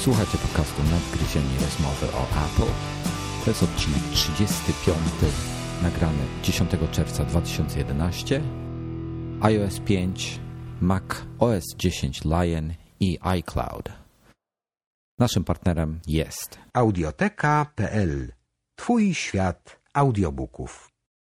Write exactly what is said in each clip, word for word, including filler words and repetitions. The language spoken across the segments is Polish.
Słuchajcie podcastu Nadgryzieni rozmowy o Apple. To jest odcinek trzydziesty piąty, nagrany dziesiątego czerwca dwa tysiące jedenastego. iOS pięć, Mac O S dziesięć Lion i iCloud. Naszym partnerem jest Audioteka kropka p l. Twój świat audiobooków.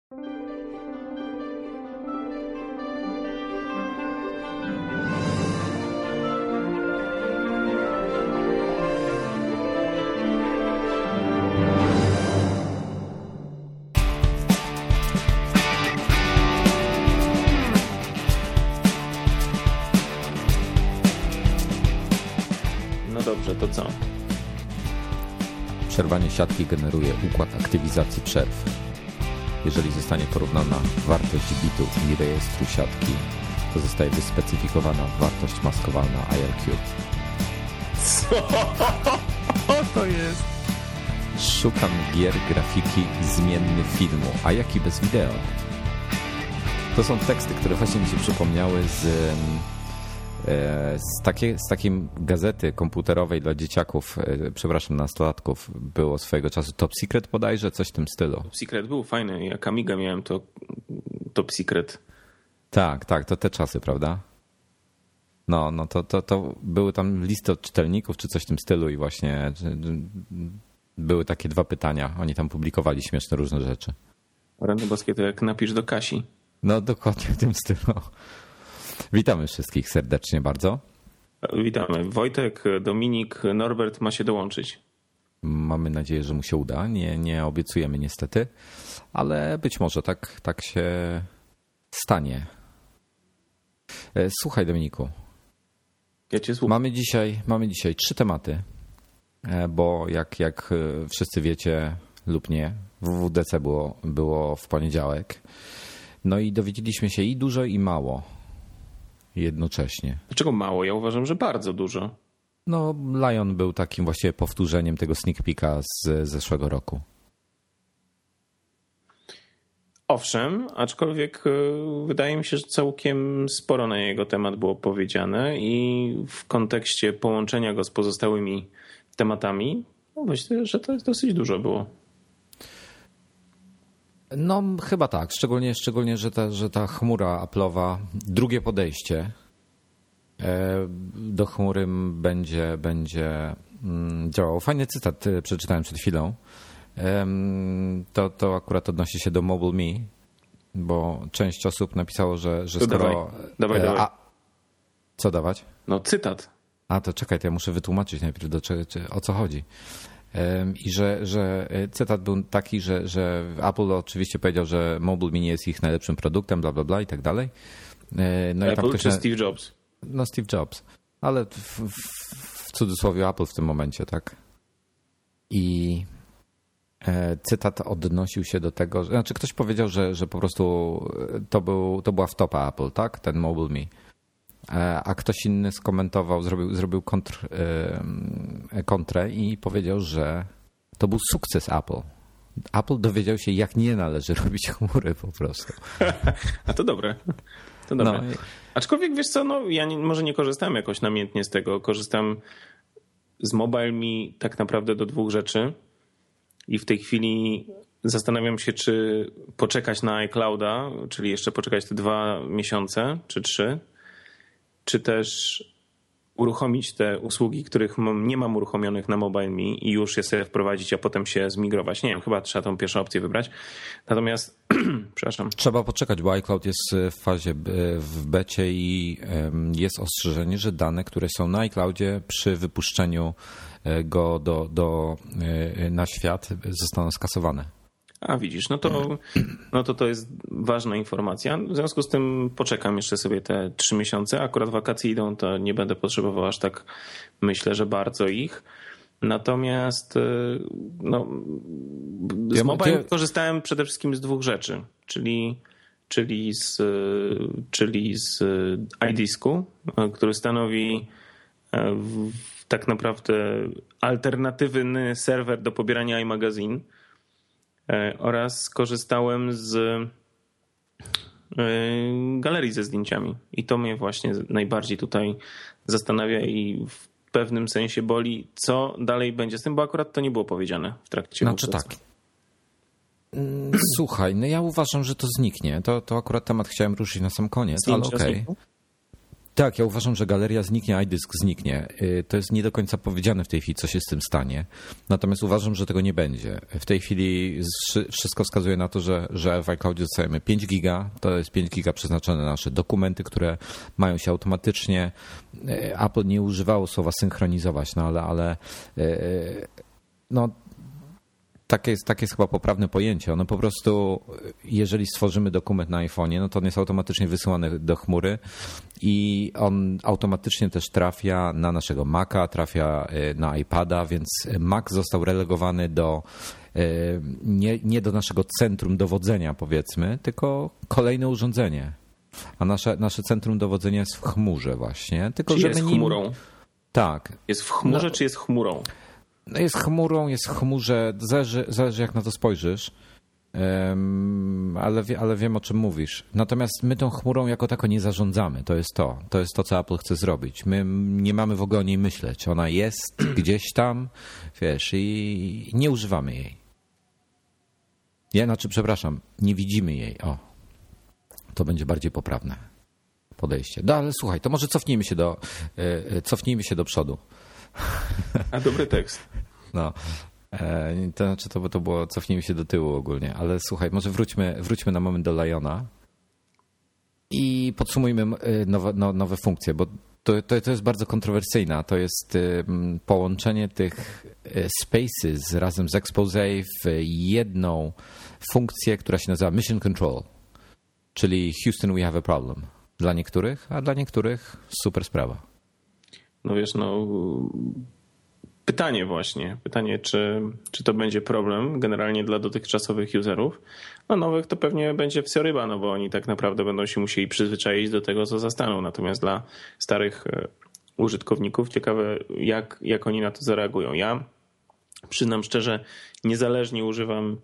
Dobrze, to co? Przerwanie siatki generuje układ aktywizacji przerw. Jeżeli zostanie porównana wartość bitów i rejestru siatki, to zostaje wyspecyfikowana wartość maskowalna I R Q. Co to jest? Szukam gier, grafiki, zmienny filmu, a jaki bez wideo? To są teksty, które właśnie mi się przypomniały z... Z takiej, z takiej gazety komputerowej dla dzieciaków, przepraszam, nastolatków, było swojego czasu Top Secret bodajże, coś w tym stylu. Top Secret był fajny, jak Amiga miałem, to Top Secret. Tak, tak, to te czasy, prawda? No, no to, to, to były tam listy od czytelników, czy coś w tym stylu i właśnie były takie dwa pytania. Oni tam publikowali śmieszne różne rzeczy. Rany boskie, to jak napisz do Kasi. No, dokładnie w tym stylu. Witamy wszystkich serdecznie bardzo. Witamy. Wojtek, Dominik, Norbert ma się dołączyć. Mamy nadzieję, że mu się uda. Nie, nie obiecujemy niestety, ale być może tak, tak się stanie. Słuchaj, Dominiku. Ja cię słucham. Mamy dzisiaj, mamy dzisiaj trzy tematy, bo jak, jak wszyscy wiecie lub nie, W W D C było, było w poniedziałek. No i dowiedzieliśmy się i dużo, i mało. Jednocześnie. Dlaczego mało? Ja uważam, że bardzo dużo. No, Lion był takim właściwie powtórzeniem tego sneak peeka z zeszłego roku. Owszem, aczkolwiek wydaje mi się, że całkiem sporo na jego temat było powiedziane i w kontekście połączenia go z pozostałymi tematami, no myślę, że to jest dosyć dużo było. No chyba tak, szczególnie, szczególnie że, ta, że ta chmura Apple'owa, drugie podejście do chmury będzie, będzie działało. Fajny cytat przeczytałem przed chwilą. To, to akurat odnosi się do MobileMe, bo część osób napisało, że, że skoro... Dawaj, dawaj, dawaj. A, co dawać? No cytat. A to czekaj, to ja muszę wytłumaczyć najpierw do czego, o co chodzi. I że, że cytat był taki, że, że Apple oczywiście powiedział, że MobileMe nie jest ich najlepszym produktem, bla, bla, bla i tak dalej. No Apple czy na... Steve Jobs? No Steve Jobs, ale w, w, w cudzysłowie Apple w tym momencie, tak? I cytat odnosił się do tego, że, znaczy ktoś powiedział, że, że po prostu to, był, to była wtopa Apple, tak? Ten MobileMe. A ktoś inny skomentował, zrobił, zrobił kontr, yy, kontrę i powiedział, że to był sukces Apple. Apple dowiedział się, jak nie należy robić chmury po prostu. A to dobre. To dobre. No. Aczkolwiek wiesz co, no, ja nie, może nie korzystałem jakoś namiętnie z tego. Korzystam z MobileMe tak naprawdę do dwóch rzeczy i w tej chwili zastanawiam się, czy poczekać na iClouda, czyli jeszcze poczekać te dwa miesiące czy trzy, czy też uruchomić te usługi, których nie mam uruchomionych na MobileMe i już je sobie wprowadzić, a potem się zmigrować. Nie wiem, chyba trzeba tą pierwszą opcję wybrać. Natomiast, przepraszam. Trzeba poczekać, bo iCloud jest w fazie, w becie i jest ostrzeżenie, że dane, które są na iCloudzie przy wypuszczeniu go do, do, na świat zostaną skasowane. A widzisz, no to, no to to jest ważna informacja. W związku z tym poczekam jeszcze sobie te trzy miesiące. Akurat wakacje idą, to nie będę potrzebował aż tak, myślę, że bardzo ich. Natomiast no, z mobile korzystałem przede wszystkim z dwóch rzeczy, czyli, czyli z, czyli z iDisku, który stanowi tak naprawdę alternatywny serwer do pobierania iMagazine. Oraz skorzystałem z galerii ze zdjęciami. I to mnie właśnie najbardziej tutaj zastanawia i w pewnym sensie boli. Co dalej będzie z tym, bo akurat to nie było powiedziane w trakcie. Znaczy tak. Słuchaj, no ja uważam, że to zniknie. To, to akurat temat chciałem ruszyć na sam koniec, Zdjęcia ale okej. Okay. Tak, ja uważam, że galeria zniknie, iDisk zniknie. To jest nie do końca powiedziane w tej chwili, co się z tym stanie. Natomiast uważam, że tego nie będzie. W tej chwili wszystko wskazuje na to, że, że w iCloudzie dostajemy pięć giga. To jest pięć giga przeznaczone na nasze dokumenty, które mają się automatycznie. Apple nie używało słowa synchronizować, no ale, ale no takie jest, takie jest chyba poprawne pojęcie. Ono po prostu, jeżeli stworzymy dokument na iPhone'ie, no to on jest automatycznie wysyłany do chmury i on automatycznie też trafia na naszego Maca, trafia na iPada, więc Mac został relegowany do nie, nie do naszego centrum dowodzenia, powiedzmy, tylko kolejne urządzenie. A nasze, nasze centrum dowodzenia jest w chmurze właśnie. Tylko czy jest nim... chmurą? Tak. Jest w chmurze, no... czy jest chmurą? No jest chmurą, jest w chmurze, zależy, zależy jak na to spojrzysz, um, ale, wie, ale wiem o czym mówisz. Natomiast my tą chmurą jako tako nie zarządzamy, to jest to. To jest to, co Apple chce zrobić. My nie mamy w ogóle o niej myśleć. Ona jest gdzieś tam, wiesz, i nie używamy jej. Ja, znaczy, przepraszam, nie widzimy jej. O, to będzie bardziej poprawne podejście. No ale słuchaj, to może cofnijmy się do, cofnijmy się do przodu. A dobry tekst. No, to znaczy to, to było, cofnijmy się do tyłu ogólnie, ale słuchaj, może wróćmy, wróćmy na moment do Liona i podsumujmy nowe, no, nowe funkcje, bo to, to, to jest bardzo kontrowersyjna. To jest połączenie tych Spaces razem z Exposé w jedną funkcję, która się nazywa Mission Control, czyli Houston, we have a problem. Dla niektórych, a dla niektórych super sprawa. No wiesz, no pytanie właśnie, pytanie czy, czy to będzie problem generalnie dla dotychczasowych userów, a nowych to pewnie będzie wsioryba, no bo oni tak naprawdę będą się musieli przyzwyczaić do tego, co zastaną, natomiast dla starych użytkowników ciekawe jak, jak oni na to zareagują. Ja przyznam szczerze, niezależnie używam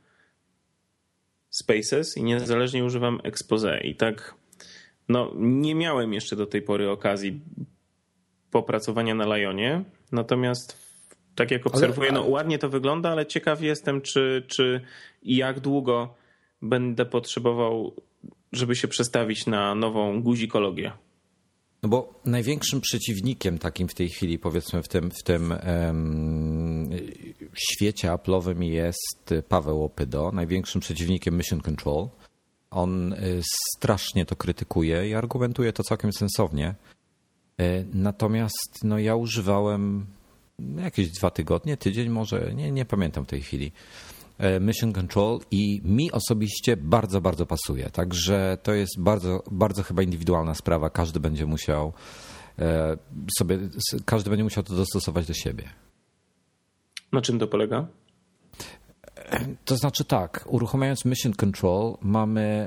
Spaces i niezależnie używam Exposé i tak no nie miałem jeszcze do tej pory okazji popracowania na Lionie, natomiast tak jak obserwuję, ale, ale... no ładnie to wygląda, ale ciekaw jestem, czy, czy i jak długo będę potrzebował, żeby się przestawić na nową guzikologię. No bo największym przeciwnikiem takim w tej chwili, powiedzmy w tym, w tym um, świecie Apple'owym jest Paweł Opydo, największym przeciwnikiem Mission Control. On strasznie to krytykuje i argumentuje to całkiem sensownie. Natomiast no, ja używałem jakieś dwa tygodnie, tydzień może, nie, nie pamiętam w tej chwili, Mission Control i mi osobiście bardzo, bardzo pasuje. Także to jest bardzo, bardzo chyba indywidualna sprawa. Każdy będzie musiał sobie, każdy będzie musiał to dostosować do siebie. Na czym to polega? To znaczy tak, uruchamiając Mission Control mamy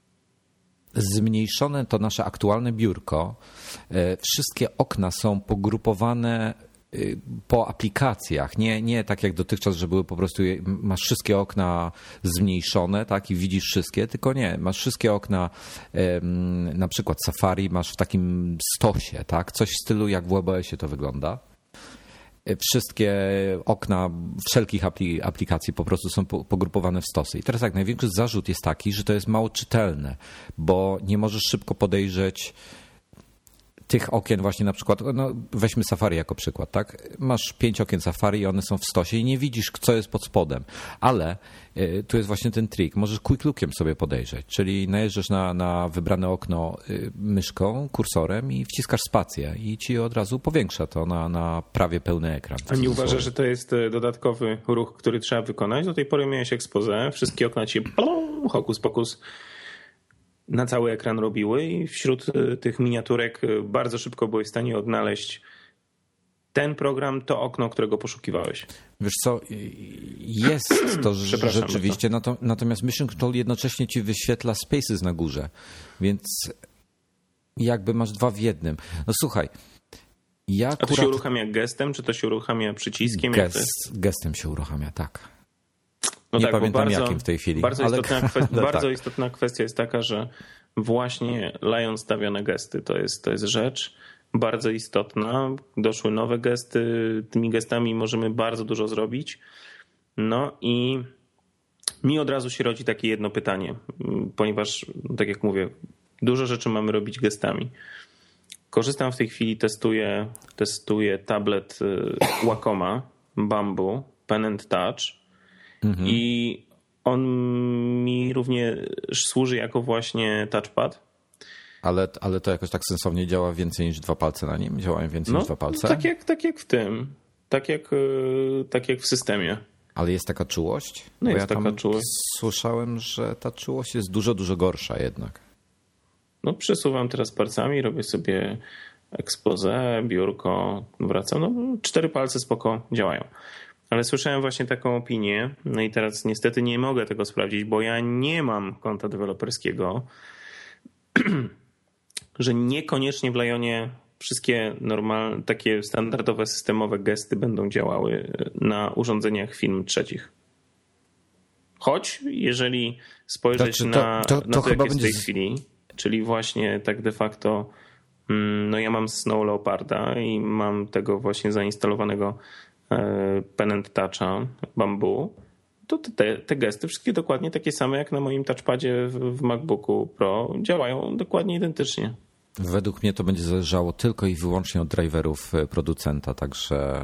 zmniejszone to nasze aktualne biurko. Wszystkie okna są pogrupowane po aplikacjach. Nie, nie tak jak dotychczas, że były po prostu, masz wszystkie okna zmniejszone, tak, i widzisz wszystkie, tylko nie, masz wszystkie okna, na przykład Safari masz w takim stosie, tak, coś w stylu jak w WebOSie to wygląda. Wszystkie okna wszelkich aplikacji po prostu są pogrupowane w stosy. I teraz tak, największy zarzut jest taki, że to jest mało czytelne, bo nie możesz szybko podejrzeć tych okien właśnie na przykład, no weźmy Safari jako przykład, tak? Masz pięć okien Safari i one są w stosie i nie widzisz, co jest pod spodem, ale y, tu jest właśnie ten trik, możesz quick lookiem sobie podejrzeć, czyli najeżdżasz na, na wybrane okno y, myszką, kursorem i wciskasz spację i ci od razu powiększa to na, na prawie pełny ekran. A nie uważasz, że to jest dodatkowy ruch, który trzeba wykonać? Do tej pory miałeś Exposé, wszystkie okna ci plum, hokus pokus na cały ekran robiły i wśród tych miniaturek bardzo szybko byłeś w stanie odnaleźć ten program, to okno, którego poszukiwałeś. Wiesz co, jest to rzeczywiście, to. Natomiast Mission Control jednocześnie ci wyświetla Spaces na górze, więc jakby masz dwa w jednym. No słuchaj, ja A to akurat... się uruchamia gestem, czy to się uruchamia przyciskiem? Gest, gestem się uruchamia, tak. No nie tak, pamiętam bardzo, jakim w tej chwili. Bardzo, ale... istotna, kwestia, no bardzo tak. istotna kwestia jest taka, że właśnie Lion stawia na gesty. To jest, to jest rzecz, bardzo istotna. Doszły nowe gesty, tymi gestami możemy bardzo dużo zrobić. No i mi od razu się rodzi takie jedno pytanie, ponieważ, tak jak mówię, dużo rzeczy mamy robić gestami. Korzystam w tej chwili, testuję, testuję tablet Wacoma Bamboo Pen and Touch mhm. i on mi również służy jako właśnie touchpad. Ale, ale to jakoś tak sensownie działa więcej niż dwa palce na nim? Działają więcej no, niż dwa palce? Tak jak, tak jak w tym. Tak jak, tak jak w systemie. Ale jest taka czułość? No Bo jest ja taka tam czułość. Słyszałem, że ta czułość jest dużo, dużo gorsza jednak. No przesuwam teraz palcami, robię sobie expose, biurko, wracam. No cztery palce spoko działają. Ale słyszałem właśnie taką opinię, no i teraz niestety nie mogę tego sprawdzić, bo ja nie mam konta deweloperskiego, że niekoniecznie w Lionie wszystkie normalne, takie standardowe systemowe gesty będą działały na urządzeniach firm trzecich. Choć jeżeli spojrzeć to, to, na, to, to, na to to, jak chyba jest będzie... w tej chwili, czyli właśnie tak de facto no ja mam Snow Leoparda i mam tego właśnie zainstalowanego Pen and Toucha Bamboo, to te, te gesty wszystkie dokładnie takie same jak na moim touchpadzie w, w MacBooku Pro działają dokładnie identycznie. Według mnie to będzie zależało tylko i wyłącznie od driverów producenta, także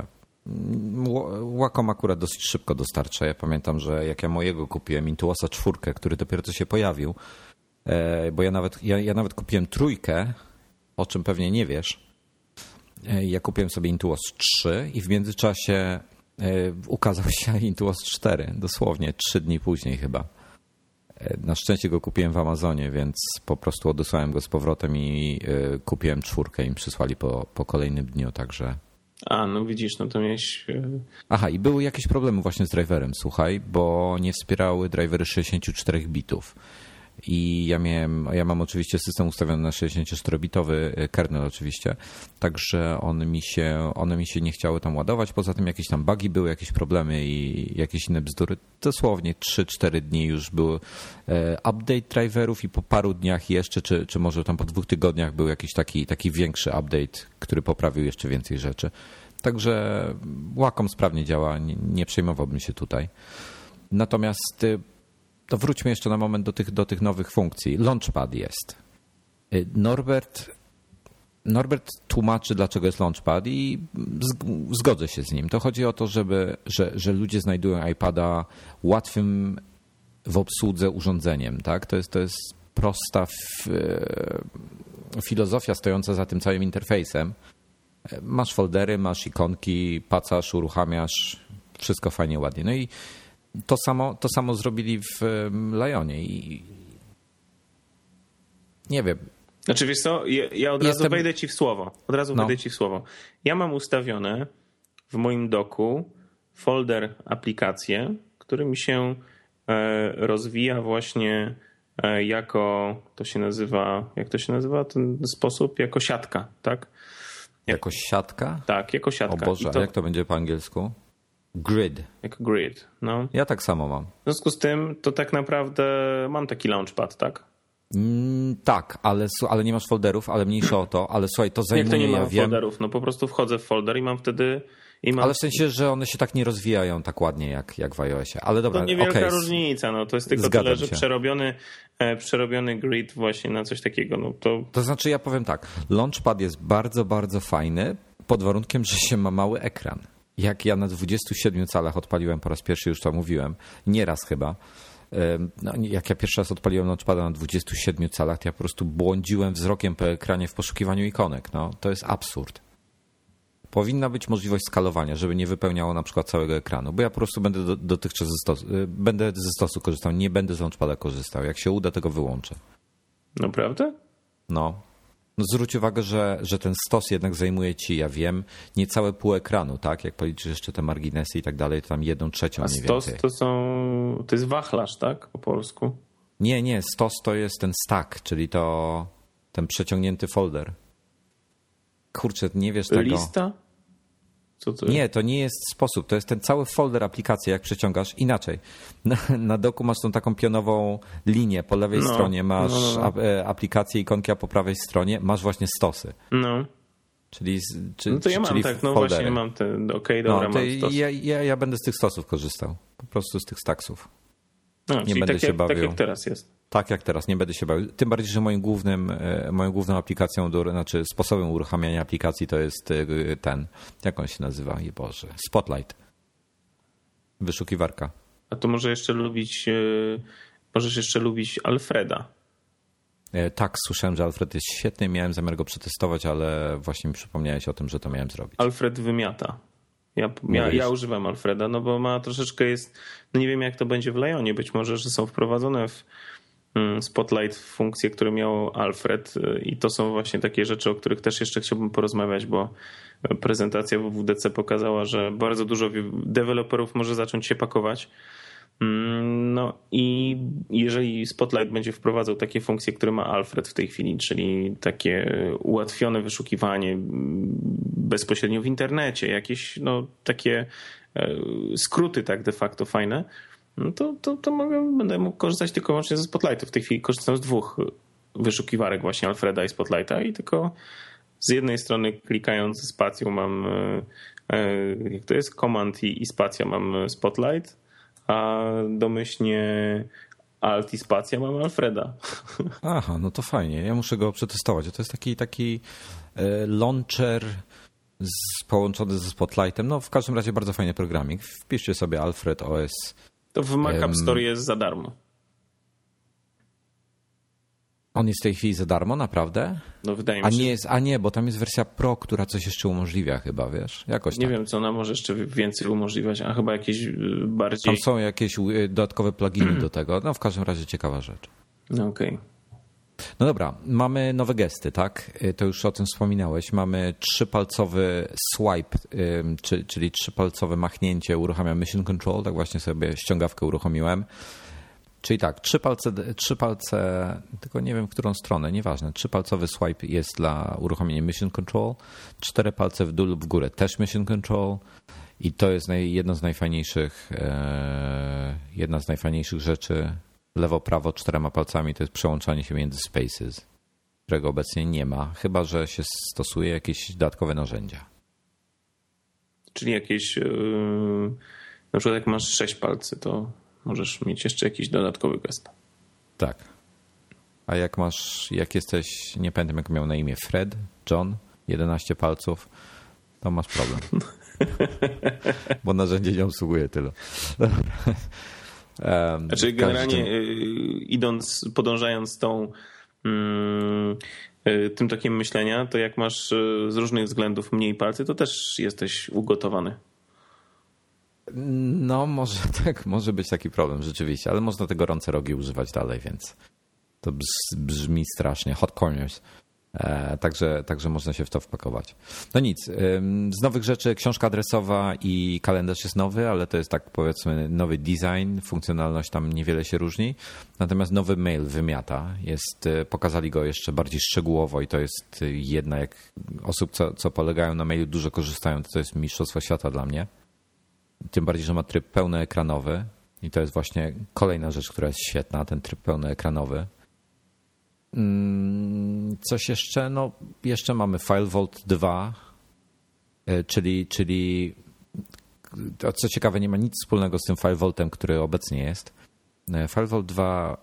Wacom akurat dosyć szybko dostarcza. Ja pamiętam, że jak ja mojego kupiłem, Intuosa czwórkę, który dopiero co się pojawił, bo ja nawet, ja, ja nawet kupiłem trójkę, o czym pewnie nie wiesz. Ja kupiłem sobie Intuos trzy i w międzyczasie ukazał się Intuos cztery, dosłownie trzy dni później chyba. Na szczęście go kupiłem w Amazonie, więc po prostu odesłałem go z powrotem i kupiłem czwórkę i mi przysłali po, po kolejnym dniu, także... A, no widzisz, no to miałeś... Aha, i były jakieś problemy właśnie z driverem, słuchaj, bo nie wspierały drivery sześćdziesiąt cztery bitów. I ja miałem, ja mam oczywiście system ustawiony na sześćdziesięcioczterobitowy kernel oczywiście, także one mi się, one mi się nie chciały tam ładować, poza tym jakieś tam bugi były, jakieś problemy i jakieś inne bzdury. Dosłownie trzy cztery dni już był update driverów i po paru dniach jeszcze, czy, czy może tam po dwóch tygodniach był jakiś taki, taki większy update, który poprawił jeszcze więcej rzeczy. Także Wacom sprawnie działa, nie, nie przejmowałbym się tutaj. Natomiast to wróćmy jeszcze na moment do tych, do tych nowych funkcji. Launchpad jest. Norbert, Norbert tłumaczy, dlaczego jest Launchpad i zgodzę się z nim. To chodzi o to, żeby, że, że ludzie znajdują iPada łatwym w obsłudze urządzeniem. Tak? To jest, to jest prosta f, filozofia stojąca za tym całym interfejsem. Masz foldery, masz ikonki, pacasz, uruchamiasz, wszystko fajnie, ładnie. No i To samo, to samo zrobili w Lionie i nie wiem. Znaczy wiesz co, ja, ja od Jestem... razu wejdę ci w słowo. Od razu no. wejdę ci w słowo. Ja mam ustawione w moim doku folder aplikacje, który mi się rozwija właśnie jako, to się nazywa, jak to się nazywa ten sposób? Jako siatka, tak? Jako siatka? Tak, jako siatka. O Boże, to... a jak to będzie po angielsku? Grid. Jako grid, no. Ja tak samo mam. W związku z tym to tak naprawdę mam taki launchpad, tak? Mm, tak, ale, ale nie masz folderów, ale mniejsza o to, ale słuchaj, to zajmuje, Jak to nie mam ja wiem... folderów? No po prostu wchodzę w folder i mam wtedy... I mam... Ale w sensie, że one się tak nie rozwijają tak ładnie jak, jak w iOSie. Ale dobra, to niewielka okay. różnica, no to jest tylko Zgadzam tyle, że się. przerobiony, przerobiony grid właśnie na coś takiego. No to... to znaczy ja powiem tak, Launchpad jest bardzo, bardzo fajny pod warunkiem, że się ma mały ekran. Jak ja na dwudziestu siedmiu calach odpaliłem po raz pierwszy, już to mówiłem, nieraz chyba, no, jak ja pierwszy raz odpaliłem Launchpada na dwudziestu siedmiu calach, to ja po prostu błądziłem wzrokiem po ekranie w poszukiwaniu ikonek. No, to jest absurd. Powinna być możliwość skalowania, żeby nie wypełniało na przykład całego ekranu, bo ja po prostu będę do, dotychczas ze stosu, będę ze stosu korzystał, nie będę z Launchpada korzystał. Jak się uda, tego wyłączę. Naprawdę? No. No zwróć uwagę, że, że ten stos jednak zajmuje ci, ja wiem, niecałe pół ekranu, tak? Jak policzysz jeszcze te marginesy i tak dalej, to tam jedną trzecią A mniej stos więcej. to są, to jest wachlarz, tak? Po polsku. Nie, nie, stos to jest ten stack, czyli to ten przeciągnięty folder. Kurczę, nie wiesz tego. Lista? Co to Nie, to nie jest sposób. To jest ten cały folder aplikacji, jak przeciągasz. Inaczej. Na, na doku masz tą taką pionową linię. Po lewej no, stronie masz no, no. aplikacje, ikonki, a po prawej stronie masz właśnie stosy. No. Czyli, czy, no to ja mam tak, no foldery. właśnie mam ten, okej, okay, dobra, no, mam stos. Ja, ja, ja będę z tych stosów korzystał. Po prostu z tych stacksów. No, nie będę tak się jak, bawił. Tak jak teraz jest. Tak jak teraz, nie będę się bawił. Tym bardziej, że moim głównym, moją główną aplikacją, do, znaczy sposobem uruchamiania aplikacji to jest ten, jak on się nazywa? Je Boże, Spotlight. Wyszukiwarka. A to może jeszcze lubić, możesz jeszcze lubić Alfreda. Tak, słyszałem, że Alfred jest świetny, miałem zamiar go przetestować, ale właśnie mi przypomniałeś o tym, że to miałem zrobić. Alfred wymiata. Ja, ja, ja używam Alfreda, no bo ma troszeczkę jest, no nie wiem jak to będzie w Lionie, być może, że są wprowadzone w Spotlight funkcje, które miał Alfred i to są właśnie takie rzeczy, o których też jeszcze chciałbym porozmawiać, bo prezentacja w W D C pokazała, że bardzo dużo deweloperów może zacząć się pakować. No i jeżeli Spotlight będzie wprowadzał takie funkcje, które ma Alfred w tej chwili, czyli takie ułatwione wyszukiwanie bezpośrednio w internecie, jakieś no takie skróty tak de facto fajne, no to, to, to mogę, będę mógł korzystać tylko wyłącznie ze Spotlightu. W tej chwili korzystam z dwóch wyszukiwarek właśnie Alfreda i Spotlighta i tylko z jednej strony klikając spacją mam jak to jest, Command i, i spacja mam Spotlight, a domyślnie Alt i spacja mam Alfreda. Aha, no to fajnie. Ja muszę go przetestować. To jest taki, taki launcher z, połączony ze Spotlightem. No w każdym razie bardzo fajny programik. Wpiszcie sobie Alfred O S. To w Mac App Store jest za darmo. On jest w tej chwili za darmo, naprawdę? No wydaje mi a się. Nie jest, a nie, bo tam jest wersja Pro, która coś jeszcze umożliwia chyba, wiesz? Jakoś Nie tak. wiem, co ona może jeszcze więcej umożliwiać, a chyba jakieś bardziej... Tam są jakieś dodatkowe pluginy do tego. No w każdym razie ciekawa rzecz. No okej. Okay. No dobra, mamy nowe gesty, tak? To już o tym wspominałeś. Mamy trzypalcowy swipe, czyli trzypalcowe machnięcie uruchamia Mission Control. Tak właśnie sobie ściągawkę uruchomiłem. Czyli tak, trzy palce, trzy palce, tylko nie wiem w którą stronę, nieważne. Trzypalcowy swipe jest dla uruchomienia Mission Control, cztery palce w dół lub w górę też Mission Control i to jest naj, jedno z najfajniejszych, e, jedna z najfajniejszych rzeczy. Lewo, prawo czterema palcami to jest przełączanie się między spaces, którego obecnie nie ma, chyba że się stosuje jakieś dodatkowe narzędzia. Czyli jakieś, yy, na przykład jak masz sześć palcy, to możesz mieć jeszcze jakiś dodatkowy gest. Tak. A jak masz, jak jesteś, nie pamiętam jak miał na imię, Fred, John, jedenaście palców, to masz problem. Bo narzędzie nie obsługuje tylu. um, znaczy generalnie każdym... idąc, podążając tą tym tokiem myślenia, to jak masz z różnych względów mniej palcy, to też jesteś ugotowany. No może tak, może być taki problem rzeczywiście, ale można te gorące rogi używać dalej, więc to brzmi strasznie. Hot corners. E, także, także można się w to wpakować. No nic, z nowych rzeczy książka adresowa i kalendarz jest nowy, ale to jest tak powiedzmy nowy design, funkcjonalność tam niewiele się różni. Natomiast nowy mail wymiata jest, pokazali go jeszcze bardziej szczegółowo i to jest jedna, jak osób, co, co polegają na mailu, dużo korzystają, to, to jest mistrzostwo świata dla mnie. Tym bardziej, że ma tryb pełnoekranowy i to jest właśnie kolejna rzecz, która jest świetna, ten tryb pełnoekranowy. Coś jeszcze? No jeszcze mamy FileVault dwa, czyli, czyli co ciekawe nie ma nic wspólnego z tym FileVaultem, który obecnie jest. FileVault dwa,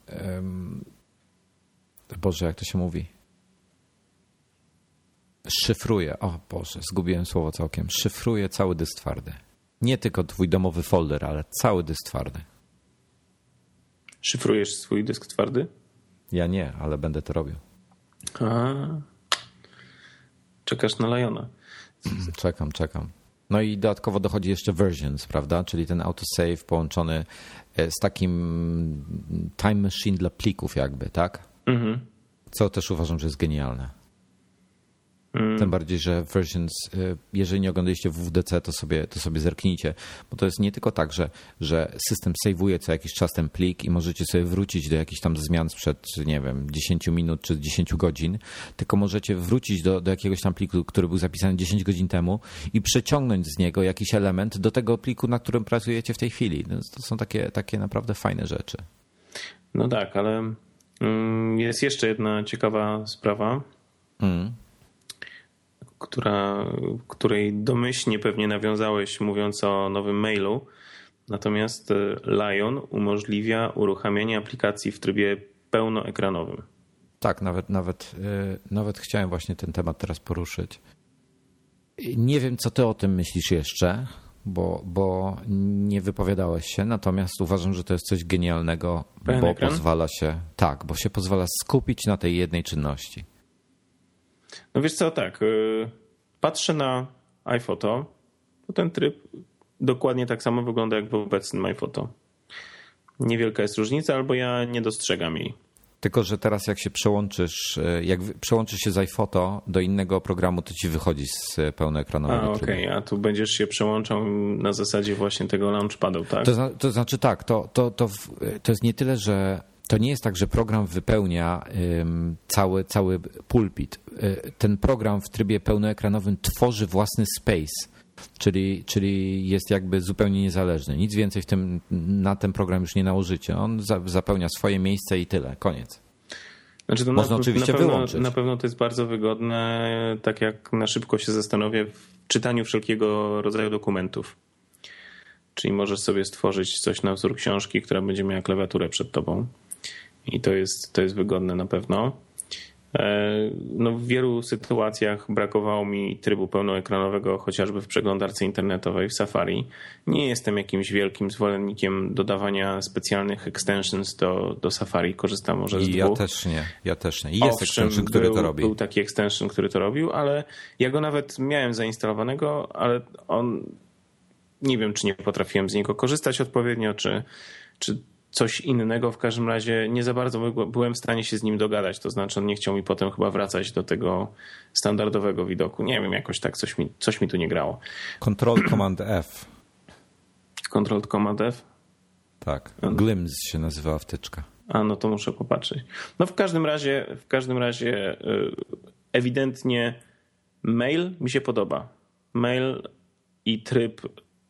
Boże jak to się mówi? Szyfruje, o Boże, zgubiłem słowo całkiem, szyfruje cały dysk twardy. Nie tylko twój domowy folder, ale cały dysk twardy. Szyfrujesz swój dysk twardy? Ja nie, ale będę to robił. A, czekasz na Liona. Czekam, czekam. No i dodatkowo dochodzi jeszcze versions, prawda? Czyli ten autosave połączony z takim time machine dla plików jakby, tak? Mhm. Co też uważam, że jest genialne. Mm. Tym bardziej, że versions, jeżeli nie oglądaliście W W D C, to sobie, to sobie zerknijcie, bo to jest nie tylko tak, że, że system save'uje co jakiś czas ten plik i możecie sobie wrócić do jakichś tam zmian sprzed, nie wiem, dziesięć minut czy dziesięć godzin, tylko możecie wrócić do, do jakiegoś tam pliku, który był zapisany dziesięć godzin temu i przeciągnąć z niego jakiś element do tego pliku, na którym pracujecie w tej chwili. To są takie, takie naprawdę fajne rzeczy. No tak, ale jest jeszcze jedna ciekawa sprawa. Mm. która, której domyślnie pewnie nawiązałeś, mówiąc o nowym mailu. Natomiast Lion umożliwia uruchamianie aplikacji w trybie pełnoekranowym. Tak, nawet, nawet, nawet chciałem właśnie ten temat teraz poruszyć. Nie wiem, co ty o tym myślisz jeszcze, bo, bo nie wypowiadałeś się, natomiast uważam, że to jest coś genialnego, Pełen bo ekran? pozwala się, tak, bo się pozwala skupić na tej jednej czynności. No wiesz co, tak, patrzę na iPhoto, to ten tryb dokładnie tak samo wygląda jak w obecnym iPhoto. Niewielka jest różnica, albo ja nie dostrzegam jej. Tylko że teraz jak się przełączysz, jak przełączysz się z iPhoto do innego programu, to ci wychodzi z pełnoekranowego A, trybu. okej, okay. A tu będziesz się przełączał na zasadzie właśnie tego launchpadu, tak? To, to znaczy tak, to, to, to, to jest nie tyle, że to nie jest tak, że program wypełnia um, cały, cały pulpit. Ten program w trybie pełnoekranowym tworzy własny space, czyli, czyli jest jakby zupełnie niezależny. Nic więcej w tym, na ten program już nie nałożycie. On za, zapełnia swoje miejsce i tyle, koniec. Znaczy to Można na, oczywiście na pewno, wyłączyć. Na pewno to jest bardzo wygodne, tak jak na szybko się zastanowię w czytaniu wszelkiego rodzaju dokumentów. Czyli możesz sobie stworzyć coś na wzór książki, która będzie miała klawiaturę przed tobą. I to jest, to jest wygodne na pewno. No, w wielu sytuacjach brakowało mi trybu pełnoekranowego, chociażby w przeglądarce internetowej w Safari. Nie jestem jakimś wielkim zwolennikiem dodawania specjalnych extensions do, do Safari. Korzystam może z I dwóch. ja też nie, ja też nie. I jest Owszem, extension, który był, to robi. Był taki extension, który to robił, ale ja go nawet miałem zainstalowanego, ale on nie wiem, czy nie potrafiłem z niego korzystać odpowiednio, czy, czy coś innego. W każdym razie nie za bardzo byłem w stanie się z nim dogadać. To znaczy on nie chciał mi potem chyba wracać do tego standardowego widoku. Nie wiem, jakoś tak coś mi, coś mi tu nie grało. Control Command F. Control Command F? Tak. Glimpse się nazywała wtyczka. A no to muszę popatrzeć. No w każdym razie, w każdym razie ewidentnie mail mi się podoba. Mail i tryb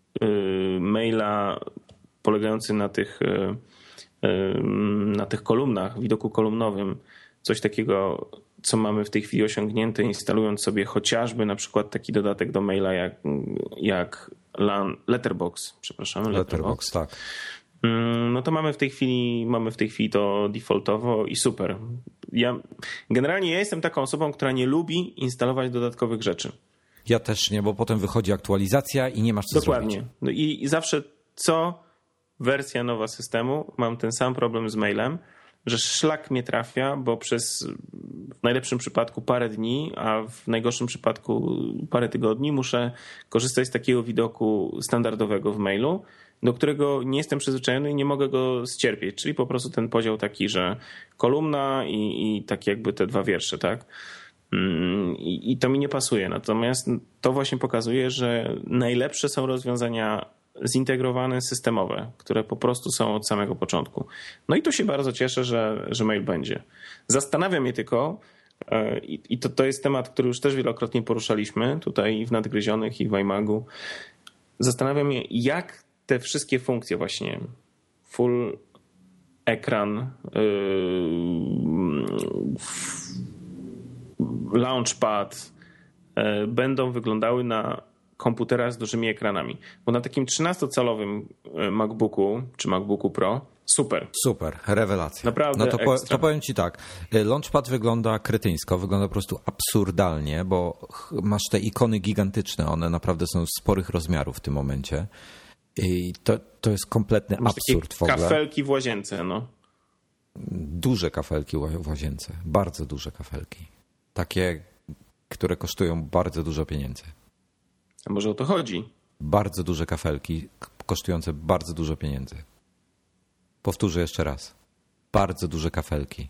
maila polegający na tych, na tych kolumnach, widoku kolumnowym, coś takiego, co mamy w tej chwili osiągnięte, instalując sobie chociażby na przykład taki dodatek do maila jak, jak Letterbox, przepraszam. Letterbox, tak. No to mamy w tej chwili, mamy w tej chwili to defaultowo i super. Ja, generalnie ja jestem taką osobą, która nie lubi instalować dodatkowych rzeczy. Ja też nie, bo potem wychodzi aktualizacja i nie masz co Dokładnie. zrobić. No i, i zawsze co wersja nowa systemu mam ten sam problem z mailem, że szlak mnie trafia, bo przez w najlepszym przypadku parę dni, a w najgorszym przypadku parę tygodni muszę korzystać z takiego widoku standardowego w mailu, do którego nie jestem przyzwyczajony i nie mogę go ścierpieć. Czyli po prostu ten podział taki, że kolumna i, i tak jakby te dwa wiersze, tak? I, I to mi nie pasuje. Natomiast to właśnie pokazuje, że najlepsze są rozwiązania zintegrowane, systemowe, które po prostu są od samego początku. No i tu się bardzo cieszę, że, że mail będzie. Zastanawia mnie tylko, i, i to, to jest temat, który już też wielokrotnie poruszaliśmy tutaj w Nadgryzionych i w iMagu. Zastanawia mnie, jak te wszystkie funkcje właśnie full ekran, yy, launchpad yy, będą wyglądały na komputerach z dużymi ekranami. Bo na takim trzynastocalowym MacBooku czy MacBooku Pro super. Super, rewelacja. Naprawdę no to, po, ekstra. to powiem ci tak, Launchpad wygląda kretyńsko, wygląda po prostu absurdalnie, bo masz te ikony gigantyczne, one naprawdę są sporych rozmiarów w tym momencie. I to, to jest kompletny Masz absurd w ogóle. Kafelki w łazience, no. Duże kafelki w łazience, bardzo duże kafelki. Takie, które kosztują bardzo dużo pieniędzy. A może o to chodzi? Bardzo duże kafelki kosztujące bardzo dużo pieniędzy. Powtórzę jeszcze raz. Bardzo duże kafelki.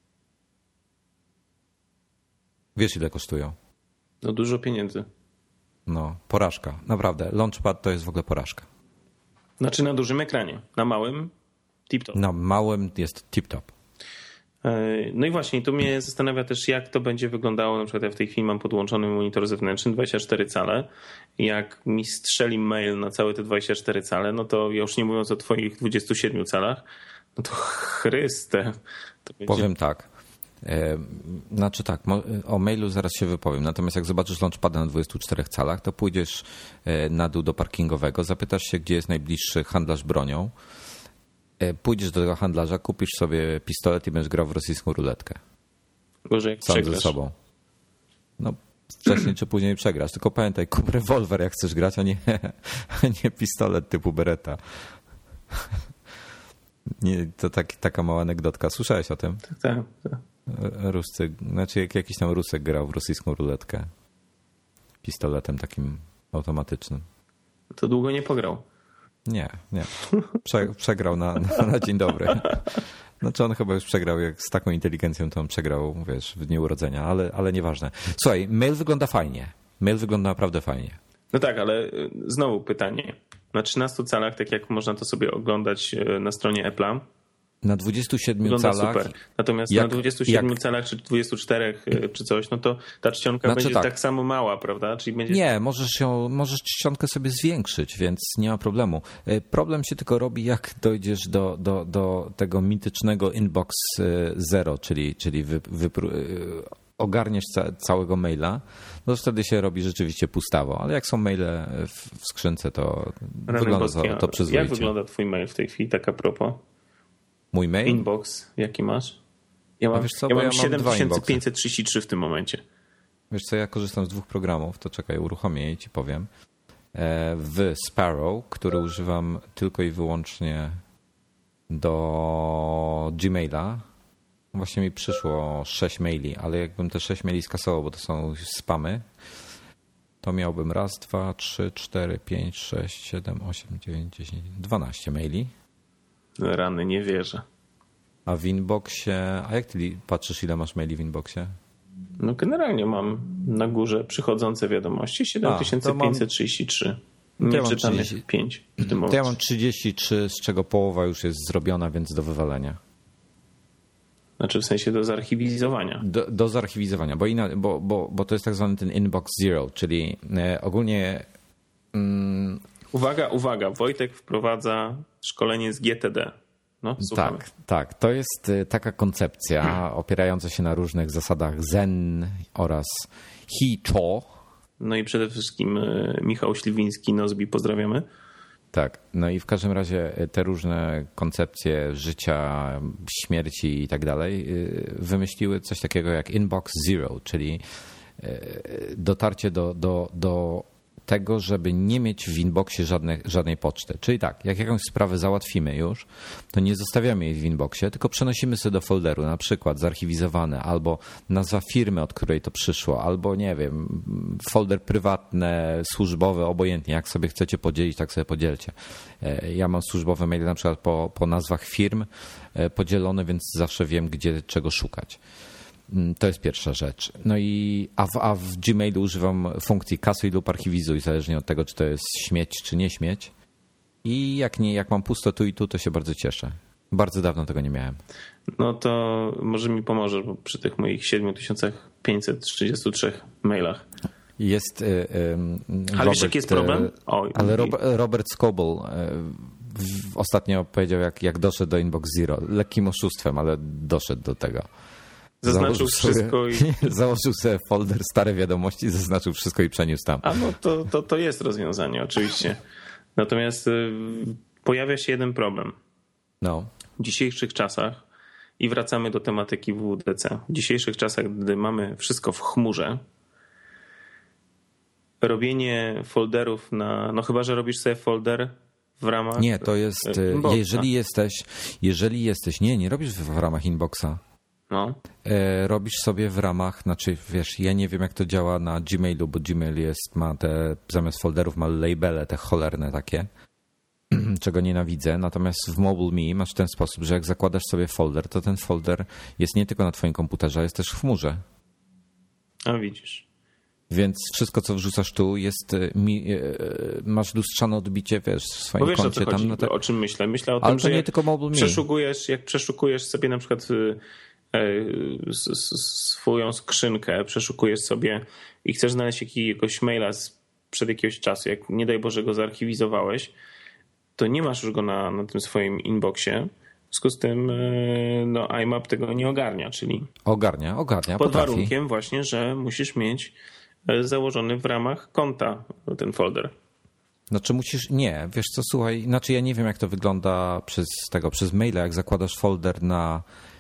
Wiesz, ile kosztują? No dużo pieniędzy. No, porażka. Naprawdę. Launchpad to jest w ogóle porażka. Znaczy na dużym ekranie. Na małym tip-top. Na małym jest tip-top. No i właśnie, tu mnie zastanawia też, jak to będzie wyglądało. Na przykład ja w tej chwili mam podłączony monitor zewnętrzny dwadzieścia cztery cale. Jak mi strzeli mail na całe te dwadzieścia cztery cale, no to ja już nie mówiąc o twoich dwudziestu siedmiu calach, no to Chryste. To będzie... Powiem tak. Znaczy tak, o mailu zaraz się wypowiem, natomiast jak zobaczysz Launchpada na dwudziestu czterech calach, to pójdziesz na dół do parkingowego, zapytasz się, gdzie jest najbliższy handlarz bronią, pójdziesz do tego handlarza, kupisz sobie pistolet i będziesz grał w rosyjską ruletkę. Gorzej jak sam przegrasz. ze sobą. No wcześniej czy później przegrasz, tylko pamiętaj, kup rewolwer jak chcesz grać, a nie, a nie pistolet typu Beretta. Nie, to tak, taka mała anegdotka. Słyszałeś o tym? Tak, tak. tak. Ruscy, znaczy jak jakiś tam Rusek grał w rosyjską ruletkę pistoletem takim automatycznym. To długo nie pograł. Nie, nie. Prze, przegrał na, na, na dzień dobry. Znaczy on chyba już przegrał, jak z taką inteligencją to on przegrał, wiesz, w dniu urodzenia, ale, ale nieważne. Słuchaj, mail wygląda fajnie. Mail wygląda naprawdę fajnie. No tak, ale znowu pytanie. Na trzynastu calach, tak jak można to sobie oglądać na stronie Apple'a, na dwudziestu siedmiu wygląda calach. super. Natomiast jak, na dwudziestu siedmiu jak... calach, czy dwudziestu czterech, czy coś, no to ta czcionka znaczy będzie tak. tak samo mała, prawda? Czyli będzie... Nie, możesz ją, możesz czcionkę sobie zwiększyć, więc nie ma problemu. Problem się tylko robi, jak dojdziesz do, do, do tego mitycznego inbox zero, czyli, czyli wy, wy, ogarniesz ca, całego maila, no to wtedy się robi rzeczywiście pustawo. Ale jak są maile w, w skrzynce, to Rany wygląda boskie. to, to przyzwoicie. Jak wygląda twój mail w tej chwili, tak a propos? Mój mail? Inbox, jaki masz? Ja mam, wiesz co, ja bo mam ja mam siedem dwa tysięcy inboxy. pięćset trzydzieści trzy w tym momencie. Wiesz co, ja korzystam z dwóch programów, to czekaj, uruchomię je i ci powiem. W Sparrow, który używam tylko i wyłącznie do Gmaila. Właśnie mi przyszło sześć maili, ale jakbym te sześć maili skasował, bo to są spamy, to miałbym raz, dwa, trzy, cztery, pięć, sześć, siedem, osiem, dziewięć, dziesięć, dwanaście maili. Rany, nie wierzę. A w inboxie, a jak ty patrzysz, ile masz maili w inboxie? No generalnie mam na górze przychodzące wiadomości siedem tysięcy pięćset trzydzieści trzy. Nieczytanych trzydzieści pięć w tym momencie. To ja mam trzydzieści trzy, z czego połowa już jest zrobiona, więc do wywalenia. Znaczy w sensie do zarchiwizowania. Do, do zarchiwizowania, bo, inna, bo, bo, bo to jest tak zwany ten inbox zero, czyli e, ogólnie... Mm, uwaga, uwaga, Wojtek wprowadza szkolenie z G T D. No, słuchamy. tak, tak. To jest taka koncepcja opierająca się na różnych zasadach Zen oraz Hi-Cho. No i przede wszystkim Michał Śliwiński, Nozbi, pozdrawiamy. Tak, no i w każdym razie te różne koncepcje życia, śmierci i tak dalej wymyśliły coś takiego jak Inbox Zero, czyli dotarcie do, do, do tego, żeby nie mieć w inboxie żadnej, żadnej poczty. Czyli tak, jak jakąś sprawę załatwimy już, to nie zostawiamy jej w inboxie, tylko przenosimy sobie do folderu, na przykład zarchiwizowane, albo nazwa firmy, od której to przyszło, albo nie wiem, folder prywatny, służbowy, obojętnie, jak sobie chcecie podzielić, tak sobie podzielcie. Ja mam służbowe maile na przykład po, po nazwach firm podzielone, więc zawsze wiem, gdzie czego szukać. To jest pierwsza rzecz. No i a w, a w Gmailu używam funkcji kasuj lub archiwizuj, zależnie od tego, czy to jest śmieć, czy nie śmieć. I jak nie, jak mam pusto tu i tu, to się bardzo cieszę. Bardzo dawno tego nie miałem. No to może mi pomożesz, bo przy tych moich siedem tysięcy pięćset trzydziestu trzech mailach. Jest y, y, Ale Robert, wiesz, jaki jest problem? O, ale Robert, Robert Scoble y, ostatnio powiedział, jak, jak doszedł do Inbox Zero. Lekkim oszustwem, ale doszedł do tego. Zaznaczył wszystko sobie, i... Założył sobie folder stare wiadomości, zaznaczył wszystko i przeniósł tam. A no to, to, to jest rozwiązanie, oczywiście. Natomiast y, pojawia się jeden problem. No. W dzisiejszych czasach, i wracamy do tematyki W W D C, w dzisiejszych czasach, gdy mamy wszystko w chmurze, robienie folderów na... No chyba, że robisz sobie folder w ramach... Nie, to jest... Inboxa. Jeżeli jesteś... Jeżeli jesteś... Nie, nie robisz w, w ramach inboxa. No. E, robisz sobie w ramach, znaczy wiesz, ja nie wiem jak to działa na Gmailu, bo Gmail jest, ma te, zamiast folderów ma labele te cholerne takie, czego nienawidzę, natomiast w MobileMe masz w ten sposób, że jak zakładasz sobie folder, to ten folder jest nie tylko na twoim komputerze, ale jest też w chmurze. A widzisz. Więc wszystko, co wrzucasz tu jest, mi, masz lustrzane odbicie, wiesz, w swoim Bo wiesz, koncie. o co chodzi, tam, no te... o czym myślę? Myślę o Ale tym, to że nie jak tylko MobileMe. przeszukujesz, jak przeszukujesz sobie na przykład swoją skrzynkę, przeszukujesz sobie i chcesz znaleźć jakiegoś maila sprzed jakiegoś czasu, jak nie daj Boże go zarchiwizowałeś, to nie masz już go na, na tym swoim inboxie. W związku z tym no, I M A P tego nie ogarnia, czyli Ogarnia, ogarnia, pod potrafi. warunkiem właśnie, że musisz mieć założony w ramach konta ten folder. Znaczy musisz, nie, wiesz co, słuchaj, znaczy ja nie wiem jak to wygląda przez tego, przez maila, jak zakładasz folder na...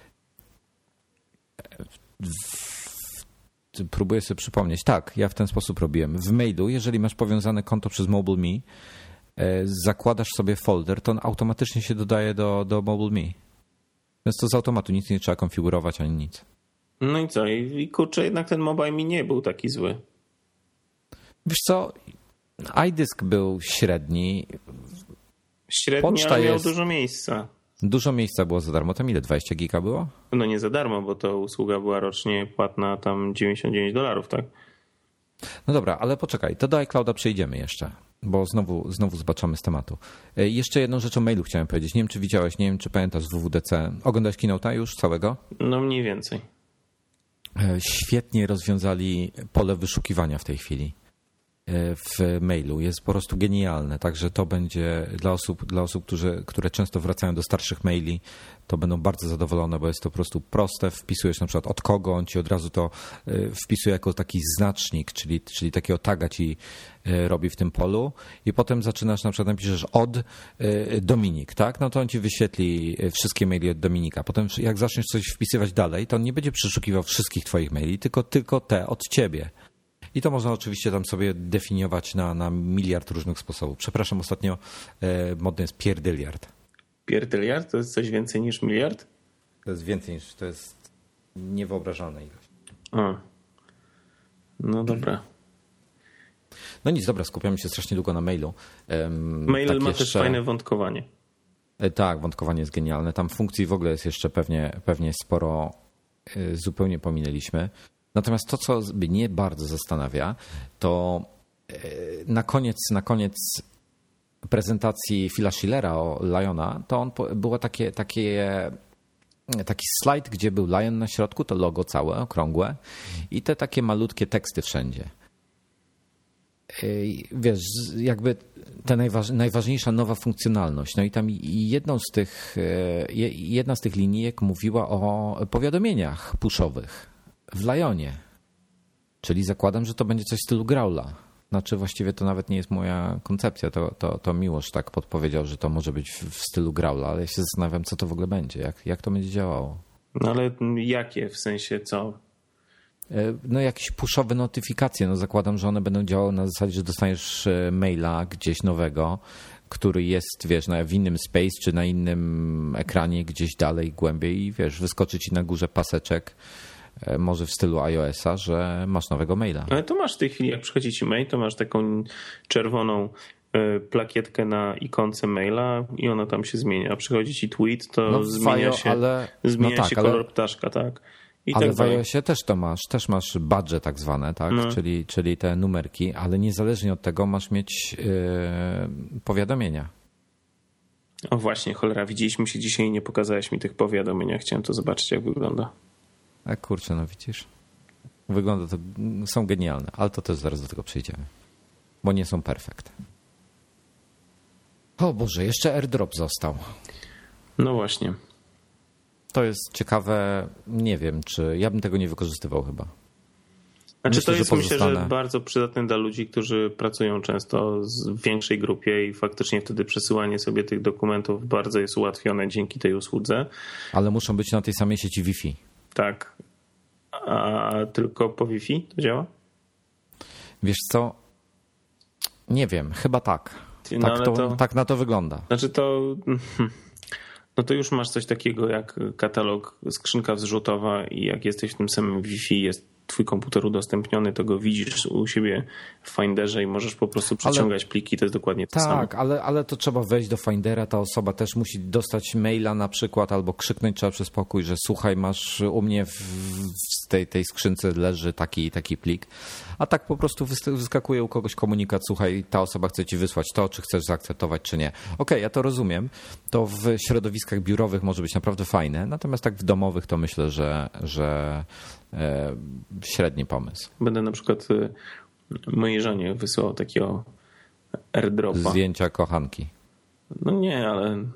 Próbuję sobie przypomnieć. Tak, ja w ten sposób robiłem. W mailu, jeżeli masz powiązane konto przez MobileMe, zakładasz sobie folder, to on automatycznie się dodaje do, do MobileMe. Więc to z automatu nic nie trzeba konfigurować ani nic. No i co? I, i kurczę, jednak ten MobileMe nie był taki zły. Wiesz co, iDisk był średni. Średni, Poczta ale miał jest... dużo miejsca. Dużo miejsca było za darmo. Tam ile? dwadzieścia giga było? No nie za darmo, bo to usługa była rocznie płatna tam dziewięćdziesiąt dziewięć dolarów, tak? No dobra, ale poczekaj, to do iClouda przejdziemy jeszcze, bo znowu, znowu zbaczamy z tematu. Jeszcze jedną rzecz o mailu chciałem powiedzieć. Nie wiem, czy widziałeś, nie wiem, czy pamiętasz z W W D C. Oglądałeś Keynote'a już całego? No mniej więcej. Świetnie rozwiązali pole wyszukiwania w tej chwili w mailu. Jest po prostu genialne, także to będzie dla osób, dla osób które, które często wracają do starszych maili, to będą bardzo zadowolone, bo jest to po prostu proste. Wpisujesz na przykład od kogo, on ci od razu to wpisuje jako taki znacznik, czyli, czyli takiego taga ci robi w tym polu i potem zaczynasz, na przykład napiszesz od Dominik, tak? No to on ci wyświetli wszystkie maili od Dominika. Potem jak zaczniesz coś wpisywać dalej, to on nie będzie przeszukiwał wszystkich twoich maili, tylko, tylko te od ciebie. I to można oczywiście tam sobie definiować na, na miliard różnych sposobów. Przepraszam, ostatnio e, modny jest pierdyliard. Pierdyliard? To jest coś więcej niż miliard? To jest więcej niż, to jest niewyobrażalna ilość. A. No dobra. No nic, dobra, skupiamy się strasznie długo na mailu. Um, Mail tak ma jeszcze... też fajne wątkowanie. E, tak, wątkowanie jest genialne. Tam funkcji w ogóle jest jeszcze pewnie, pewnie sporo, e, zupełnie pominęliśmy. Natomiast to, co mnie bardzo zastanawia, to na koniec, na koniec prezentacji Phila Schillera o Liona, to on było takie, takie, taki slajd, gdzie był Lion na środku, to logo całe, okrągłe i te takie malutkie teksty wszędzie. Wiesz, jakby ta najważ, najważniejsza nowa funkcjonalność. No i tam jedną z tych, jedna z tych linijek mówiła o powiadomieniach pushowych w Lionie. Czyli zakładam, że to będzie coś w stylu Growla. Znaczy właściwie to nawet nie jest moja koncepcja. To, to, to Miłosz tak podpowiedział, że to może być w, w stylu Growla, ale ja się zastanawiam, co to w ogóle będzie. Jak, jak to będzie działało? No ale jakie? W sensie co? No jakieś pushowe notyfikacje. No zakładam, że one będą działały na zasadzie, że dostaniesz maila gdzieś nowego, który jest, wiesz, w innym space czy na innym ekranie gdzieś dalej, głębiej i wiesz, wyskoczy ci na górze paseczek, może w stylu iOS-a, że masz nowego maila. Ale to masz w tej chwili, jak przychodzi ci mail, to masz taką czerwoną plakietkę na ikonce maila i ona tam się zmienia. Przychodzi ci tweet, to no zmienia się, ale, zmienia no tak, się kolor ale, tak tak. I ale tak w iOSie też to masz, też masz badge tak zwane, tak? No. Czyli, czyli te numerki, ale niezależnie od tego masz mieć yy, powiadomienia. O właśnie, cholera, widzieliśmy się dzisiaj i nie pokazałeś mi tych powiadomień. Ja chciałem to zobaczyć, jak wygląda. A kurczę, no widzisz. Wygląda to, są genialne, ale to też zaraz do tego przejdziemy. Bo nie są perfekt. O Boże, jeszcze AirDrop został. No właśnie. To jest ciekawe, nie wiem, czy ja bym tego nie wykorzystywał chyba. Znaczy myślę, to jest myślę, że bardzo przydatne dla ludzi, którzy pracują często w większej grupie i faktycznie wtedy przesyłanie sobie tych dokumentów bardzo jest ułatwione dzięki tej usłudze. Ale muszą być na tej samej sieci Wi-Fi. Tak. A tylko po Wi-Fi to działa? Wiesz co? Nie wiem, chyba tak. No, tak, to, to, tak na to wygląda. Znaczy to... No to już masz coś takiego jak katalog, skrzynka wzrzutowa i jak jesteś w tym samym Wi-Fi, jest twój komputer udostępniony, to go widzisz u siebie w Finderze i możesz po prostu przeciągać ale, pliki, to jest dokładnie to tak, samo. Tak, ale, ale to trzeba wejść do Findera, ta osoba też musi dostać maila na przykład albo krzyknąć trzeba przez pokój, że słuchaj, masz u mnie w, w tej, tej skrzynce leży taki taki plik, a tak po prostu wyskakuje u kogoś komunikat, słuchaj, ta osoba chce ci wysłać to, czy chcesz zaakceptować, czy nie. Okej, okay, ja to rozumiem, to w środowiskach biurowych może być naprawdę fajne, natomiast tak w domowych to myślę, że, że e, średni pomysł. Będę na przykład mojej żonie wysyłał takiego airdropa. Zdjęcia kochanki. No nie, ale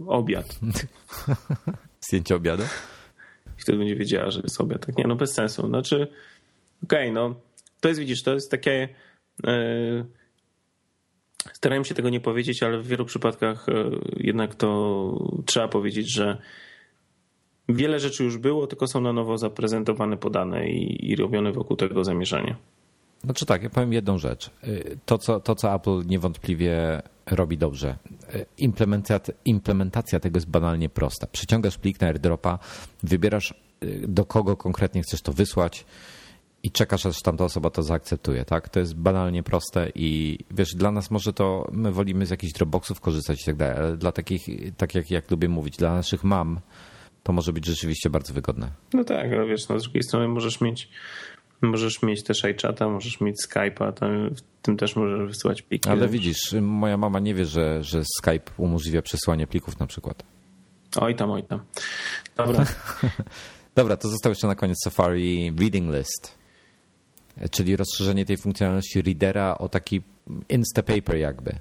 obiad. Zdjęcie obiadu? I wtedy będzie wiedziała, że jest obiad. Tak nie, no bez sensu. Znaczy, okej, okay, no to jest, widzisz, to jest takie... Yy, starałem się tego nie powiedzieć, ale w wielu przypadkach yy, jednak to trzeba powiedzieć, że wiele rzeczy już było, tylko są na nowo zaprezentowane, podane i, i robione wokół tego zamieszanie. Znaczy tak, ja powiem jedną rzecz. To co, to, co Apple niewątpliwie robi dobrze. Implementacja, implementacja tego jest banalnie prosta. Przyciągasz plik na AirDropa, wybierasz do kogo konkretnie chcesz to wysłać i czekasz, aż tamta osoba to zaakceptuje. Tak? To jest banalnie proste i wiesz, dla nas może to, my wolimy z jakichś Dropboxów korzystać i tak dalej, ale dla takich, tak jak, jak lubię mówić, dla naszych mam to może być rzeczywiście bardzo wygodne. No tak, ale wiesz, no z drugiej strony możesz mieć Możesz mieć też iChata, możesz mieć Skype'a, tam, w tym też możesz wysyłać pliki. Ale widzisz, moja mama nie wie, że, że Skype umożliwia przesyłanie plików na przykład. Oj tam, oj tam. Dobra. Dobra, to został jeszcze na koniec Safari Reading List, czyli rozszerzenie tej funkcjonalności readera o taki Instapaper jakby.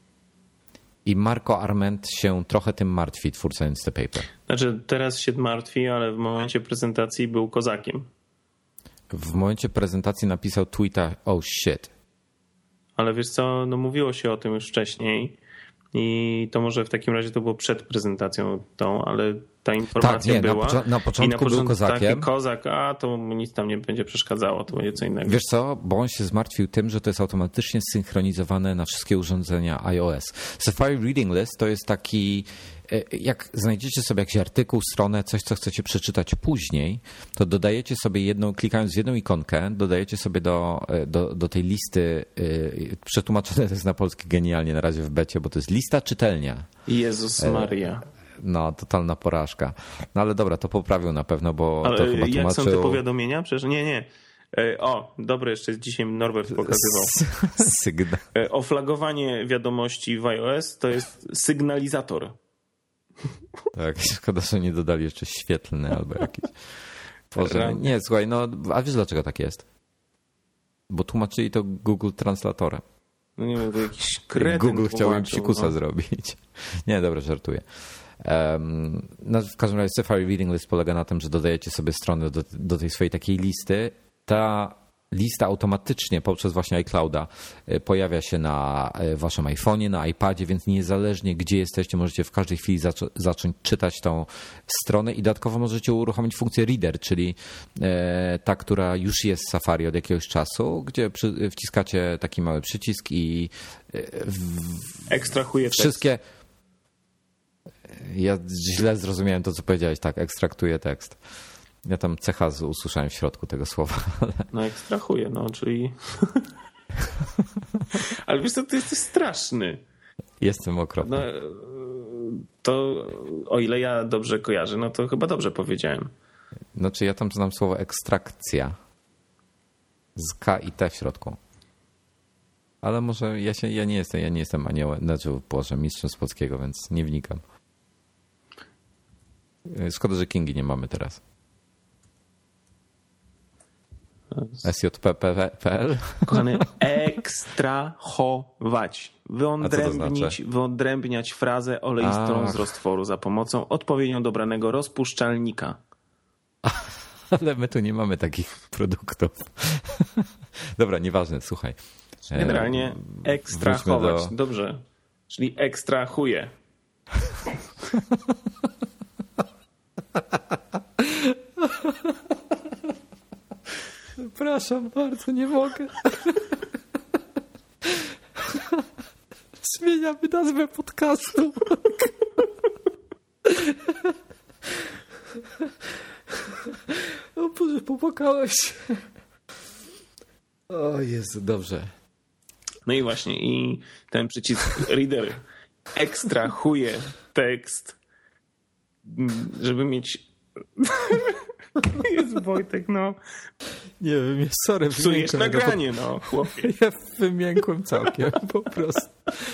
I Marco Arment się trochę tym martwi, twórca Instapaper. Znaczy teraz się martwi, ale w momencie prezentacji był kozakiem. W momencie prezentacji napisał tweeta oh shit. Ale wiesz co, no mówiło się o tym już wcześniej i to może w takim razie to było przed prezentacją tą, ale ta informacja tak, nie, była. Na, początku, na początku i na początku był kozakiem. Taki kozak, a to mu nic tam nie będzie przeszkadzało, to będzie co innego. Wiesz co, bo on się zmartwił tym, że to jest automatycznie synchronizowane na wszystkie urządzenia iOS. Safari Reading List to jest taki, jak znajdziecie sobie jakiś artykuł, stronę, coś, co chcecie przeczytać później, to dodajecie sobie jedną, klikając w jedną ikonkę, dodajecie sobie do, do, do tej listy, przetłumaczone to jest na polski genialnie na razie w becie, bo to jest lista czytelnia. Jezus Maria. No, totalna porażka. No ale dobra, to poprawił na pewno, bo ale to chyba jak tłumaczył... są te powiadomienia? Przecież nie, nie. O, dobre, jeszcze dzisiaj Norbert pokazywał. Sygna. Oflagowanie wiadomości w iOS to jest sygnalizator. Tak, szkoda, że nie dodali jeszcze świetlny albo jakiś. Boże, nie, słuchaj, no, a wiesz dlaczego tak jest? Bo tłumaczyli to Google Translatorem. No nie wiem, to jakiś kretyn Google chciał im psikusa no. zrobić. Nie, dobra, żartuję. Um, no, w każdym razie Safari Reading List polega na tym, że dodajecie sobie stronę do, do tej swojej takiej listy. Ta lista automatycznie poprzez właśnie iClouda pojawia się na waszym iPhone'ie, na iPadzie, więc niezależnie gdzie jesteście, możecie w każdej chwili zac- zacząć czytać tą stronę i dodatkowo możecie uruchomić funkcję Reader, czyli ta, która już jest w Safari od jakiegoś czasu, gdzie przy, wciskacie taki mały przycisk i w, ekstrahuje wszystkie... Ja źle zrozumiałem to, co powiedziałeś. Tak, ekstraktuje tekst. Ja tam cecha usłyszałem w środku tego słowa. Ale... No ekstrahuje, no, czyli... Ale wiesz co, ty jesteś straszny. Jestem okropny. No, to o ile ja dobrze kojarzę, no to chyba dobrze powiedziałem. Znaczy ja tam znam słowo ekstrakcja. Z K i T w środku. Ale może ja się, ja nie jestem, ja nie jestem aniołem, znaczy Boże, mistrzem z polskiego, więc nie wnikam. Szkoda, że Kingi nie mamy teraz. S J P P P L? Kochany, ekstrahować. Wyodrębnić, znaczy? wyodrębniać frazę oleistą Ach. z roztworu za pomocą odpowiednio dobranego rozpuszczalnika. Ale my tu nie mamy takich produktów. Dobra, nieważne, słuchaj. Generalnie ekstrahować. Do... Dobrze. Czyli ekstrahuje. Przepraszam bardzo, nie mogę. Zmieniamy nazwę podcastu. O Boże, popłakałeś. O Jezu, dobrze. No i właśnie, i ten przycisk reader ekstrahuje tekst, żeby mieć... Jest Wojtek, no. Nie wiem, sorry. Psujesz nagranie, no, chłopie. Ja wymiękłem całkiem, po prostu.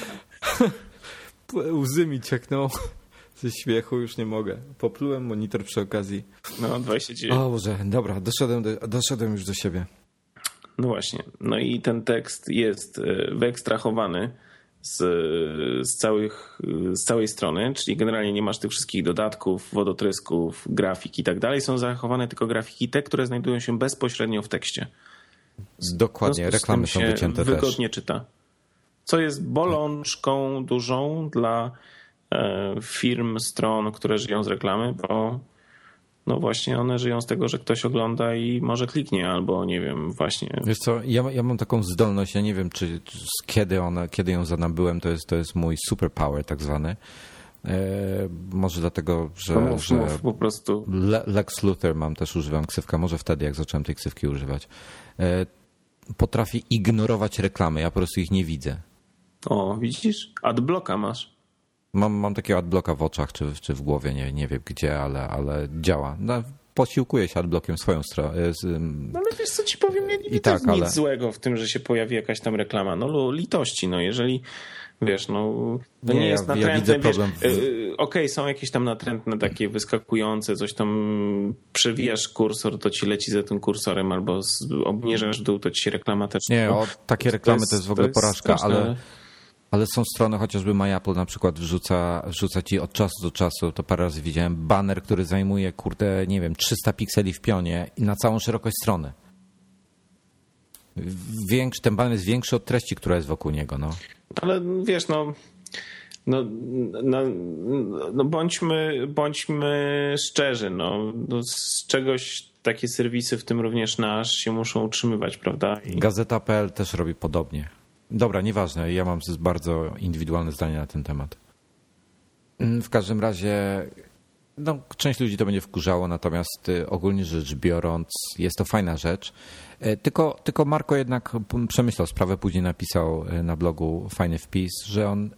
Łzy mi ciekną ze śmiechu, już nie mogę. Poplułem monitor przy okazji. No, dwadzieścia dziewięć. O Boże, dobra, doszedłem, do, doszedłem już do siebie. No właśnie. No i ten tekst jest wyekstrahowany z, z, całych, z całej strony, czyli generalnie nie masz tych wszystkich dodatków, wodotrysków, grafik i tak dalej. Są zachowane tylko grafiki te, które znajdują się bezpośrednio w tekście. Dokładnie, reklamy są wycięte też. Wygodnie czyta. Co jest bolączką dużą dla firm, stron, które żyją z reklamy, bo no właśnie one żyją z tego, że ktoś ogląda i może kliknie, albo nie wiem, właśnie. Wiesz co, ja, ja mam taką zdolność, ja nie wiem, czy, czy kiedy, ona, kiedy ją zanabyłem, to jest, to jest mój superpower tak zwany. E, może dlatego, że, no mów, że mów, po prostu. Le, Lex Luthor mam też, używam ksywka, może wtedy, jak zacząłem tej ksywki używać. E, potrafię ignorować reklamy, ja po prostu ich nie widzę. O, widzisz? Adblocka masz. Mam, mam takiego adblocka w oczach czy, czy w głowie, nie, nie wiem gdzie, ale, ale działa. No, posiłkuję się adblockiem swoją stronę. No ale wiesz co ci powiem, ja nie widzę tak, nic ale... złego w tym, że się pojawi jakaś tam reklama. No litości, no jeżeli wiesz, no to nie, nie jest ja, natrętne. Ja widzę wiesz, w... Okej, okay, są jakieś tam natrętne takie wyskakujące, coś tam przewijasz kursor, to ci leci za tym kursorem, albo obniżasz w dół, to ci się reklama też... Nie, o, takie reklamy to jest, to jest w ogóle to jest porażka, straszne. ale... Ale są strony, chociażby MyApple na przykład wrzuca, wrzuca ci od czasu do czasu, to parę razy widziałem, baner, który zajmuje, kurde, nie wiem, trzysta pikseli w pionie i na całą szerokość strony. Większy, ten baner jest większy od treści, która jest wokół niego. No. Ale wiesz, no, no, no, no bądźmy, bądźmy szczerzy. No. No, z czegoś takie serwisy, w tym również nasz, się muszą utrzymywać, prawda? I... Gazeta kropka pe el też robi podobnie. Dobra, nieważne, ja mam bardzo indywidualne zdanie na ten temat. W każdym razie, no, część ludzi to będzie wkurzało, natomiast ogólnie rzecz biorąc jest to fajna rzecz. Tylko, tylko Marko jednak przemyślał sprawę, później napisał na blogu fajny wpis, że on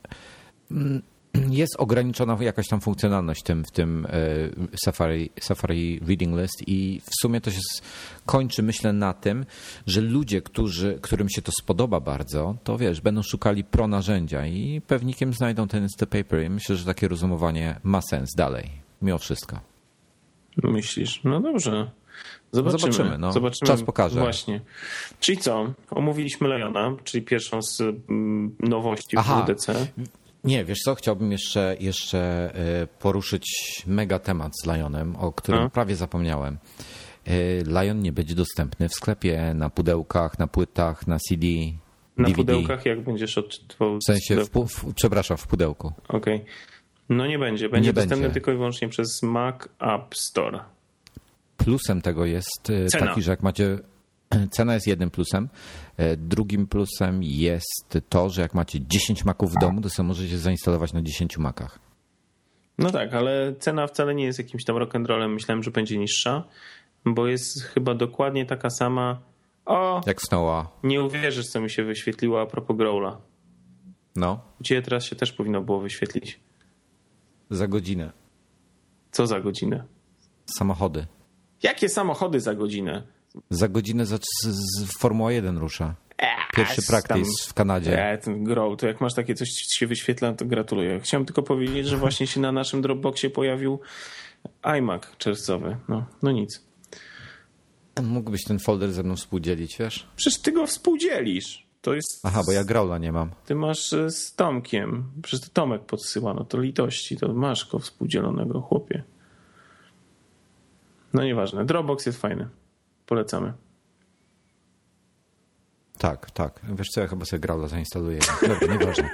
jest ograniczona jakaś tam funkcjonalność w tym, w tym Safari, Safari Reading List i w sumie to się kończy, myślę, na tym, że ludzie, którzy, którym się to spodoba bardzo, to wiesz, będą szukali pro narzędzia i pewnikiem znajdą ten Instapaper i myślę, że takie rozumowanie ma sens dalej, mimo wszystko. Myślisz? No dobrze. Zobaczymy. Zobaczymy, no. Zobaczymy. Czas pokaże. Właśnie. Czyli co? Omówiliśmy Liona, czyli pierwszą z nowości w W D C. Nie, wiesz co, chciałbym jeszcze, jeszcze poruszyć mega temat z Lionem, o którym A? prawie zapomniałem. Lion nie będzie dostępny w sklepie, na pudełkach, na płytach, na C D, Na D V D. pudełkach jak będziesz odczytywał? W sensie, w, w, przepraszam, w pudełku. Okej. Okay. No nie będzie. Będzie nie dostępny będzie. tylko i wyłącznie przez Mac App Store. Plusem tego jest Cena. taki, że jak macie... Cena jest jednym plusem. Drugim plusem jest to, że jak macie dziesięć Maców w domu, to sobie możecie zainstalować na dziesięciu Macach. No tak, ale cena wcale nie jest jakimś tam rock'n'rollem. Myślałem, że będzie niższa, bo jest chyba dokładnie taka sama. O! Jak Snowa. Nie uwierzysz, co mi się wyświetliło a propos Growla. No. Gdzie teraz się też powinno było wyświetlić. Za godzinę. Co za godzinę? Samochody. Jakie samochody za godzinę? Za godzinę za, z, z Formuła jeden rusza. Pierwszy practice w Kanadzie. E, ten Grow, to jak masz takie coś ci się wyświetla, to gratuluję. Chciałem tylko powiedzieć, że właśnie się na naszym Dropboxie pojawił iMac czerwcowy. No, no nic. Mógłbyś ten folder ze mną współdzielić, wiesz? Przecież ty go współdzielisz. To jest... Aha, bo ja Growla nie mam. Ty masz z Tomkiem. Przecież to Tomek podsyła. No to litości. To masz go współdzielonego, chłopie. No nieważne. Dropbox jest fajny. Polecamy. Tak, tak. Wiesz co, ja chyba sobie Growla zainstaluję. Dobra, nieważne.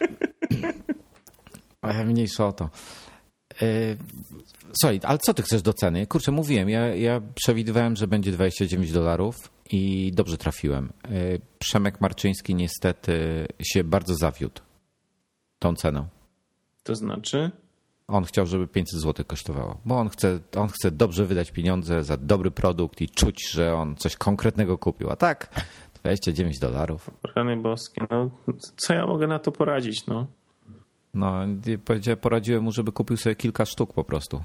Mniejsza o to. Słuchaj, ale co ty chcesz do ceny? Kurczę, mówiłem, ja, ja przewidywałem, że będzie dwadzieścia dziewięć dolarów i dobrze trafiłem. Przemek Marczyński niestety się bardzo zawiódł tą ceną. To znaczy? On chciał, żeby pięćset złotych kosztowało, bo on chce, on chce dobrze wydać pieniądze za dobry produkt i czuć, że on coś konkretnego kupił. A tak, dwadzieścia dziewięć dolarów. Rany boskie, no co ja mogę na to poradzić, no? No, poradziłem mu, żeby kupił sobie kilka sztuk po prostu.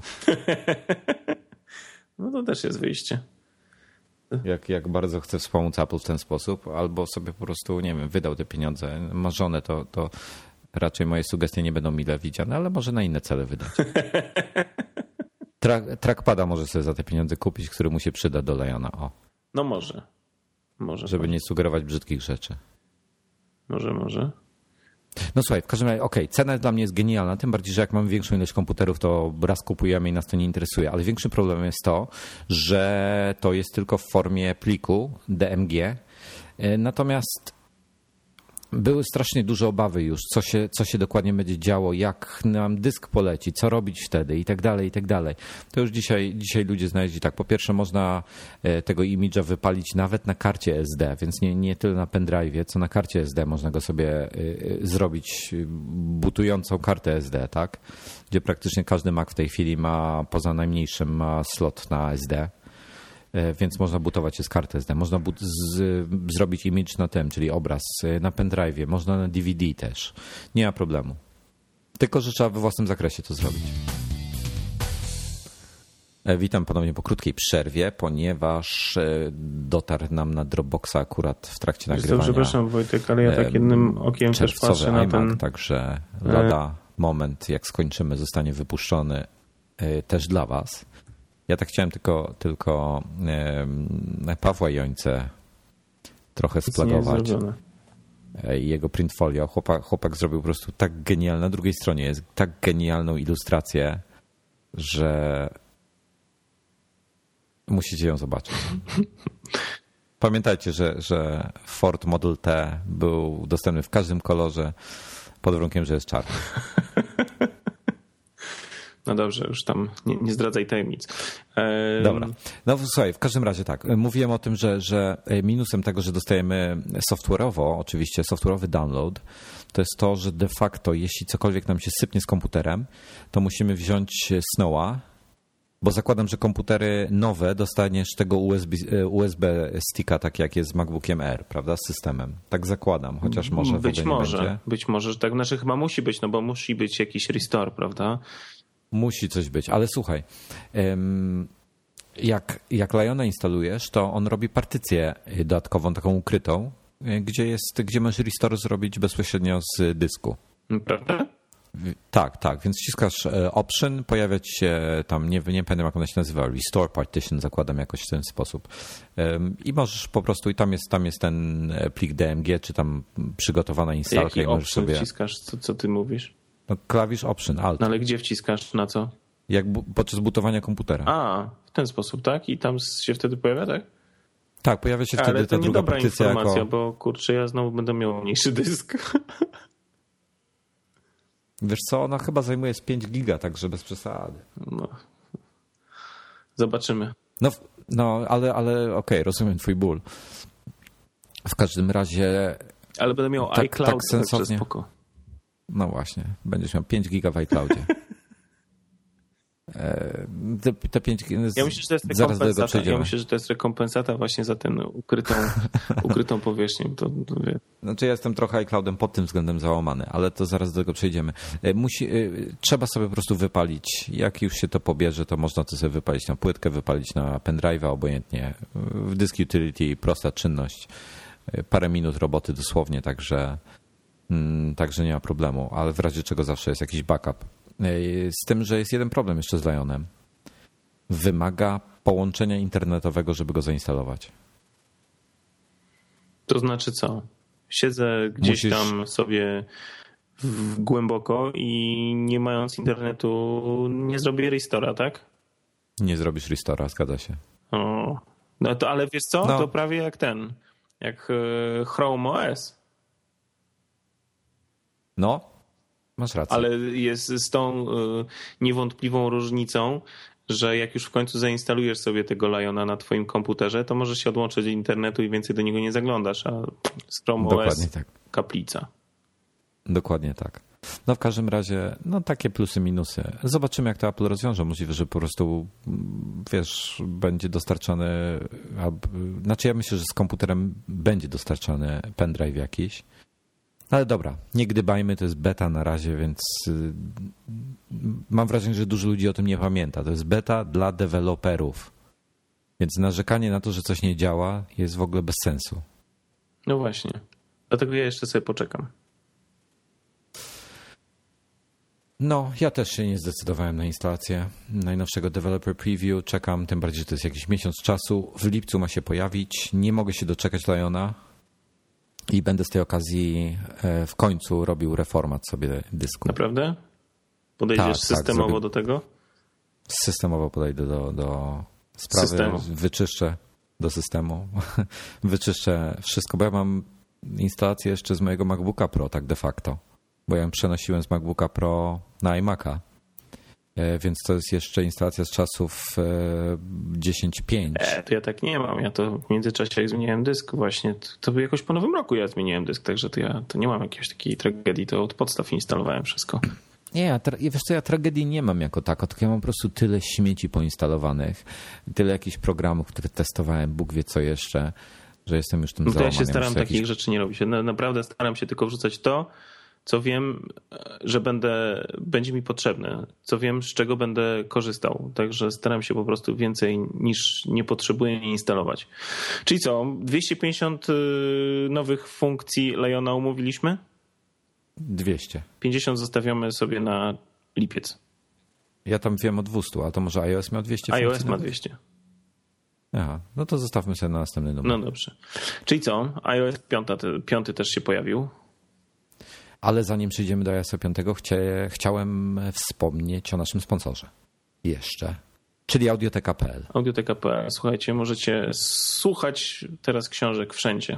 No to też jest wyjście. Jak, jak bardzo chce wspomóc Apple w ten sposób, albo sobie po prostu, nie wiem, wydał te pieniądze. Ma żonę, to, to raczej moje sugestie nie będą mile widziane, ale może na inne cele wydać. Tra- trackpada może sobie za te pieniądze kupić, który mu się przyda do Liona. O. No może. Może. Żeby może. nie sugerować brzydkich rzeczy. Może, może. No słuchaj, w każdym razie, okej, okay, cena dla mnie jest genialna, tym bardziej, że jak mamy większą ilość komputerów, to raz kupujemy i nas to nie interesuje, ale większym problemem jest to, że to jest tylko w formie pliku D M G, natomiast były strasznie duże obawy już, co się, co się dokładnie będzie działo, jak nam dysk poleci, co robić wtedy i tak dalej, i tak dalej. To już dzisiaj, dzisiaj ludzie znaleźli tak. Po pierwsze można tego imidża wypalić nawet na karcie S D, więc nie, nie tyle na pendrive'ie, co na karcie S D można go sobie zrobić butującą kartę S D, tak? Gdzie praktycznie każdy Mac w tej chwili ma, poza najmniejszym, ma slot na S D. Więc można butować się z karty S D. Można but- z- zrobić image na tym, czyli obraz na pendrive'ie. Można na D V D też. Nie ma problemu. Tylko, że trzeba we własnym zakresie to zrobić. Witam ponownie po krótkiej przerwie, ponieważ dotarł nam na Dropboxa akurat w trakcie nagrywania. Przepraszam Wojtek, ale ja tak jednym okiem też patrzę na ten... Także lada moment, jak skończymy, zostanie wypuszczony też dla was. Ja tak chciałem tylko, tylko e, Pawła Jońce trochę splagować i jego printfolio. Chłopak, chłopak zrobił po prostu tak genialną, na drugiej stronie jest tak genialną ilustrację, że musicie ją zobaczyć. Pamiętajcie, że, że Ford Model T był dostępny w każdym kolorze pod warunkiem, że jest czarny. No dobrze, już tam nie, nie zdradzaj tajemnic. Ehm... Dobra. No słuchaj, w każdym razie tak. Mówiłem o tym, że, że minusem tego, że dostajemy software'owo, oczywiście software'owy download, to jest to, że de facto jeśli cokolwiek nam się sypnie z komputerem, to musimy wziąć Snowa, bo zakładam, że komputery nowe dostaniesz tego U S B, U S B sticka, tak jak jest z MacBookiem Air, prawda, z systemem. Tak zakładam, chociaż może być w może, nie będzie. Być może, że tak, znaczy chyba musi być, no bo musi być jakiś restore, prawda? Musi coś być, ale słuchaj, jak, jak Liona instalujesz, to on robi partycję dodatkową, taką ukrytą, gdzie jest, gdzie możesz restore zrobić bezpośrednio z dysku. Prawda? Tak, tak, więc wciskasz option, pojawia ci się tam, nie, nie pamiętam jak ona się nazywa, restore partition, zakładam jakoś w ten sposób. I możesz po prostu, i tam jest, tam jest ten plik D M G, czy tam przygotowana instalka. Jaki i możesz option sobie... wciskasz, co, co ty mówisz? No, klawisz option, alt. No ale gdzie wciskasz, na co? Jak bu- podczas butowania komputera. A, w ten sposób, tak? I tam się wtedy pojawia, tak? Tak, pojawia się wtedy ale ta to druga niedobra partycja informacja, jako... bo kurczę, ja znowu będę miał mniejszy dysk. Wiesz co, ona chyba zajmuje z pięć giga, także bez przesady. No. Zobaczymy. No, no ale, ale okej, okay, rozumiem twój ból. W każdym razie... Ale będę miał tak, iCloud, tak sensownie. spoko. No właśnie, będziesz miał pięć giga w iCloudzie. Te, te pięć, ja myślę, że to jest zaraz do tego ja myślę, że to jest rekompensata właśnie za tę ukrytą, ukrytą powierzchnię. To, to wie. Znaczy ja jestem trochę iCloudem pod tym względem załamany, ale to zaraz do tego przejdziemy. Musi, trzeba sobie po prostu wypalić. Jak już się to pobierze, to można to sobie wypalić na płytkę, wypalić na pendrive'a, obojętnie. W Disk Utility prosta czynność. Parę minut roboty dosłownie, także, także nie ma problemu, ale w razie czego zawsze jest jakiś backup. Z tym, że jest jeden problem jeszcze z Lionem. Wymaga połączenia internetowego, żeby go zainstalować. To znaczy co? Siedzę gdzieś Musisz... tam sobie w, głęboko i nie mając internetu nie zrobię restora, tak? Nie zrobisz restora, zgadza się. O, no to ale wiesz co? No. To prawie jak ten, jak Chrome O S. No. Masz rację. Ale jest z tą y, niewątpliwą różnicą, że jak już w końcu zainstalujesz sobie tego Liona na twoim komputerze, to możesz się odłączyć od internetu i więcej do niego nie zaglądasz, a z Chrome Dokładnie O S tak. kaplica. Dokładnie tak. No w każdym razie, no takie plusy, minusy. Zobaczymy, jak to Apple rozwiąże. Możliwe, że po prostu, wiesz, będzie dostarczany, znaczy ja myślę, że z komputerem będzie dostarczany pendrive jakiś. Ale dobra, nie gdybajmy, to jest beta na razie, więc mam wrażenie, że dużo ludzi o tym nie pamięta. To jest beta dla deweloperów. Więc narzekanie na to, że coś nie działa, jest w ogóle bez sensu. No właśnie. Dlatego ja jeszcze sobie poczekam. No, ja też się nie zdecydowałem na instalację najnowszego Developer Preview. Czekam, tym bardziej, że to jest jakiś miesiąc czasu. W lipcu ma się pojawić. Nie mogę się doczekać Liona. I będę z tej okazji w końcu robił reformat sobie dysku. Naprawdę? Podejdziesz tak, systemowo tak, zrobię... do tego? Systemowo podejdę do, do sprawy, Systemu. Wyczyszczę do systemu, wyczyszczę wszystko, bo ja mam instalację jeszcze z mojego MacBooka Pro, tak de facto, bo ja ją przenosiłem z MacBooka Pro na iMac'a, więc to jest jeszcze instalacja z czasów dziesięć pięć. E, to ja tak nie mam, ja to w międzyczasie jak zmieniałem dysk właśnie, to, to jakoś po nowym roku ja zmieniłem dysk, także to ja to nie mam jakiejś takiej tragedii, to od podstaw instalowałem wszystko. Nie, ja, wiesz co, ja tragedii nie mam jako tako, tylko ja mam po prostu tyle śmieci poinstalowanych, tyle jakichś programów, które testowałem, Bóg wie co jeszcze, że jestem już tym no to załamany. Ja się staram takich jakiś... rzeczy nie robić. Na, naprawdę staram się tylko wrzucać to, co wiem, że będę, będzie mi potrzebne, co wiem, z czego będę korzystał. Także staram się po prostu więcej niż nie potrzebuję nie instalować. Czyli co, dwieście pięćdziesiąt nowych funkcji Liona umówiliśmy? dwieście. pięćdziesiąt zostawiamy sobie na lipiec. Ja tam wiem o dwieście, a to może iOS miał dwieście iOS funkcji? ma dwieście. Aha, no to zostawmy sobie na następny numer. No dobrze. Czyli co? iOS pięć też się pojawił. Ale zanim przejdziemy do iOS pięć, chcia, chciałem wspomnieć o naszym sponsorze. Jeszcze. Czyli audioteka kropka p l. audioteka kropka p l. Słuchajcie, możecie słuchać teraz książek wszędzie.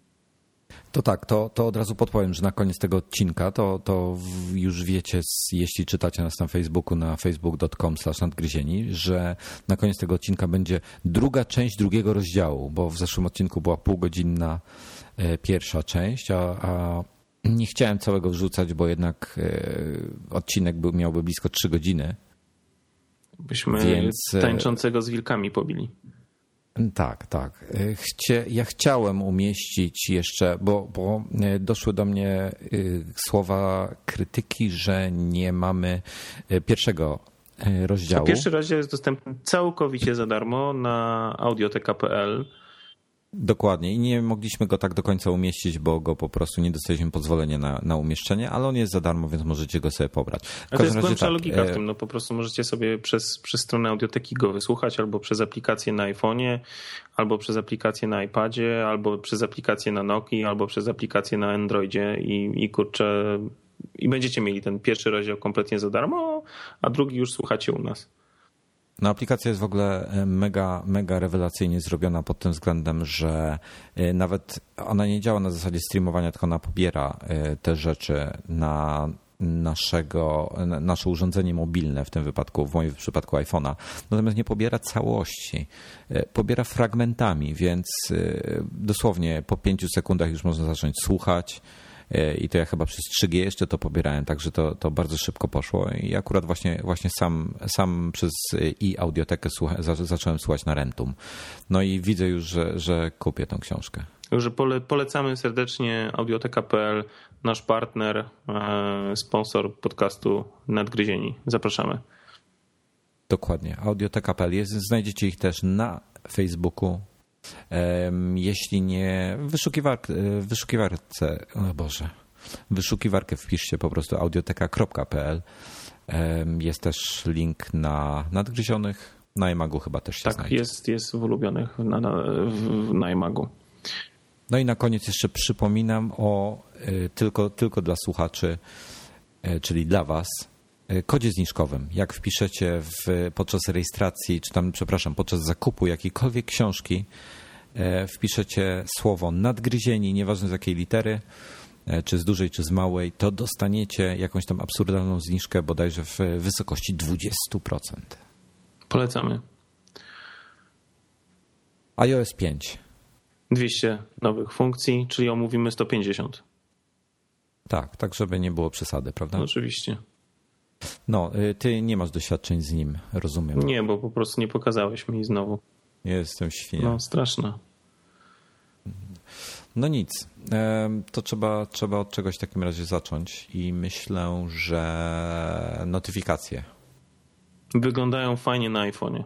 To tak, to, to od razu podpowiem, że na koniec tego odcinka to, to już wiecie, jeśli czytacie nas na Facebooku, na facebook kropka com slash nadgryzieni, że na koniec tego odcinka będzie druga część drugiego rozdziału, bo w zeszłym odcinku była półgodzinna pierwsza część, a, a nie chciałem całego wrzucać, bo jednak odcinek był, miałby blisko trzy godziny. Byśmy Więc... tańczącego z wilkami pobili. Tak, tak. Chcie, ja chciałem umieścić jeszcze, bo, bo doszły do mnie słowa krytyki, że nie mamy pierwszego rozdziału. To pierwszy rozdział jest dostępny całkowicie za darmo na audioteka kropka p l. Dokładnie i nie mogliśmy go tak do końca umieścić, bo go po prostu nie dostaliśmy pozwolenia na, na umieszczenie, ale on jest za darmo, więc możecie go sobie pobrać. A to jest głębsza tak, logika w tym, no po prostu możecie sobie przez, przez stronę audioteki go wysłuchać albo przez aplikację na iPhone'ie, albo przez aplikację na iPadzie, albo przez aplikację na Nokii, albo przez aplikację na Androidzie i, i kurczę, i będziecie mieli ten pierwszy rozdział kompletnie za darmo, a drugi już słuchacie u nas. No, aplikacja jest w ogóle mega, mega rewelacyjnie zrobiona pod tym względem, że nawet ona nie działa na zasadzie streamowania, tylko ona pobiera te rzeczy na naszego, nasze urządzenie mobilne, w tym wypadku, w moim przypadku iPhone'a, natomiast nie pobiera całości, pobiera fragmentami, więc dosłownie po pięciu sekundach już można zacząć słuchać. I to ja chyba przez trzy G jeszcze to pobierałem, także to, to bardzo szybko poszło i akurat właśnie, właśnie sam, sam przez i audiotekę słucha, zacząłem słuchać na Rentum. No i widzę już, że, że kupię tą książkę. Także pole, polecamy serdecznie audioteka kropka p l, nasz partner, sponsor podcastu Nadgryzieni. Zapraszamy. Dokładnie. audioteka kropka p l jest, znajdziecie ich też na Facebooku. Jeśli nie, wyszukiwarkę, wyszukiwarce, o Boże, wyszukiwarkę wpiszcie po prostu audioteka kropka p l. Jest też link na Nadgryzionych, na iMagu chyba też się tak, znajdzie. Tak, jest, jest w ulubionych na, na, na iMagu. No i na koniec jeszcze przypominam o, tylko, tylko dla słuchaczy, czyli dla was, kodzie zniżkowym. Jak wpiszecie w, podczas rejestracji, czy tam, przepraszam, podczas zakupu jakiejkolwiek książki, wpiszecie słowo nadgryzieni, nieważne z jakiej litery, czy z dużej, czy z małej, to dostaniecie jakąś tam absurdalną zniżkę, bodajże w wysokości dwadzieścia procent. Polecamy. iOS pięć. dwieście nowych funkcji, czyli omówimy sto pięćdziesiąt. Tak, tak żeby nie było przesady, prawda? No, oczywiście. No, ty nie masz doświadczeń z nim, rozumiem. Nie, bo po prostu nie pokazałeś mi znowu. Jestem świnia. No, straszne. No nic, to trzeba, trzeba od czegoś w takim razie zacząć i myślę, że notyfikacje. Wyglądają fajnie na iPhone'ie.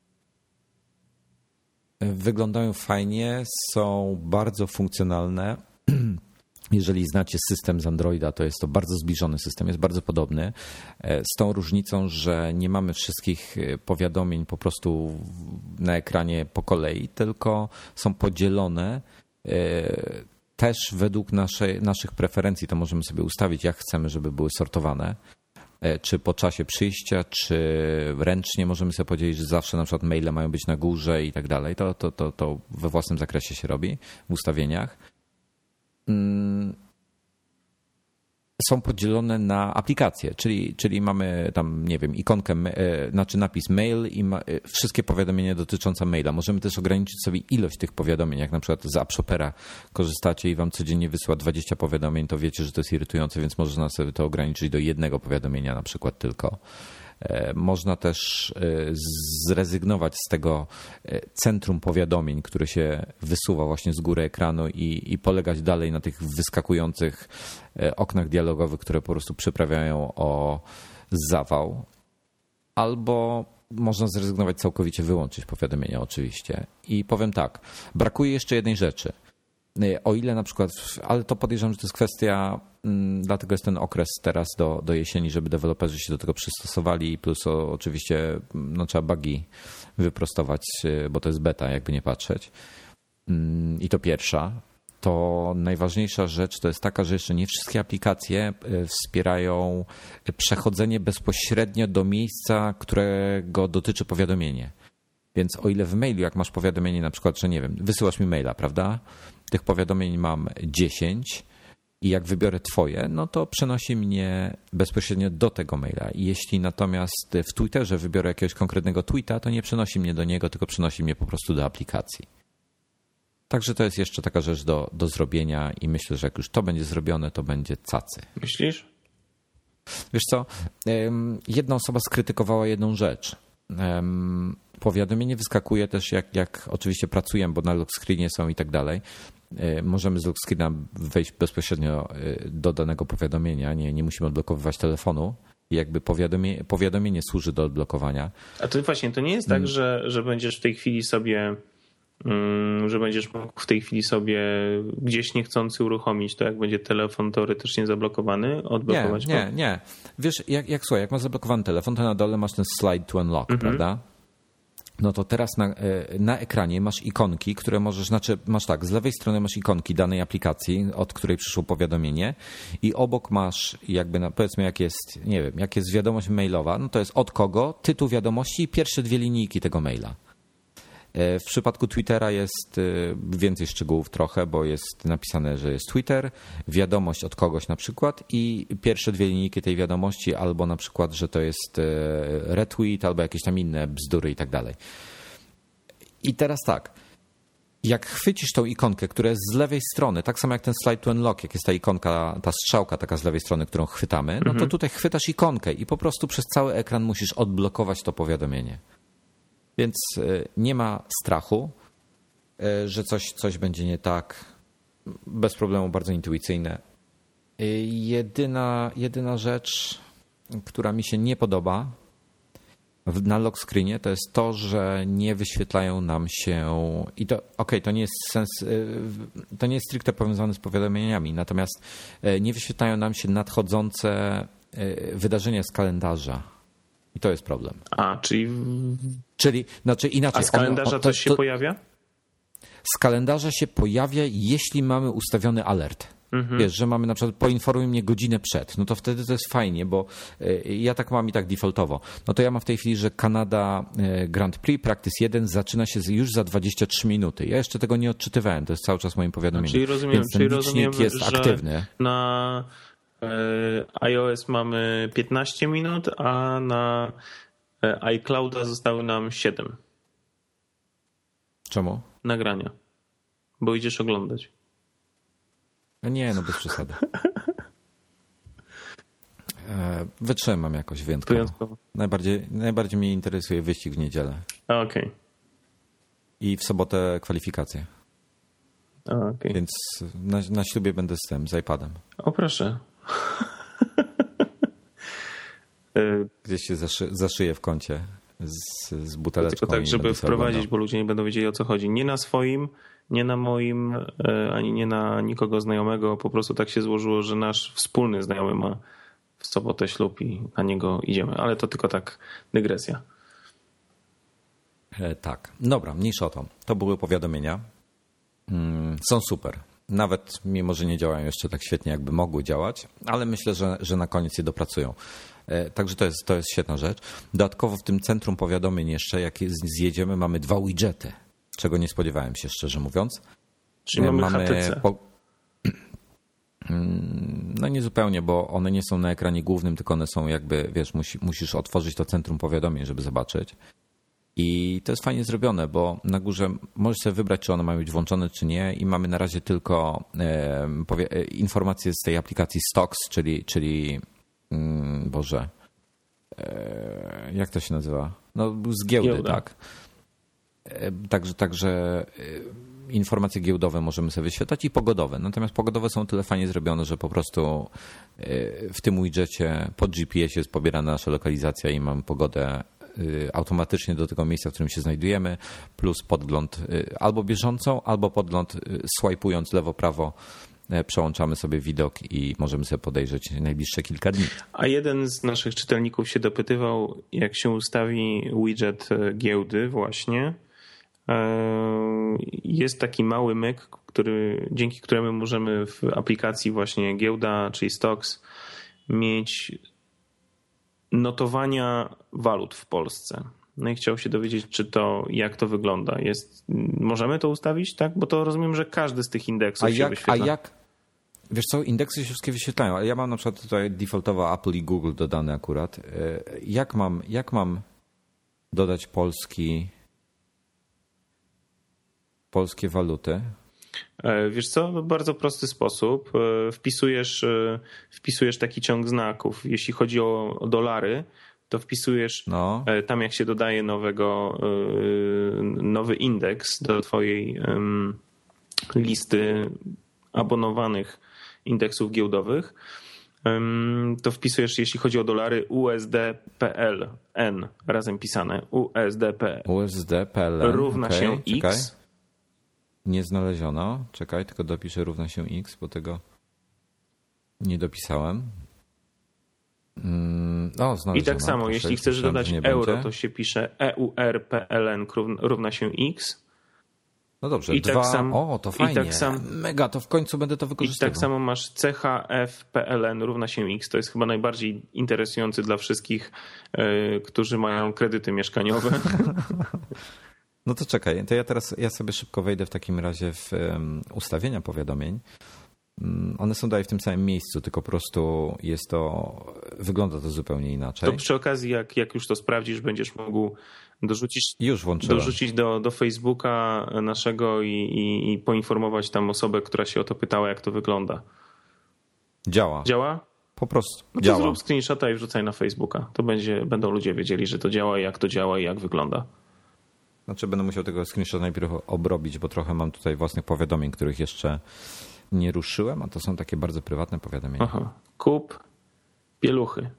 Wyglądają fajnie, są bardzo funkcjonalne. Jeżeli znacie system z Androida, to jest to bardzo zbliżony system, jest bardzo podobny. Z tą różnicą, że nie mamy wszystkich powiadomień po prostu na ekranie po kolei, tylko są podzielone też według naszej, naszych preferencji to możemy sobie ustawić, jak chcemy, żeby były sortowane. Czy po czasie przyjścia, czy ręcznie możemy sobie powiedzieć, że zawsze na przykład maile mają być na górze i tak dalej. To, to, to, to we własnym zakresie się robi w ustawieniach. Są podzielone na aplikacje, czyli, czyli mamy tam, nie wiem, ikonkę, znaczy napis mail i ma, wszystkie powiadomienia dotyczące maila. Możemy też ograniczyć sobie ilość tych powiadomień, jak na przykład z App Shopera korzystacie i wam codziennie wysyła dwadzieścia powiadomień, to wiecie, że to jest irytujące, więc można sobie to ograniczyć do jednego powiadomienia na przykład tylko. Można też zrezygnować z tego centrum powiadomień, które się wysuwa właśnie z góry ekranu i, i polegać dalej na tych wyskakujących oknach dialogowych, które po prostu przyprawiają o zawał. Albo można zrezygnować całkowicie, wyłączyć powiadomienia oczywiście. I powiem tak, brakuje jeszcze jednej rzeczy. O ile na przykład, ale to podejrzewam, że to jest kwestia, dlatego jest ten okres teraz do, do jesieni, żeby deweloperzy się do tego przystosowali, plus o, oczywiście no, trzeba bugi wyprostować, bo to jest beta, jakby nie patrzeć. I to pierwsza. To najważniejsza rzecz to jest taka, że jeszcze nie wszystkie aplikacje wspierają przechodzenie bezpośrednio do miejsca, którego dotyczy powiadomienie. Więc o ile w mailu, jak masz powiadomienie na przykład, że nie wiem, wysyłasz mi maila, prawda? Tych powiadomień mam dziesięć i jak wybiorę twoje, no to przenosi mnie bezpośrednio do tego maila. I jeśli natomiast w Twitterze wybiorę jakiegoś konkretnego tweeta, to nie przenosi mnie do niego, tylko przenosi mnie po prostu do aplikacji. Także to jest jeszcze taka rzecz do, do zrobienia i myślę, że jak już to będzie zrobione, to będzie cacy. Myślisz? Wiesz co, jedna osoba skrytykowała jedną rzecz. Powiadomienie wyskakuje też jak, jak oczywiście pracujemy, bo na lock screenie są i tak dalej. Możemy z lock screena wejść bezpośrednio do danego powiadomienia, nie, nie musimy odblokowywać telefonu. I jakby powiadomienie, powiadomienie służy do odblokowania. A to właśnie, to nie jest tak, że, że będziesz w tej chwili sobie że będziesz mógł w tej chwili sobie gdzieś niechcący uruchomić to, jak będzie telefon teoretycznie zablokowany, odblokować nie, go? Nie, nie. Wiesz, jak, jak słuchaj, jak masz zablokowany telefon, to na dole masz ten slide to unlock, mhm. prawda? No to teraz na, na ekranie masz ikonki, które możesz, znaczy masz tak, z lewej strony masz ikonki danej aplikacji, od której przyszło powiadomienie i obok masz jakby, na, powiedzmy jak jest, nie wiem, jak jest wiadomość mailowa, no to jest od kogo, tytuł wiadomości i pierwsze dwie linijki tego maila. W przypadku Twittera jest więcej szczegółów trochę, bo jest napisane, że jest Twitter, wiadomość od kogoś na przykład i pierwsze dwie linijki tej wiadomości albo na przykład, że to jest retweet albo jakieś tam inne bzdury i tak dalej. I teraz tak, jak chwycisz tą ikonkę, która jest z lewej strony, tak samo jak ten slide to unlock, jak jest ta ikonka, ta strzałka taka z lewej strony, którą chwytamy, no to mhm. tutaj chwytasz ikonkę i po prostu przez cały ekran musisz odblokować to powiadomienie. Więc nie ma strachu, że coś, coś będzie nie tak. Bez problemu, bardzo intuicyjne. Jedyna, jedyna rzecz, która mi się nie podoba na lock screenie, to jest to, że nie wyświetlają nam się i to okej, okay, to nie jest sens, to nie jest stricte powiązane z powiadomieniami, natomiast nie wyświetlają nam się nadchodzące wydarzenia z kalendarza. I to jest problem. A, czyli... Czyli, znaczy inaczej. A z kalendarza on, on, to, coś się to, pojawia? Z kalendarza się pojawia, jeśli mamy ustawiony alert. Mhm. Wiesz, że mamy na przykład poinformuj mnie godzinę przed. No to wtedy to jest fajnie, bo ja tak mam i tak defaultowo. No to ja mam w tej chwili, że Kanada Grand Prix Practice jeden zaczyna się już za dwadzieścia trzy minuty. Ja jeszcze tego nie odczytywałem. To jest cały czas moim powiadomieniem. Czyli rozumiem, Więc ten czyli rozumiem jest że aktywny. Na iOS mamy piętnaście minut, a na iClouda zostały nam siedem. Czemu? Nagrania. Bo idziesz oglądać. No nie, no bez przesady. Wytrzymam jakoś wyjątkowo. wyjątkowo. Najbardziej, najbardziej mnie interesuje wyścig w niedzielę. Okej. Okay. I w sobotę kwalifikacje. Okay. Więc na, na ślubie będę z tym, z iPadem. O proszę. Gdzieś się zaszy, zaszyję w kącie z, z buteleczką. Tylko tak, żeby wprowadzić, oglądał. Bo ludzie nie będą wiedzieli, o co chodzi. Nie na swoim, nie na moim, ani nie na nikogo znajomego. Po prostu tak się złożyło, że nasz wspólny znajomy ma w sobotę ślub i na niego idziemy. Ale to tylko tak dygresja. E, tak. Dobra, mniejsza o to. To były powiadomienia. Są super. Nawet mimo, że nie działają jeszcze tak świetnie, jakby mogły działać, ale myślę, że, że na koniec je dopracują. Także to jest, to jest świetna rzecz. Dodatkowo w tym centrum powiadomień jeszcze, jak zjedziemy, mamy dwa widgety, czego nie spodziewałem się, szczerze mówiąc. Czyli mamy, mamy H T C. Po... No nie zupełnie, bo one nie są na ekranie głównym, tylko one są jakby, wiesz, musi, musisz otworzyć to centrum powiadomień, żeby zobaczyć. I to jest fajnie zrobione, bo na górze możesz sobie wybrać, czy one mają być włączone, czy nie. I mamy na razie tylko e, powie, e, informacje z tej aplikacji Stocks, czyli, czyli mm, Boże, e, jak to się nazywa? No z giełdy, Giełda. tak. E, także, także e, informacje giełdowe możemy sobie wyświetlać i pogodowe. Natomiast pogodowe są tyle fajnie zrobione, że po prostu e, w tym widgecie pod G P S jest pobierana nasza lokalizacja i mamy pogodę automatycznie do tego miejsca, w którym się znajdujemy, plus podgląd albo bieżącą, albo podgląd swajpując lewo-prawo przełączamy sobie widok i możemy sobie podejrzeć najbliższe kilka dni. A jeden z naszych czytelników się dopytywał, jak się ustawi widget giełdy właśnie. Jest taki mały myk, który, dzięki któremu możemy w aplikacji właśnie giełda, czyli Stocks mieć notowania walut w Polsce. No i chciał się dowiedzieć, czy to, jak to wygląda. Jest, możemy to ustawić, tak? Bo to rozumiem, że każdy z tych indeksów a się jak, wyświetla. A jak? Wiesz co, indeksy się wszystkie wyświetlają, ale ja mam na przykład tutaj defaultowo Apple i Google dodane akurat. Jak mam, jak mam dodać polski, polskie waluty? Wiesz co, w bardzo prosty sposób. Wpisujesz, wpisujesz taki ciąg znaków. Jeśli chodzi o, o dolary, to wpisujesz no. tam, jak się dodaje nowego, nowy indeks do twojej listy abonowanych indeksów giełdowych, to wpisujesz, jeśli chodzi o dolary, U S D P L N razem pisane. U S D P U S D P L N równa okay, się czekaj. X. Nie znaleziono. Czekaj, tylko dopiszę równa się X, bo tego nie dopisałem. O, znaleziono. I tak samo, Proszę, jeśli chcesz myślałem, dodać euro, będzie. to się pisze E U R P L N równa się X. No dobrze, I dwa. Tak sam, o, to fajnie. I tak sam, Mega, to w końcu będę to wykorzystywał. I tak samo masz C H F P L N równa się X. To jest chyba najbardziej interesujący dla wszystkich, yy, którzy mają kredyty mieszkaniowe. No to czekaj, to ja teraz ja sobie szybko wejdę w takim razie w um, ustawienia powiadomień. Um, one są tutaj w tym samym miejscu, tylko po prostu jest to, wygląda to zupełnie inaczej. To przy okazji, jak, jak już to sprawdzisz, będziesz mógł dorzucić, już dorzucić do, do Facebooka naszego i, i, i poinformować tam osobę, która się o to pytała, jak to wygląda. Działa. Działa? Po prostu no to działa. Zrób screenshota i wrzucaj na Facebooka. To będzie, będą ludzie wiedzieli, że to działa, jak to działa i jak wygląda. Znaczy będę musiał tego screenshota najpierw obrobić, bo trochę mam tutaj własnych powiadomień, których jeszcze nie ruszyłem, a to są takie bardzo prywatne powiadomienia. Aha. Kup pieluchy.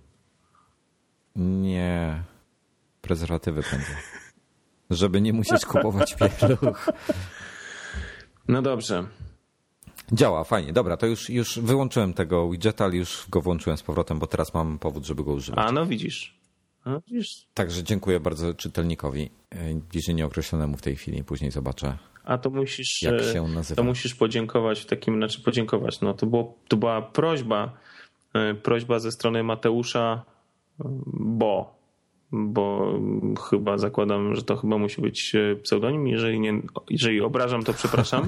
Nie. Prezerwatywy prędzej. Żeby nie musieć kupować pieluch. No dobrze. Działa, fajnie. Dobra, to już, już wyłączyłem tego widgeta, ale już go włączyłem z powrotem, bo teraz mam powód, żeby go używać. A no widzisz. No, widzisz. Także dziękuję bardzo czytelnikowi, bliżej nieokreślonemu w tej chwili, później zobaczę. A to musisz, jak się nazywa. To musisz podziękować w takim, znaczy podziękować. No to, było, to była prośba, prośba ze strony Mateusza, bo, bo chyba zakładam, że to chyba musi być pseudonim. Jeżeli, nie, jeżeli obrażam, to przepraszam.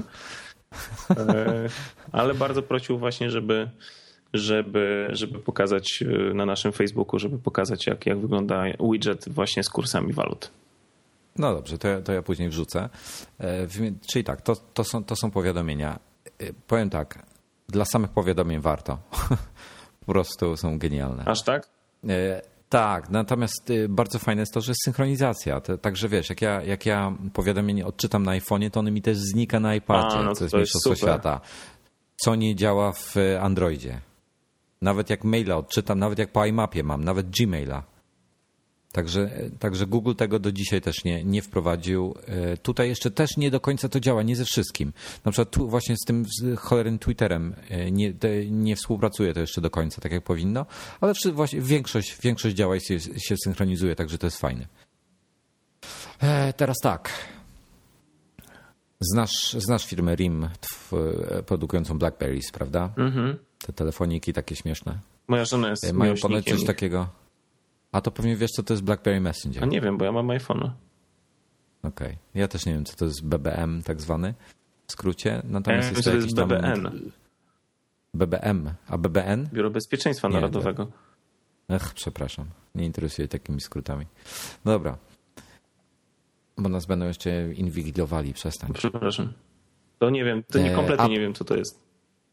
Ale bardzo prosił właśnie, żeby, żeby, żeby pokazać na naszym Facebooku, żeby pokazać, jak, jak wygląda widget właśnie z kursami walut. No dobrze, to ja, to ja później wrzucę. Czyli tak, to, to, są, to są powiadomienia. Powiem tak, dla samych powiadomień warto. Po prostu są genialne. Aż tak? Tak, natomiast bardzo fajne jest to, że jest synchronizacja. Także wiesz, jak ja, jak ja powiadomienie odczytam na iPhonie, to ono mi też znika na iPadzie, A, no co jest mistrzostwo świata. Co nie działa w Androidzie. Nawet jak maila odczytam, nawet jak po iMapie mam, nawet Gmaila. Także, także Google tego do dzisiaj też nie, nie wprowadził. Tutaj jeszcze też nie do końca to działa, nie ze wszystkim. Na przykład tu właśnie z tym z cholernym Twitterem nie, nie współpracuje to jeszcze do końca, tak jak powinno, ale właśnie większość, większość działa i się, się synchronizuje, także to jest fajne. Teraz tak. Znasz, znasz firmę R I M produkującą Blackberries, prawda? Mhm. Te telefoniki takie śmieszne. Moja żona jest Mają ponoć coś ich. takiego. A to pewnie wiesz, co to jest BlackBerry Messenger. A nie wiem, bo ja mam iPhone'a. Okej. Okay. Ja też nie wiem, co to jest B B M tak zwany w skrócie. Natomiast Ja jest to to jest jakiś tam... B B N. B B M. A B B N? Biuro Bezpieczeństwa Nie, Narodowego. Ach, przepraszam. Nie interesuję takimi skrótami. No dobra. Bo nas będą jeszcze inwigilowali. Przestań. Przepraszam. To nie wiem, to nie, kompletnie nie wiem, co to jest.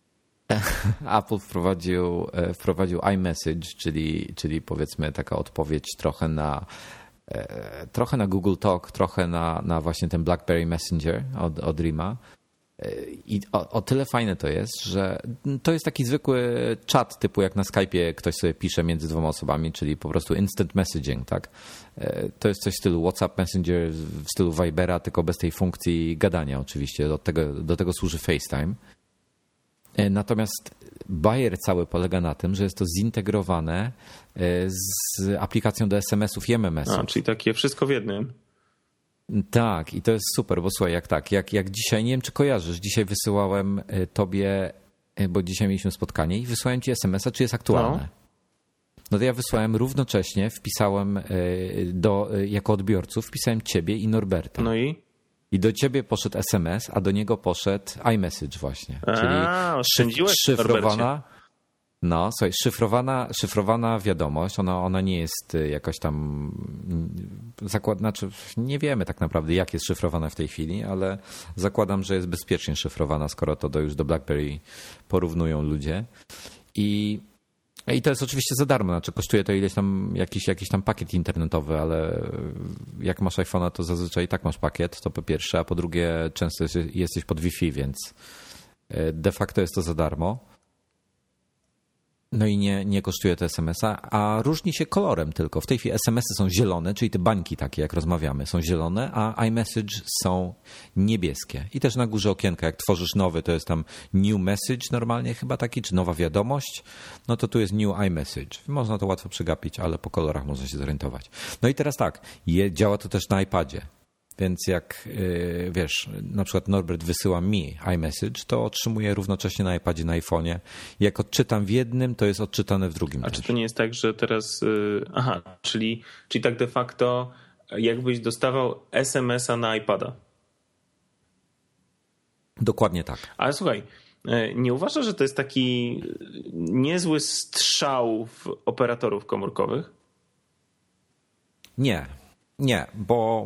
Apple wprowadził, wprowadził iMessage, czyli, czyli powiedzmy taka odpowiedź trochę na trochę na Google Talk, trochę na, na właśnie ten BlackBerry Messenger od, od R I M-a. I o, o tyle fajne to jest, że to jest taki zwykły czat typu jak na Skype'ie ktoś sobie pisze między dwoma osobami, czyli po prostu instant messaging, tak? To jest coś w stylu WhatsApp Messenger, w stylu Vibera, tylko bez tej funkcji gadania oczywiście. Do tego, do tego służy FaceTime. Natomiast bajer cały polega na tym, że jest to zintegrowane z aplikacją do es em esów i em em esów. A, czyli takie wszystko w jednym. Tak, i to jest super, bo słuchaj, jak tak, jak, jak dzisiaj, nie wiem czy kojarzysz, dzisiaj wysyłałem tobie, bo dzisiaj mieliśmy spotkanie i wysłałem ci es emesa, czy jest aktualne. No. No to ja wysłałem równocześnie, wpisałem do, jako odbiorców, wpisałem ciebie i Norberta. No i? I do ciebie poszedł es em es, a do niego poszedł iMessage właśnie. A, czyli oszczędziłeś, szyfrowana, no słuchaj, szyfrowana, szyfrowana wiadomość, ona, ona nie jest jakaś tam zakład, znaczy nie wiemy tak naprawdę jak jest szyfrowana w tej chwili, ale zakładam, że jest bezpiecznie szyfrowana, skoro to do, już do BlackBerry porównują ludzie. I I to jest oczywiście za darmo, znaczy kosztuje to ileś tam jakiś, jakiś tam pakiet internetowy, ale jak masz iPhone'a, to zazwyczaj i tak masz pakiet, to po pierwsze, a po drugie często jesteś pod Wi-Fi, więc de facto jest to za darmo. No i nie, nie kosztuje to es emesa, a różni się kolorem tylko. W tej chwili es em esy są zielone, czyli te bańki takie, jak rozmawiamy, są zielone, a iMessage są niebieskie. I też na górze okienka, jak tworzysz nowy, to jest tam new message normalnie chyba taki, czy nowa wiadomość, no to tu jest new iMessage. Można to łatwo przegapić, ale po kolorach można się zorientować. No i teraz tak, je, działa to też na iPadzie. Więc jak yy, wiesz, na przykład Norbert wysyła mi iMessage, to otrzymuję równocześnie na iPadzie, na iPhone'ie. Jak odczytam w jednym, to jest odczytane w drugim. A też. czy to nie jest tak, że teraz... Yy, aha, czyli, czyli tak de facto jakbyś dostawał es em esa na iPada. Dokładnie tak. Ale słuchaj, nie uważasz, że to jest taki niezły strzał w operatorów komórkowych? Nie, nie, bo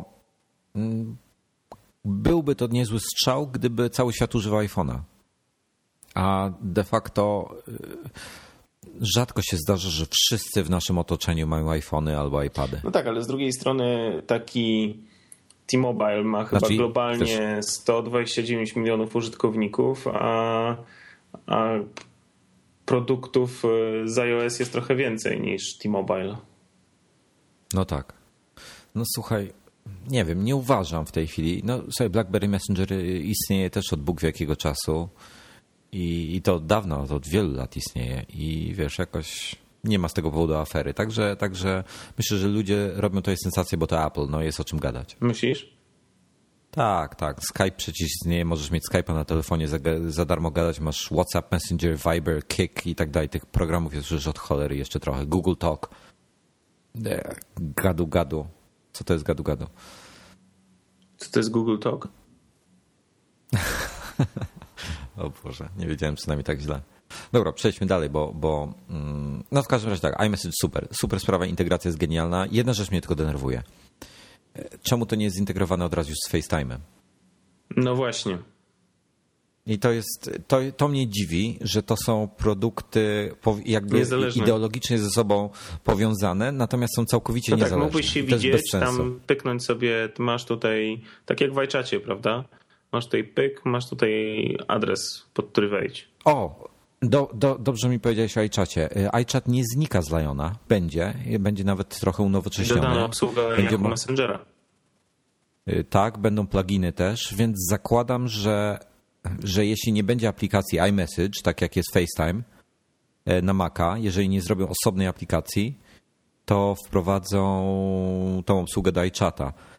byłby to niezły strzał, gdyby cały świat używał iPhone'a. A de facto rzadko się zdarza, że wszyscy w naszym otoczeniu mają iPhony albo iPady. No tak, ale z drugiej strony taki T-Mobile ma chyba znaczy, globalnie też sto dwadzieścia dziewięć milionów użytkowników, a, a produktów z iOS jest trochę więcej niż T-Mobile. No tak. No słuchaj, nie wiem, nie uważam w tej chwili. No słuchaj, BlackBerry Messenger istnieje też od Bóg wie jakiego czasu i, i to od dawna, to od wielu lat istnieje i wiesz, jakoś nie ma z tego powodu afery. Także, także myślę, że ludzie robią to sensację, bo to Apple, no jest o czym gadać. Myślisz? Tak, tak. Skype przecież istnieje, możesz mieć Skype'a na telefonie, za, za darmo gadać, masz WhatsApp, Messenger, Viber, Kik i tak dalej. Tych programów jest już od cholery jeszcze trochę. Google Talk. Gadu, gadu. Co to jest gadu, gadu? Co to jest Google Talk? O Boże, nie wiedziałem przynajmniej tak źle. Dobra, przejdźmy dalej, bo, bo no w każdym razie tak, iMessage super, super sprawa, integracja jest genialna. Jedna rzecz mnie tylko denerwuje. Czemu to nie jest zintegrowane od razu już z FaceTime'em? No właśnie. I to jest, to, to mnie dziwi, że to są produkty jakby niezależne, ideologicznie ze sobą powiązane, natomiast są całkowicie no niezależne. Tak, mógłbyś się widzieć, tam pyknąć sobie, masz tutaj, tak jak w iChacie, prawda? Masz tutaj pyk, masz tutaj adres, pod który wejdź. O, do, do, dobrze mi powiedziałeś o iChacie. iChat nie znika z Liona, będzie, będzie nawet trochę unowocześniony. Dodana obsługa będzie jako Messengera. Tak, będą pluginy też, więc zakładam, że że jeśli nie będzie aplikacji iMessage, tak jak jest FaceTime na Maca, jeżeli nie zrobią osobnej aplikacji, to wprowadzą tą obsługę do iChata.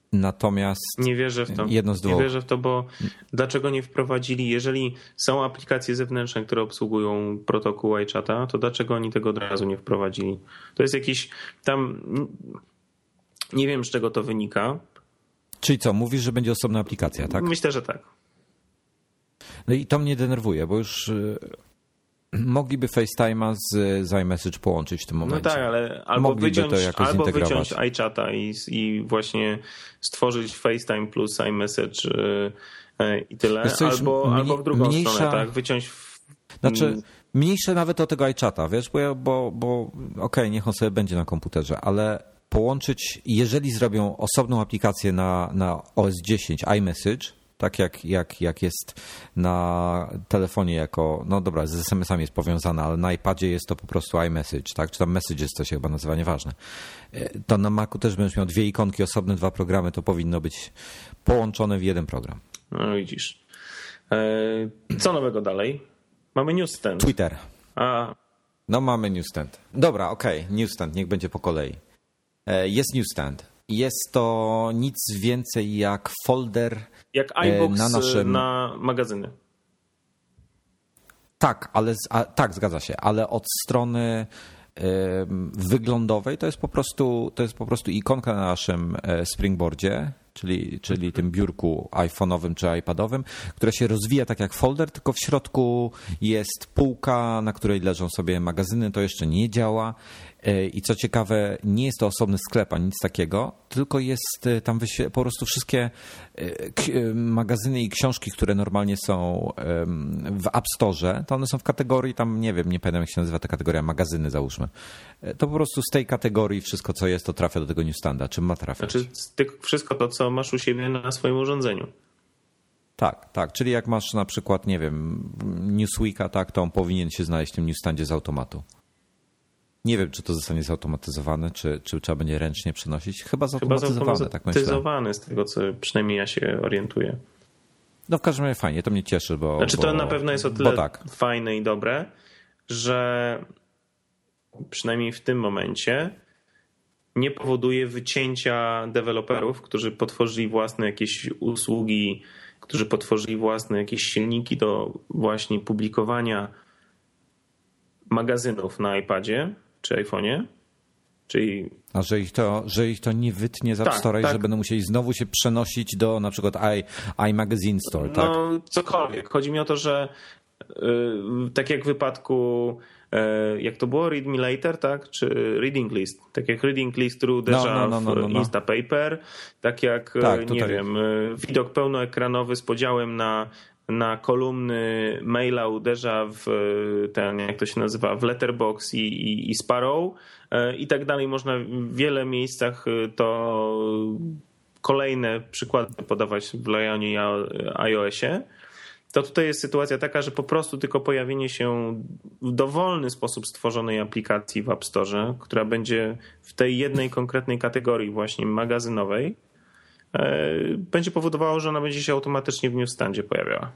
Natomiast nie wierzę w to. Jedno z dwóch. Nie wierzę w to, bo dlaczego nie wprowadzili, jeżeli są aplikacje zewnętrzne, które obsługują protokół iChata, to dlaczego oni tego od razu nie wprowadzili? To jest jakiś tam, nie wiem z czego to wynika. Czyli co, mówisz, że będzie osobna aplikacja, tak? Myślę, że tak. No i to mnie denerwuje, bo już mogliby FaceTime'a z, z iMessage połączyć w tym momencie. No tak, ale albo mogliby wyciąć, to jakoś albo zintegrować. wyciąć iChata i, i właśnie stworzyć FaceTime plus iMessage yy, i tyle, co, albo, mniej, albo w drugą mniejsza... stronę, tak? Wyciąć... W... Znaczy... Mniejsze nawet o tego iChata, wiesz, bo, bo, bo okej, okay, niech on sobie będzie na komputerze, ale połączyć, jeżeli zrobią osobną aplikację na, na O S dziesięć iMessage, tak jak, jak, jak jest na telefonie jako, no dobra, z es em esami jest powiązana, ale na iPadzie jest to po prostu iMessage, tak? Czy tam Messages to się chyba nazywa, nieważne. To na Macu też będziesz miał dwie ikonki osobne, dwa programy, to powinno być połączone w jeden program. No widzisz. Co nowego dalej? Mamy newsstand. Twitter. A. No mamy newsstand. Dobra, okej, okay. Newsstand, niech będzie po kolei. Jest newsstand. Jest to nic więcej jak folder jak iBooks na, naszym... na magazyny. Tak, ale a, tak, zgadza się, ale od strony y, wyglądowej to jest po prostu to jest po prostu ikonka na naszym Springboardzie, czyli, czyli tym biurku iPhone'owym czy iPadowym, która się rozwija tak jak folder, tylko w środku jest półka, na której leżą sobie magazyny, to jeszcze nie działa. I co ciekawe, nie jest to osobny sklep, ani nic takiego, tylko jest tam po prostu wszystkie magazyny i książki, które normalnie są w App Store, to one są w kategorii, tam nie wiem, nie pamiętam jak się nazywa ta kategoria, magazyny załóżmy. To po prostu z tej kategorii wszystko co jest, to trafia do tego newsstanda, czym ma trafiać. Znaczy wszystko to, co masz u siebie na swoim urządzeniu. Tak, tak, czyli jak masz na przykład, nie wiem, Newsweeka, tak, to on powinien się znaleźć w tym newsstandzie z automatu. Nie wiem, czy to zostanie zautomatyzowane, czy, czy trzeba będzie ręcznie przenosić. Chyba zautomatyzowane, Chyba tak myślę. Zautomatyzowane z tego, co przynajmniej ja się orientuję. No w każdym razie fajnie, to mnie cieszy, bo... Znaczy bo, to na pewno jest o tyle tak. fajne i dobre, że przynajmniej w tym momencie nie powoduje wycięcia deweloperów, którzy potworzyli własne jakieś usługi, którzy potworzyli własne jakieś silniki do właśnie publikowania magazynów na iPadzie czy iPhone'ie. Czyli... A że ich to, że ich to nie wytnie z App tak, Store'a tak. i że będą musieli znowu się przenosić do na przykład i, iMagazine Store, tak? No cokolwiek. Chodzi mi o to, że yy, tak jak w wypadku yy, jak to było? Read Me Later, tak? Czy Reading List? Tak jak Reading List, który uderza no, no, no, no, no. w Instapaper, tak jak tak, nie tutaj... wiem, widok pełnoekranowy z podziałem na na kolumny maila uderza w ten, jak to się nazywa, w Letterbox i, i, i Sparrow i tak dalej. Można w wiele miejscach to kolejne przykłady podawać w Lionie i iOSie. To tutaj jest sytuacja taka, że po prostu tylko pojawienie się w dowolny sposób stworzonej aplikacji w App Store, która będzie w tej jednej konkretnej kategorii właśnie magazynowej, będzie powodowało, że ona będzie się automatycznie w newsstandzie pojawiała.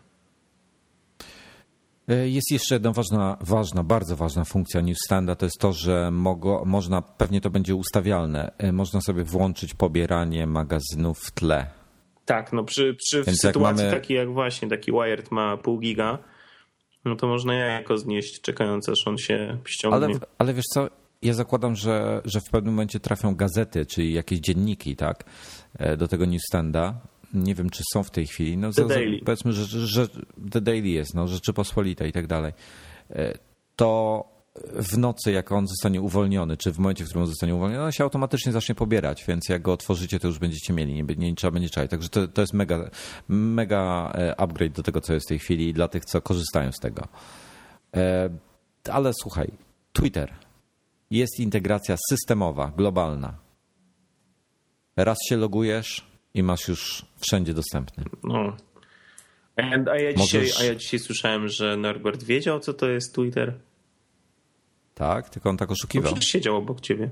Jest jeszcze jedna ważna, ważna, bardzo ważna funkcja newsstanda, to jest to, że mogło, można, pewnie to będzie ustawialne, można sobie włączyć pobieranie magazynów w tle. Tak, no przy, przy w sytuacji mamy... takiej jak właśnie taki Wired ma pół giga, no to można jajko znieść, czekając aż on się ściągnie. Ale, ale wiesz co, ja zakładam, że, że w pewnym momencie trafią gazety, czyli jakieś dzienniki, tak, do tego newsstanda. Nie wiem, czy są w tej chwili. No, The za, Daily. Powiedzmy, że, że The Daily jest, no, Rzeczypospolita i tak dalej. To w nocy, jak on zostanie uwolniony, czy w momencie, w którym on zostanie uwolniony, on się automatycznie zacznie pobierać, więc jak go otworzycie, to już będziecie mieli, nie, nie trzeba będzie czekać. Także to, to jest mega, mega upgrade do tego, co jest w tej chwili dla tych, co korzystają z tego. Ale słuchaj, Twitter. Jest integracja systemowa, globalna. Raz się logujesz i masz już wszędzie dostępny. No. A ja, dzisiaj, Możesz... a ja dzisiaj słyszałem, że Norbert wiedział, co to jest Twitter. Tak? Tylko on tak oszukiwał. On przecież siedział obok ciebie.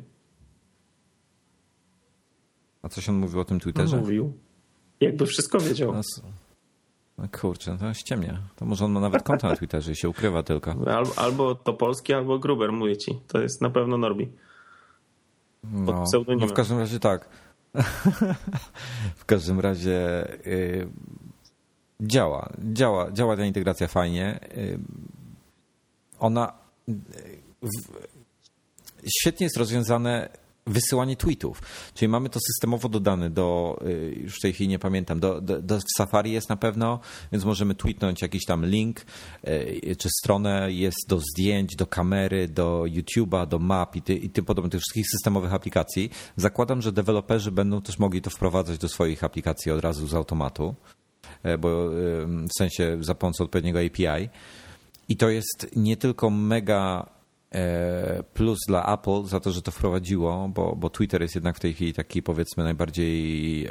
A coś on mówił o tym Twitterze? No, mówił. Jakby wszystko wiedział. No, no kurczę, to ściemnia. To może on ma nawet konto na Twitterze i się ukrywa tylko. Albo, albo to Polski, albo Gruber, mówię ci. To jest na pewno Norbi. No, no w każdym razie tak. W każdym razie yy, działa, działa, działa ta integracja fajnie. Yy, ona yy, w, świetnie jest rozwiązane wysyłanie tweetów, czyli mamy to systemowo dodane do, już w tej chwili nie pamiętam, do, do, do Safari jest na pewno, więc możemy tweetnąć jakiś tam link, czy stronę, jest do zdjęć, do kamery, do YouTube'a, do map i, ty, i tym podobnych, tych wszystkich systemowych aplikacji. Zakładam, że deweloperzy będą też mogli to wprowadzać do swoich aplikacji od razu z automatu, bo w sensie za pomocą odpowiedniego A P I. I to jest nie tylko mega plus dla Apple za to, że to wprowadziło, bo, bo Twitter jest jednak w tej chwili taki, powiedzmy, najbardziej...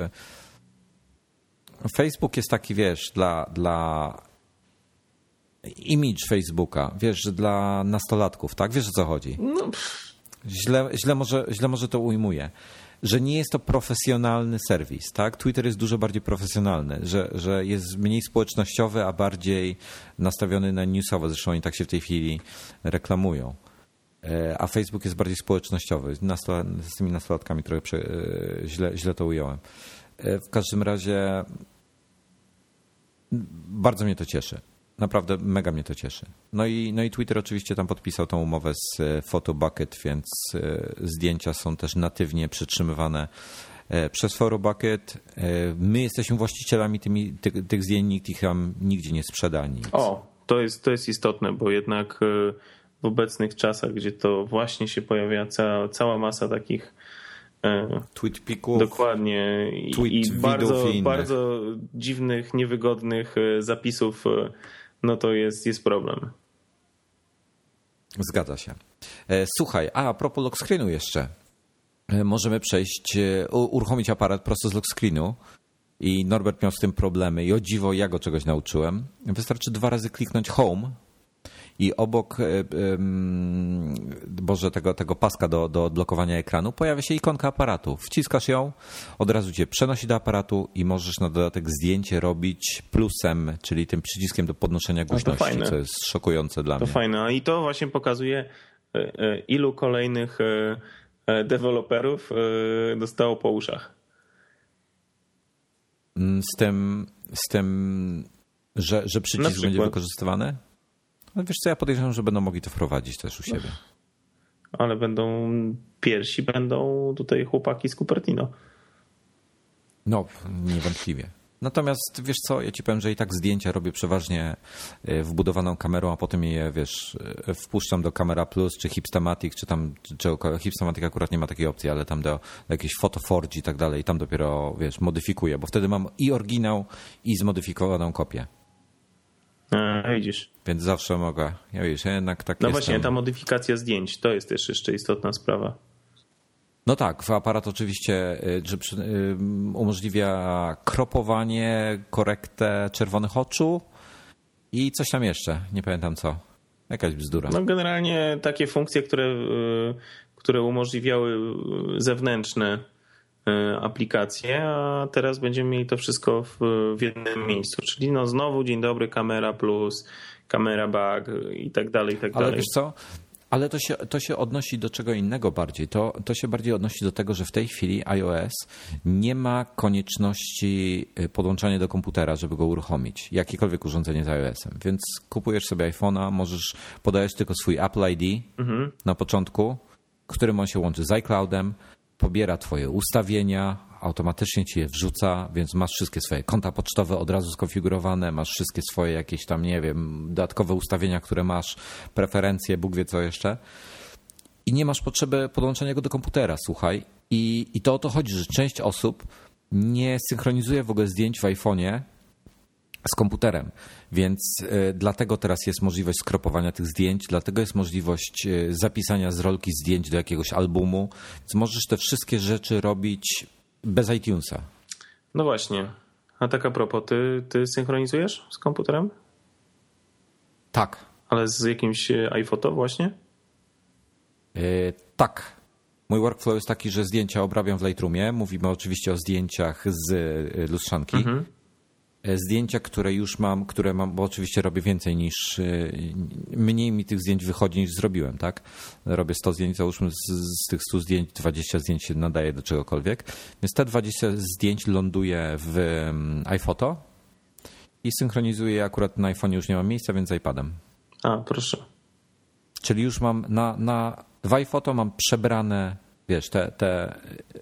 Facebook jest taki, wiesz, dla, dla image Facebooka, wiesz, że dla nastolatków, tak? Wiesz, o co chodzi? No. Źle, źle, może, źle może to ujmuję. Że nie jest to profesjonalny serwis, tak? Twitter jest dużo bardziej profesjonalny, że, że jest mniej społecznościowy, a bardziej nastawiony na newsowe. Zresztą oni tak się w tej chwili reklamują. A Facebook jest bardziej społecznościowy. Z tymi nastolatkami trochę prze, źle, źle to ująłem. W każdym razie bardzo mnie to cieszy. Naprawdę mega mnie to cieszy. No i, no i Twitter oczywiście tam podpisał tą umowę z Photobucket, więc zdjęcia są też natywnie przytrzymywane przez Photobucket. My jesteśmy właścicielami tymi, tych, tych zdjęć, nikt ich tam nigdzie nie sprzeda. Nic. O, to jest, to jest istotne, bo jednak w obecnych czasach, gdzie to właśnie się pojawia cała, cała masa takich tweet pików, dokładnie i, tweet i bardzo, i bardzo dziwnych, niewygodnych zapisów, no to jest, jest problem. Zgadza się. Słuchaj, a, a propos lock screenu jeszcze. Możemy przejść, uruchomić aparat prosto z lock screenu i Norbert miał z tym problemy i o dziwo ja go czegoś nauczyłem. Wystarczy dwa razy kliknąć home i obok Boże, tego, tego paska do, do odblokowania ekranu pojawia się ikonka aparatu. Wciskasz ją, od razu cię przenosi do aparatu i możesz na dodatek zdjęcie robić plusem, czyli tym przyciskiem do podnoszenia głośności, no co jest szokujące dla to mnie. To fajne. I to właśnie pokazuje, ilu kolejnych deweloperów dostało po uszach. Z tym, z tym że, że przycisk będzie wykorzystywany? No wiesz co, ja podejrzewam, że będą mogli to wprowadzić też u siebie. Ale będą pierwsi, będą tutaj chłopaki z Cupertino. No, niewątpliwie. Natomiast wiesz co, ja ci powiem, że i tak zdjęcia robię przeważnie wbudowaną kamerą, a potem je, wiesz, wpuszczam do Camera Plus, czy Hipstamatic, czy tam, czy, czy Hipstamatic akurat nie ma takiej opcji, ale tam do, do jakiejś Photoforge i tak dalej, i tam dopiero, wiesz, modyfikuję, bo wtedy mam i oryginał, i zmodyfikowaną kopię. A, widzisz. Więc zawsze mogę. Ja wiesz, ja jednak tak No jestem. właśnie, ta modyfikacja zdjęć, to jest też jeszcze istotna sprawa. No tak, aparat oczywiście że umożliwia kropowanie, korektę czerwonych oczu i coś tam jeszcze, nie pamiętam co. Jakaś bzdura. No generalnie takie funkcje, które, które umożliwiały zewnętrzne aplikacje, a teraz będziemy mieli to wszystko w, w jednym miejscu. Czyli no znowu dzień dobry, kamera plus, kamera bug i tak dalej, i tak Ale dalej. wiesz co? Ale to się, to się odnosi do czego innego bardziej. To, to się bardziej odnosi do tego, że w tej chwili iOS nie ma konieczności podłączania do komputera, żeby go uruchomić. Jakiekolwiek urządzenie z iOS-em. Więc kupujesz sobie iPhone'a, możesz, podajesz tylko swój Apple I D mhm. na początku, którym on się łączy z iCloudem, pobiera twoje ustawienia, automatycznie ci je wrzuca, więc masz wszystkie swoje konta pocztowe od razu skonfigurowane, masz wszystkie swoje jakieś tam, nie wiem, dodatkowe ustawienia, które masz, preferencje, Bóg wie co jeszcze. I nie masz potrzeby podłączenia go do komputera, słuchaj. I, i to o to chodzi, że część osób nie synchronizuje w ogóle zdjęć w iPhone'ie z komputerem, więc y, dlatego teraz jest możliwość skropowania tych zdjęć, dlatego jest możliwość y, zapisania z rolki zdjęć do jakiegoś albumu, więc możesz te wszystkie rzeczy robić bez iTunesa. No właśnie. A tak a propos, ty, ty synchronizujesz z komputerem? Tak. Ale z jakimś iPhoto właśnie? Yy, tak. Mój workflow jest taki, że zdjęcia obrabiam w Lightroomie. Mówimy oczywiście o zdjęciach z lustrzanki. Mhm. zdjęcia, które już mam, które mam, bo oczywiście robię więcej niż, mniej mi tych zdjęć wychodzi niż zrobiłem, tak? Robię sto zdjęć, załóżmy z, z tych stu zdjęć dwadzieścia zdjęć się nadaje do czegokolwiek, więc te dwadzieścia zdjęć ląduje w iPhoto i synchronizuję, akurat na iPhone'ie już nie mam miejsca, więc z iPadem. A, proszę. Czyli już mam na, na w iPhoto mam przebrane, wiesz, te, te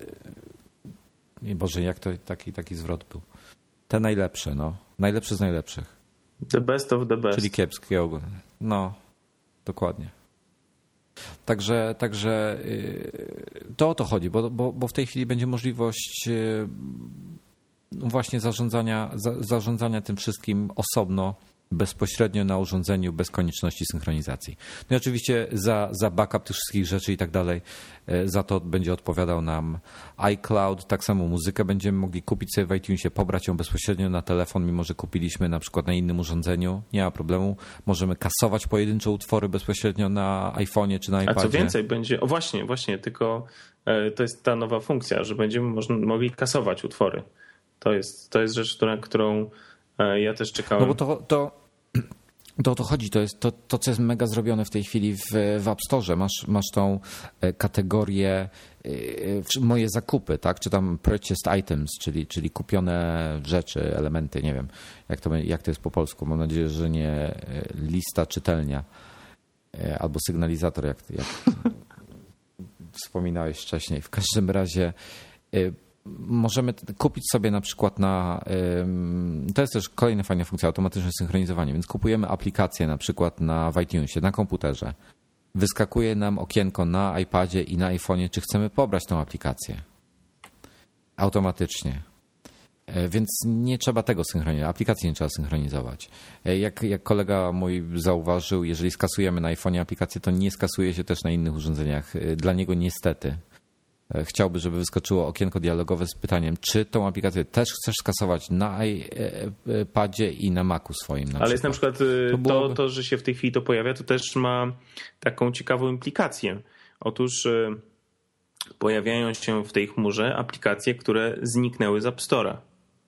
Boże, jak to taki, taki zwrot był. Te najlepsze, no. Najlepsze z najlepszych. The best of the best. Czyli kiepskie ogólnie. No, dokładnie. Także, także to o to chodzi, bo, bo, bo w tej chwili będzie możliwość właśnie zarządzania, za, zarządzania tym wszystkim osobno, bezpośrednio na urządzeniu, bez konieczności synchronizacji. No i oczywiście za, za backup tych wszystkich rzeczy i tak dalej, za to będzie odpowiadał nam iCloud. Tak samo muzykę będziemy mogli kupić sobie w iTunesie, pobrać ją bezpośrednio na telefon, mimo że kupiliśmy na przykład na innym urządzeniu. Nie ma problemu. Możemy kasować pojedyncze utwory bezpośrednio na iPhone'ie czy na iPadzie. A co więcej będzie, o właśnie, właśnie, tylko to jest ta nowa funkcja, że będziemy mogli kasować utwory. To jest, to jest rzecz, która, którą ja też czekałem. No bo to, to, to o to chodzi. To jest to, to, co jest mega zrobione w tej chwili w, w App Store. Masz, masz tą kategorię moje zakupy, tak? Czy tam purchased items, czyli, czyli kupione rzeczy, elementy, nie wiem, jak to, jak to jest po polsku. Mam nadzieję, że nie lista czytelnia albo sygnalizator, jak, jak wspominałeś wcześniej. W każdym razie możemy kupić sobie na przykład na, to jest też kolejna fajna funkcja, automatyczne synchronizowanie, więc kupujemy aplikację na przykład na w iTunesie, na komputerze. Wyskakuje nam okienko na iPadzie i na iPhone'ie, czy chcemy pobrać tą aplikację. Automatycznie. Więc nie trzeba tego synchronizować, aplikacji nie trzeba synchronizować. Jak, jak kolega mój zauważył, jeżeli skasujemy na iPhone'ie aplikację, to nie skasuje się też na innych urządzeniach. Dla niego niestety. Chciałby, żeby wyskoczyło okienko dialogowe z pytaniem, czy tą aplikację też chcesz skasować na iPadzie i na Macu swoim. Na Ale jest na przykład to, byłoby... to, że się w tej chwili to pojawia, to też ma taką ciekawą implikację. Otóż pojawiają się w tej chmurze aplikacje, które zniknęły z App Store'a.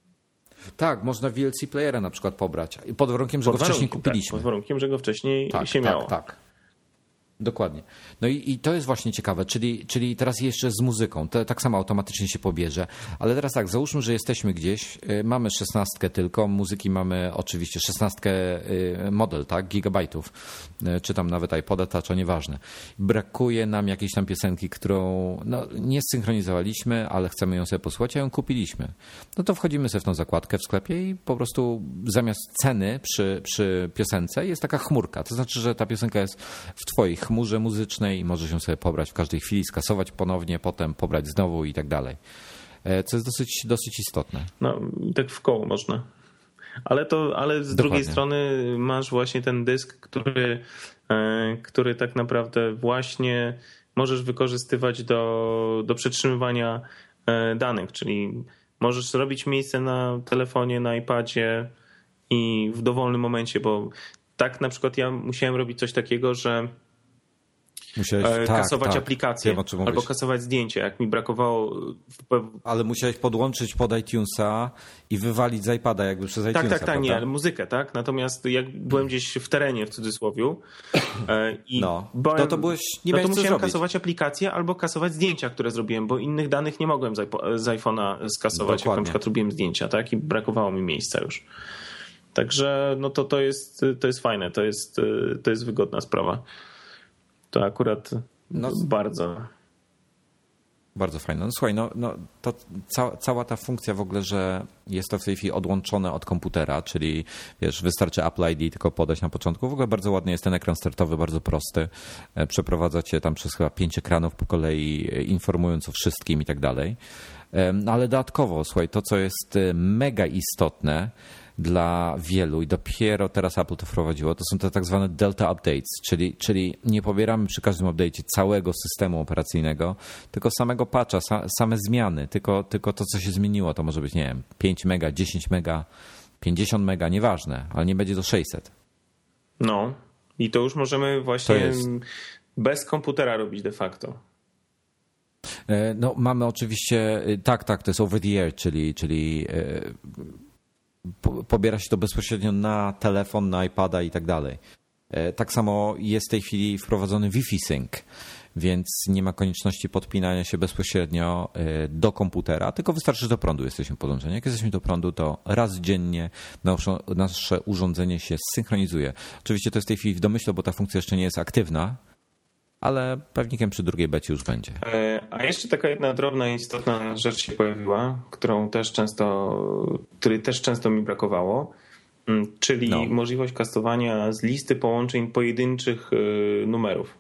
Tak, można V L C Playera na przykład pobrać. Pod warunkiem, że pod go warunkiem, wcześniej kupiliśmy. Tak, pod warunkiem, że go wcześniej tak, się tak, miało. Tak, tak. Dokładnie. No i, i to jest właśnie ciekawe, czyli, czyli teraz jeszcze z muzyką, to tak samo automatycznie się pobierze, ale teraz tak, załóżmy, że jesteśmy gdzieś, mamy szesnastkę tylko, muzyki mamy oczywiście szesnastkę model, tak, gigabajtów, czy tam nawet iPoda Toucha, nieważne. Brakuje nam jakiejś tam piosenki, którą no, nie zsynchronizowaliśmy, ale chcemy ją sobie posłuchać, a ją kupiliśmy. No to wchodzimy sobie w tą zakładkę w sklepie i po prostu zamiast ceny przy, przy piosence jest taka chmurka, to znaczy, że ta piosenka jest w twojej chmurze muzycznej i możesz ją sobie pobrać w każdej chwili, skasować ponownie, potem pobrać znowu i tak dalej. Co jest dosyć, dosyć istotne. No i tak w koło można. Ale to, ale z Dokładnie. drugiej strony masz właśnie ten dysk, który, który tak naprawdę właśnie możesz wykorzystywać do, do przetrzymywania danych, czyli możesz zrobić miejsce na telefonie, na iPadzie i w dowolnym momencie, bo tak na przykład ja musiałem robić coś takiego, że Musiałeś, kasować tak, aplikację tak. Wiem, albo kasować zdjęcie, jak mi brakowało. Ale musiałeś podłączyć pod iTunesa i wywalić z iPada jakby przez tak, iTunesa. Tak, tak, tak, nie, ale muzykę, tak? Natomiast jak byłem gdzieś w terenie, w cudzysłowiu i no, byłem, to, to, byłeś, nie no to musiałem zrobić. kasować aplikację albo kasować zdjęcia, które zrobiłem, bo innych danych nie mogłem z iPhone'a skasować, Dokładnie. jak na przykład robiłem zdjęcia, tak? I brakowało mi miejsca już. Także no to, to, jest, to jest fajne, to jest, to jest wygodna sprawa. To akurat no, bardzo. Bardzo fajne. No słuchaj, no, no to ca, cała ta funkcja w ogóle, że jest to w tej chwili odłączone od komputera, czyli wiesz, wystarczy Apple I D tylko podać na początku. W ogóle bardzo ładny jest ten ekran startowy, bardzo prosty. Przeprowadza cię tam przez chyba pięć ekranów po kolei, informując o wszystkim i tak dalej. Ale dodatkowo, słuchaj, to co jest mega istotne dla wielu i dopiero teraz Apple to wprowadziło, to są te tak zwane Delta Updates, czyli, czyli nie pobieramy przy każdym update'cie całego systemu operacyjnego, tylko samego patcha, same zmiany, tylko, tylko to, co się zmieniło. To może być, nie wiem, pięć mega, dziesięć mega, pięćdziesiąt mega, nieważne, ale nie będzie to sześćset. No i to już możemy właśnie jest... bez komputera robić de facto. No mamy oczywiście, tak, tak, to jest over the air, czyli, czyli pobiera się to bezpośrednio na telefon, na iPada i tak dalej. Tak samo jest w tej chwili wprowadzony Wi-Fi Sync, więc nie ma konieczności podpinania się bezpośrednio do komputera, tylko wystarczy, że do prądu jesteśmy podłączeni. Jak jesteśmy do prądu, to raz dziennie nasze urządzenie się synchronizuje. Oczywiście to jest w tej chwili w domyśle, bo ta funkcja jeszcze nie jest aktywna, ale pewnikiem przy drugiej becie już będzie. A jeszcze taka jedna drobna, istotna rzecz się pojawiła, którą też często, której też często mi brakowało, czyli no. możliwość kastowania z listy połączeń pojedynczych numerów.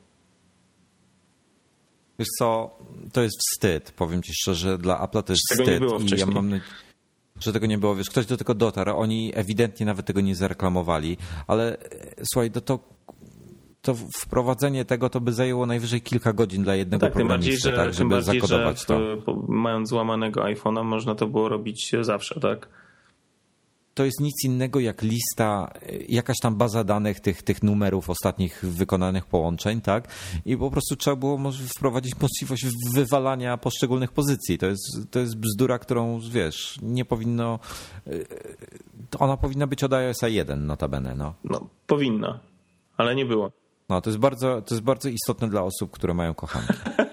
Wiesz co, to jest wstyd, powiem ci szczerze, dla Apple'a to jest tego wstyd. Nie było wcześniej. I ja mam nadzieję, że tego nie było. Wiesz, ktoś do tego dotarł, oni ewidentnie nawet tego nie zareklamowali, ale słuchaj, to, to, to wprowadzenie tego to by zajęło najwyżej kilka godzin dla jednego tak, programisty, tym bardziej, że, tak, żeby tym bardziej, zakodować że to. W, mając złamanego iPhone'a można to było robić zawsze, tak? To jest nic innego jak lista, jakaś tam baza danych tych, tych numerów ostatnich wykonanych połączeń, tak? I po prostu trzeba było wprowadzić możliwość wywalania poszczególnych pozycji. To jest, to jest bzdura, którą, wiesz, nie powinno... Ona powinna być od iOS jeden notabene, no. No, powinna, ale nie było. No, to jest bardzo, to jest bardzo istotne dla osób, które mają kochanki.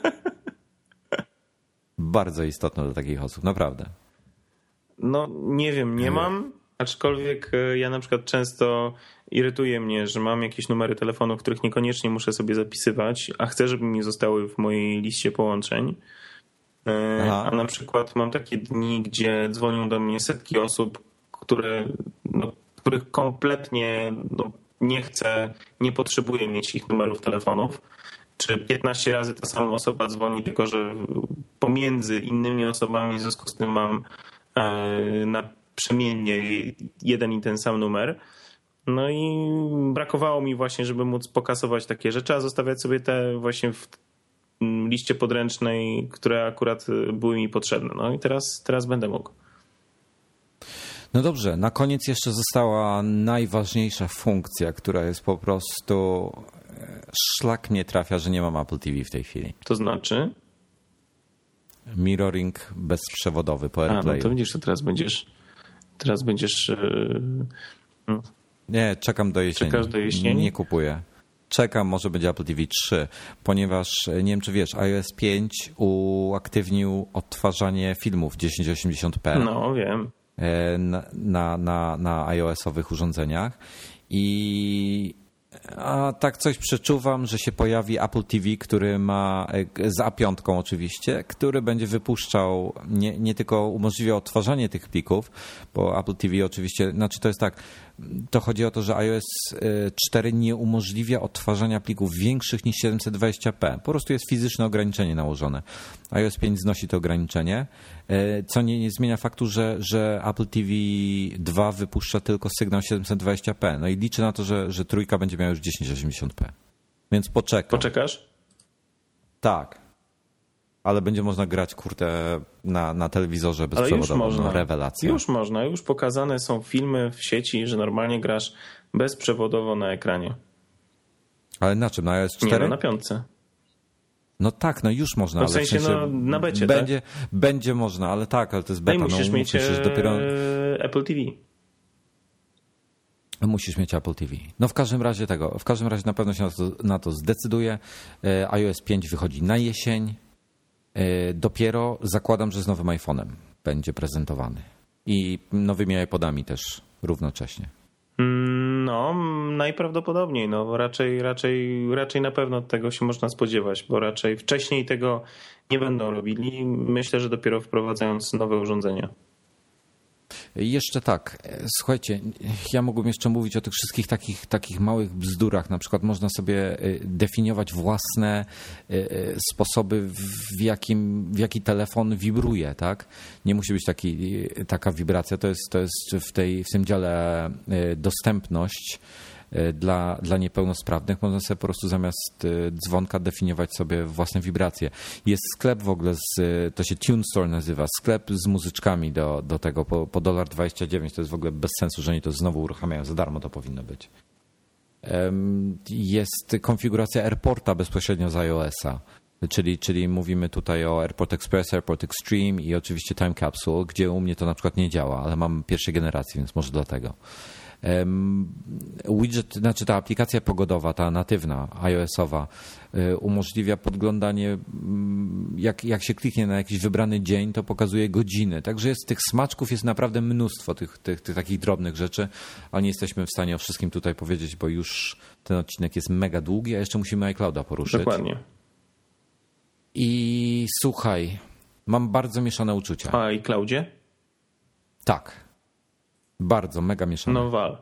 Bardzo istotne dla takich osób, naprawdę. No, nie wiem, nie mam... Aczkolwiek ja na przykład często irytuje mnie, że mam jakieś numery telefonu, których niekoniecznie muszę sobie zapisywać, a chcę, żeby mi zostały w mojej liście połączeń. Aha. A na przykład mam takie dni, gdzie dzwonią do mnie setki osób, które, no, których kompletnie no, nie chcę, nie potrzebuję mieć ich numerów telefonów. Czy piętnaście razy ta sama osoba dzwoni, tylko że pomiędzy innymi osobami w związku z tym mam na przemiennie jeden i ten sam numer. No i brakowało mi właśnie, żeby móc pokasować takie rzeczy, a zostawiać sobie te właśnie w liście podręcznej, które akurat były mi potrzebne. No i teraz, teraz będę mógł. No dobrze, na koniec jeszcze została najważniejsza funkcja, która jest po prostu szlak mnie trafia, że nie mam Apple T V w tej chwili. To znaczy? Mirroring bezprzewodowy po AirPlayu. A, no to widzisz, to teraz będziesz teraz będziesz yy... Nie, czekam do jesieni. Czekasz do jesieni? Nie kupuję. Czekam, może będzie Apple T V trzy, ponieważ nie wiem, czy wiesz, iOS pięć uaktywnił odtwarzanie filmów tysiąc osiemdziesiąt p. No, wiem. Na, na, na, na iOS-owych urządzeniach i a tak coś przeczuwam, że się pojawi Apple T V, który ma, z A pięć oczywiście, który będzie wypuszczał, nie, nie tylko umożliwia odtwarzanie tych plików, bo Apple T V oczywiście, znaczy to jest tak, to chodzi o to, że iOS cztery nie umożliwia odtwarzania plików większych niż siedemset dwadzieścia p. Po prostu jest fizyczne ograniczenie nałożone. iOS pięć znosi to ograniczenie, co nie, nie zmienia faktu, że, że Apple T V dwa wypuszcza tylko sygnał siedemset dwadzieścia p. No i liczę na to, że, że trójka będzie miała już tysiąc osiemdziesiąt p. Więc poczekam. Poczekasz? Tak. Ale będzie można grać, kurde, na, na telewizorze bezprzewodowo. No, rewelacja. Już można. Już pokazane są filmy w sieci, że normalnie grasz bezprzewodowo na ekranie. Ale na czym? Na iOS cztery? Nie, no na piątce. No tak, no już można. No w sensie, ale w sensie no, na becie, będzie, tak? Będzie można, ale tak, ale to jest beta. No i musisz no, mieć musisz dopiero... Apple T V. Musisz mieć Apple T V. No w każdym razie tego, w każdym razie na pewno się na to, na to zdecyduje. iOS pięć wychodzi na jesień. Dopiero zakładam, że z nowym iPhone'em będzie prezentowany. I nowymi iPodami też równocześnie. No, najprawdopodobniej. No, raczej, raczej, raczej na pewno tego się można spodziewać, bo raczej wcześniej tego nie będą robili. Myślę, że dopiero wprowadzając nowe urządzenia. Jeszcze tak, słuchajcie, ja mógłbym jeszcze mówić o tych wszystkich takich, takich małych bzdurach. Na przykład można sobie definiować własne sposoby, w, jakim, w jaki telefon wibruje, tak? Nie musi być taki, taka wibracja, to jest, to jest w, tej, w tym dziale dostępność dla, dla niepełnosprawnych. Można sobie po prostu zamiast dzwonka definiować sobie własne wibracje. Jest sklep w ogóle, z, to się Tune Store nazywa, sklep z muzyczkami do, do tego po, po jeden dwadzieścia dziewięć. To jest w ogóle bez sensu, że oni to znowu uruchamiają. Za darmo to powinno być. Jest konfiguracja AirPorta bezpośrednio z iOS-a. Czyli, czyli mówimy tutaj o AirPort Express, AirPort Extreme i oczywiście Time Capsule, gdzie u mnie to na przykład nie działa, ale mam pierwszej generacji, więc może dlatego. Um, widget, znaczy ta aplikacja pogodowa, ta natywna, iOS-owa, y, umożliwia podglądanie, y, jak, jak się kliknie na jakiś wybrany dzień, to pokazuje godziny. Także jest tych smaczków jest naprawdę mnóstwo, tych, tych, tych takich drobnych rzeczy, ale nie jesteśmy w stanie o wszystkim tutaj powiedzieć, bo już ten odcinek jest mega długi, a jeszcze musimy iClouda poruszyć. Dokładnie. I słuchaj, mam bardzo mieszane uczucia. A iCloudzie? Tak. Bardzo, mega mieszane. No wal.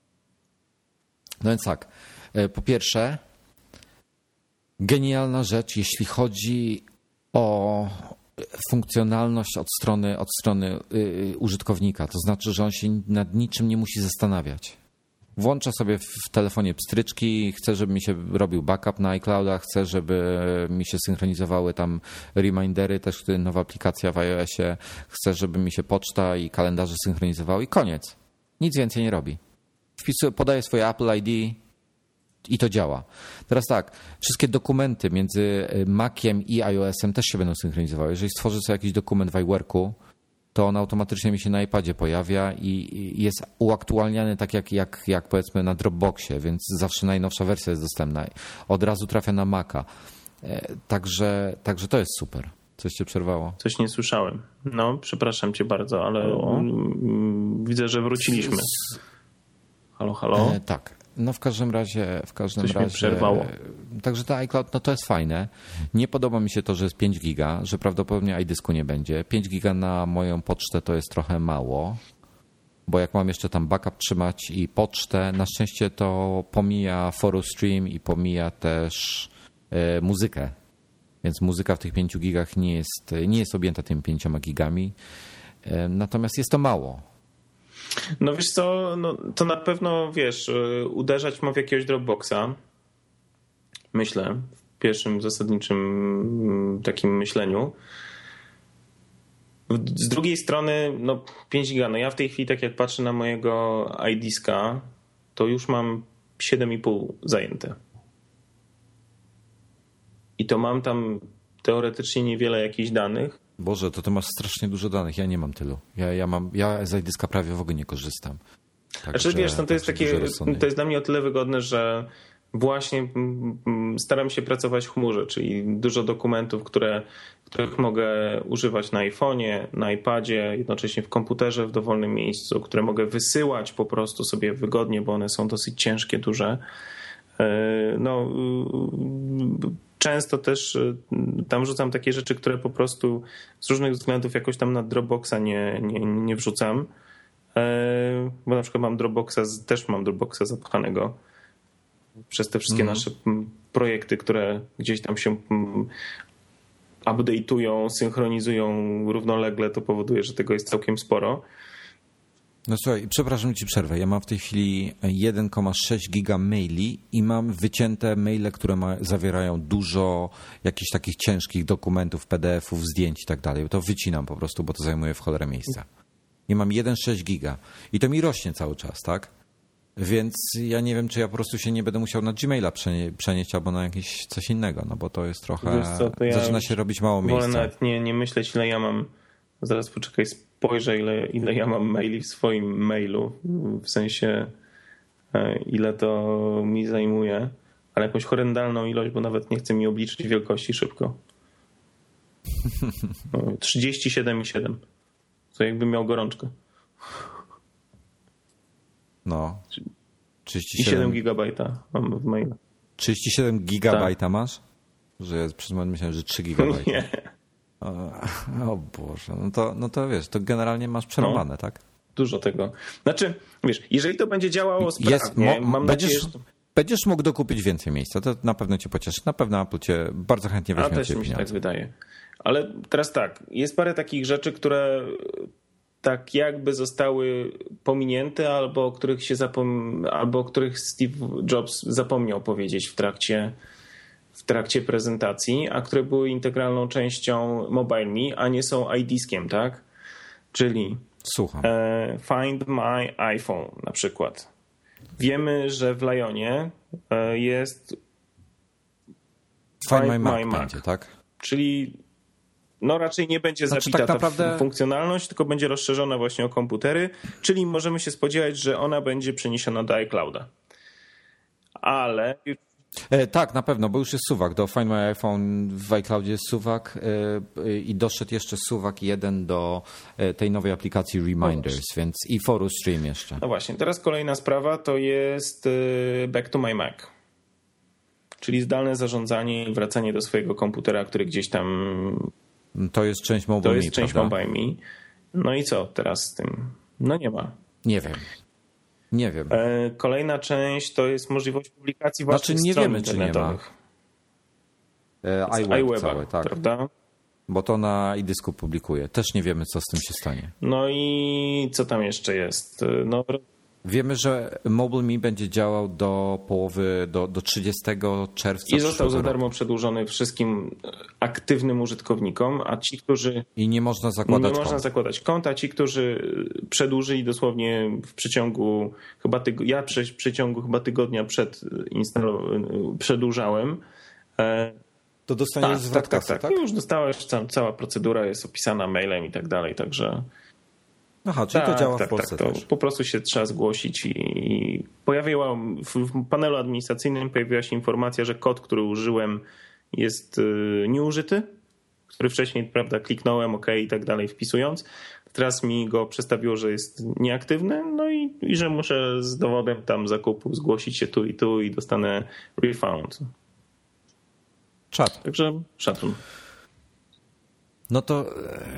No więc tak, po pierwsze, genialna rzecz, jeśli chodzi o funkcjonalność od strony, od strony yy, użytkownika. To znaczy, że on się nad niczym nie musi zastanawiać. Włącza sobie w telefonie pstryczki, chce, żeby mi się robił backup na iClouda, chce, żeby mi się synchronizowały tam remindery, też nowa aplikacja w iOSie, chce, żeby mi się poczta i kalendarze synchronizowały i koniec. Nic więcej nie robi. Wpisuję, podaję swoje Apple I D i to działa. Teraz tak, wszystkie dokumenty między Maciem i iOS-em też się będą synchronizowały. Jeżeli stworzę sobie jakiś dokument w iWorku, to on automatycznie mi się na iPadzie pojawia i jest uaktualniany tak jak, jak, jak powiedzmy na Dropboxie, więc zawsze najnowsza wersja jest dostępna. Od razu trafia na Maca. Także, także to jest super. Coś cię przerwało? Coś nie słyszałem. No, przepraszam cię bardzo, ale o. widzę, że wróciliśmy. Halo, halo? E, tak. No w każdym razie, w każdym Coś razie. mnie przerwało. Także to iCloud, no to jest fajne. Nie podoba mi się to, że jest pięć giga, że prawdopodobnie iDisku nie będzie. pięć giga na moją pocztę to jest trochę mało, bo jak mam jeszcze tam backup trzymać i pocztę, na szczęście to pomija ForoStream i pomija też e, muzykę. Więc muzyka w tych pięciu gigach nie jest, nie jest objęta tymi pięcioma gigami. E, natomiast jest to mało. No wiesz co, no, to na pewno, wiesz, uderzać ma w jakiegoś Dropboxa, myślę, w pierwszym zasadniczym takim myśleniu. Z drugiej strony, no pięć giga, no ja w tej chwili, tak jak patrzę na mojego iDiska, to już mam siedem i pół zajęte. I to mam tam teoretycznie niewiele jakichś danych. Boże, to ty masz strasznie dużo danych, ja nie mam tylu. Ja, ja, mam, ja z iDiska prawie w ogóle nie korzystam. Tak, znaczy, wiesz, no to jest takie, to jest dla mnie o tyle wygodne, że właśnie staram się pracować w chmurze, czyli dużo dokumentów, które, których mogę używać na iPhone'ie, na iPadzie, jednocześnie w komputerze w dowolnym miejscu, które mogę wysyłać po prostu sobie wygodnie, bo one są dosyć ciężkie, duże. No, często też tam wrzucam takie rzeczy, które po prostu z różnych względów jakoś tam na Dropboxa nie, nie, nie wrzucam. Bo na przykład mam Dropboxa, też mam Dropboxa zapchanego przez te wszystkie mm. nasze projekty, które gdzieś tam się update'ują, synchronizują równolegle, to powoduje, że tego jest całkiem sporo. No słuchaj, przepraszam ci przerwę. Ja mam w tej chwili jeden przecinek sześć giga maili i mam wycięte maile, które ma, zawierają dużo jakichś takich ciężkich dokumentów, P D F-ów, zdjęć i tak dalej. To wycinam po prostu, bo to zajmuje w cholerę miejsca. I mam jeden przecinek sześć giga. I to mi rośnie cały czas, tak? Więc ja nie wiem, czy ja po prostu się nie będę musiał na Gmaila przenieść albo na jakieś coś innego, no bo to jest trochę... Co, to ja zaczyna się robić mało miejsca. Wolę nawet nie, nie myśleć, ile ja mam... Zaraz poczekaj, spojrzę, ile, ile ja mam maili w swoim mailu. W sensie, ile to mi zajmuje. Ale jakąś horrendalną ilość, bo nawet nie chce mi obliczyć wielkości szybko. No, trzydzieści siedem i siedem. To jakbym miał gorączkę. No. trzydzieści siedem I siedem gigabajta mam w mailu. trzydzieści siedem gigabajta tak. Masz? Że ja przez moment myślałem, że trzy gigabajta. Nie. O, o Boże, no to, no to wiesz, to generalnie masz przerwane, no, tak? Dużo tego. Znaczy, wiesz, jeżeli to będzie działało sprawnie, Jest, mo, mam będziesz, nadzieję, że... Będziesz mógł dokupić więcej miejsca, to na pewno cię pocieszy. Na pewno Apple cię bardzo chętnie weźmie. A też mi się tak wydaje. Ale teraz tak, jest parę takich rzeczy, które tak jakby zostały pominięte, albo o których się zapom... albo o których Steve Jobs zapomniał powiedzieć w trakcie w trakcie prezentacji, a które były integralną częścią MobileMe, a nie są iDiskiem, tak? Czyli Słucham. Find My iPhone na przykład. Wiemy, że w Lionie jest Find My Mac, My Mac będzie, tak? Czyli no raczej nie będzie znaczy, zabita tak ta naprawdę... funkcjonalność, tylko będzie rozszerzona właśnie o komputery, czyli możemy się spodziewać, że ona będzie przeniesiona do iClouda. Ale... E, tak, na pewno, bo już jest suwak. Do Find My iPhone w iCloudzie jest suwak e, i doszedł jeszcze suwak jeden do e, tej nowej aplikacji Reminders, no więc i Forus Stream jeszcze. No właśnie, teraz kolejna sprawa to jest e, Back to My Mac. Czyli zdalne zarządzanie i wracanie do swojego komputera, który gdzieś tam... To jest część Mobile To Me, jest część prawda? Mobile Me. No i co teraz z tym? No nie ma. Nie wiem. Nie wiem. Kolejna część to jest możliwość publikacji własnych znaczy, nie stron wiemy, internetowych. Czy nie ma. E, iWeb całe, tak. Prawda? Bo to na iDysku publikuje. Też nie wiemy, co z tym się stanie. No i co tam jeszcze jest? No... Wiemy, że Mobile Me będzie działał do połowy, do, do trzydziestego czerwca. I został za darmo przedłużony wszystkim aktywnym użytkownikom, a ci, którzy... I nie można zakładać Nie można zakładać kont, a ci, którzy przedłużyli dosłownie w przeciągu chyba tyg... ja w przeciągu chyba tygodnia przed instalowaniem przedłużałem. To dostaniesz tak, zwrot tak, kasy, tak, tak. Już dostałeś, cała procedura jest opisana mailem i tak dalej, także... Aha, czyli tak, to działa tak, w Polsce tak, to też. Po prostu się trzeba zgłosić i, i pojawiła w panelu administracyjnym pojawiła się informacja, że kod, który użyłem jest nieużyty, który wcześniej, prawda, kliknąłem OK i tak dalej wpisując. Teraz mi go przestawiło, że jest nieaktywny, no i, i że muszę z dowodem tam zakupu zgłosić się tu i tu i dostanę refund. Czad. Także szacun. No to...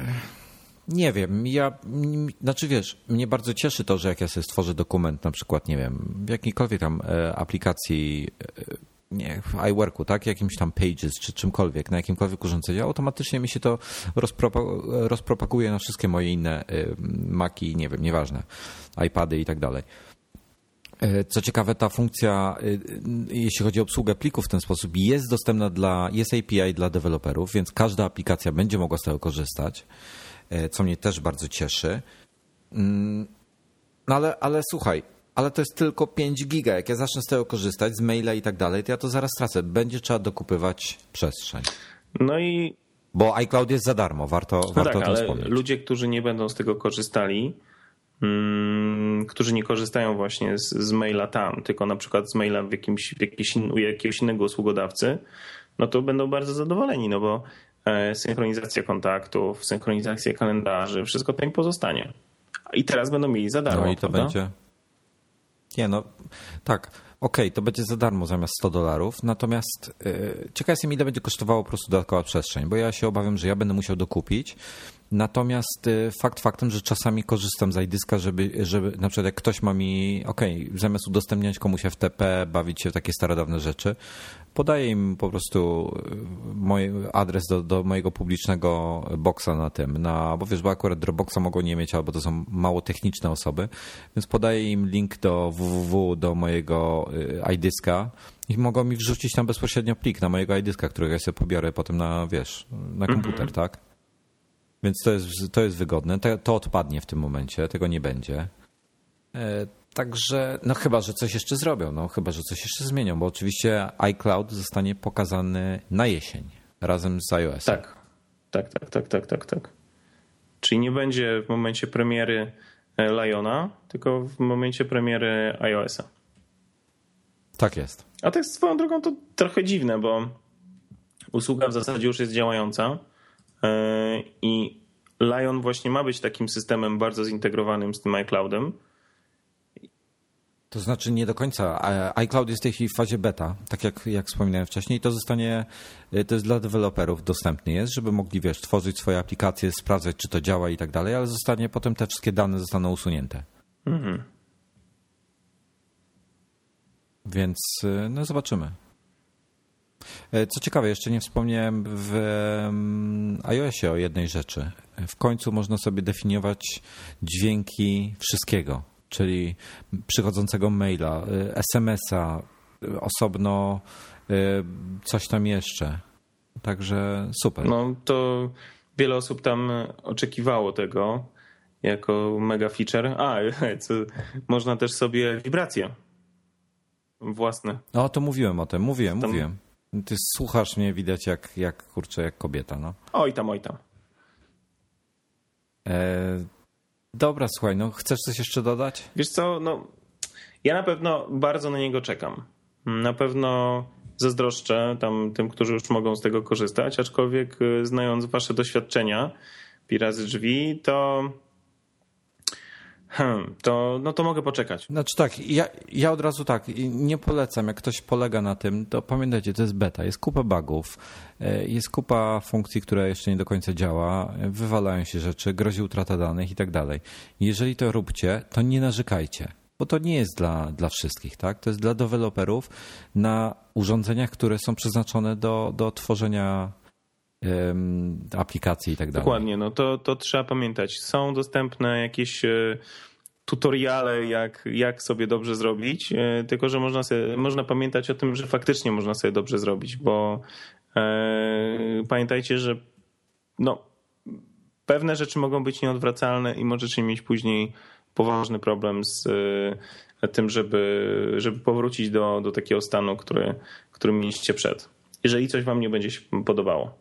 Nie wiem, ja, znaczy wiesz, mnie bardzo cieszy to, że jak ja sobie stworzę dokument, na przykład, nie wiem, w jakiejkolwiek tam aplikacji, nie, w iWorku, tak, jakimś tam Pages czy czymkolwiek, na jakimkolwiek urządzeniu, automatycznie mi się to rozpropa- rozpropaguje na wszystkie moje inne Maki, nie wiem, nieważne, iPady i tak dalej. Co ciekawe, ta funkcja, jeśli chodzi o obsługę plików w ten sposób, jest dostępna dla, jest A P I dla deweloperów, więc każda aplikacja będzie mogła z tego korzystać, co mnie też bardzo cieszy. No ale, ale słuchaj, ale to jest tylko pięć giga. Jak ja zacznę z tego korzystać, z maila i tak dalej, to ja to zaraz tracę. Będzie trzeba dokupywać przestrzeń. No i... Bo iCloud jest za darmo, warto, no warto tak, o tym ale wspomnieć. Ludzie, którzy nie będą z tego korzystali, hmm, którzy nie korzystają właśnie z, z maila tam, tylko na przykład z maila w jakimś, w jakieś in, u jakiegoś innego usługodawcy, no to będą bardzo zadowoleni, no bo synchronizacja kontaktów, synchronizacja kalendarzy, wszystko to im pozostanie. I teraz będą mieli za darmo. No i to prawda? będzie... Nie no, tak, okej, okay, to będzie za darmo zamiast sto dolarów, natomiast yy, ciekaw jestem, ile będzie kosztowało po prostu dodatkowa przestrzeń, bo ja się obawiam, że ja będę musiał dokupić. Natomiast fakt faktem, że czasami korzystam z iDyska, żeby, żeby na przykład jak ktoś ma mi, okej, okay, zamiast udostępniać komuś F T P, bawić się w takie starodawne rzeczy, podaję im po prostu mój adres do, do mojego publicznego boxa na tym, na, bo wiesz, bo akurat Dropboxa mogą nie mieć, albo to są mało techniczne osoby, więc podaję im link do www, do mojego iDyska i mogą mi wrzucić tam bezpośrednio plik na mojego iDyska, którego ja sobie pobiorę potem na, wiesz, na komputer, mm-hmm. tak? Więc to jest, to jest wygodne. To, to odpadnie w tym momencie, tego nie będzie. E, także, no chyba, że coś jeszcze zrobią, no chyba, że coś jeszcze zmienią, bo oczywiście iCloud zostanie pokazany na jesień razem z iOS-em. Tak, tak, tak, tak, tak, tak, tak. Czyli nie będzie w momencie premiery Liona, tylko w momencie premiery iOS-a. Tak jest. A tak swoją drogą to trochę dziwne, bo usługa w zasadzie już jest działająca. I Lion właśnie ma być takim systemem bardzo zintegrowanym z tym iCloudem. To znaczy nie do końca. iCloud jest w tej chwili w fazie beta, tak jak, jak wspominałem wcześniej. To zostanie, to jest dla deweloperów dostępny jest, żeby mogli, wiesz, tworzyć swoje aplikacje, sprawdzać, czy to działa i tak dalej, ale zostanie potem te wszystkie dane zostaną usunięte. Mhm. Więc no zobaczymy. Co ciekawe, jeszcze nie wspomniałem w iOSie o jednej rzeczy. W końcu można sobie definiować dźwięki wszystkiego, czyli przychodzącego maila, es em es-a, osobno coś tam jeszcze. Także super. No to wiele osób tam oczekiwało tego jako mega feature. A, co, można też sobie wibracje własne. No to mówiłem o tym, mówiłem, tam, mówiłem. Ty słuchasz mnie, widać jak, jak kurczę, jak kobieta, no. Oj tam, oj tam. E, dobra, słuchaj, no chcesz coś jeszcze dodać? Wiesz co, no ja na pewno bardzo na niego czekam. Na pewno zazdroszczę tam tym, którzy już mogą z tego korzystać, aczkolwiek znając wasze doświadczenia pirazy drzwi, to Hmm, to, no to mogę poczekać. Znaczy tak, ja, ja od razu tak, nie polecam, jak ktoś polega na tym, to pamiętajcie, to jest beta, jest kupa bugów, jest kupa funkcji, która jeszcze nie do końca działa, wywalają się rzeczy, grozi utrata danych i tak dalej. Jeżeli to róbcie, to nie narzekajcie, bo to nie jest dla, dla wszystkich, tak? To jest dla deweloperów na urządzeniach, które są przeznaczone do, do tworzenia aplikacji i tak dalej. Dokładnie, no to, to trzeba pamiętać. Są dostępne jakieś tutoriale, jak, jak sobie dobrze zrobić, tylko że można, sobie, można pamiętać o tym, że faktycznie można sobie dobrze zrobić, bo e, pamiętajcie, że no, pewne rzeczy mogą być nieodwracalne i możecie mieć później poważny problem z e, tym, żeby, żeby powrócić do, do takiego stanu, który, który mieliście przed. Jeżeli coś wam nie będzie się podobało.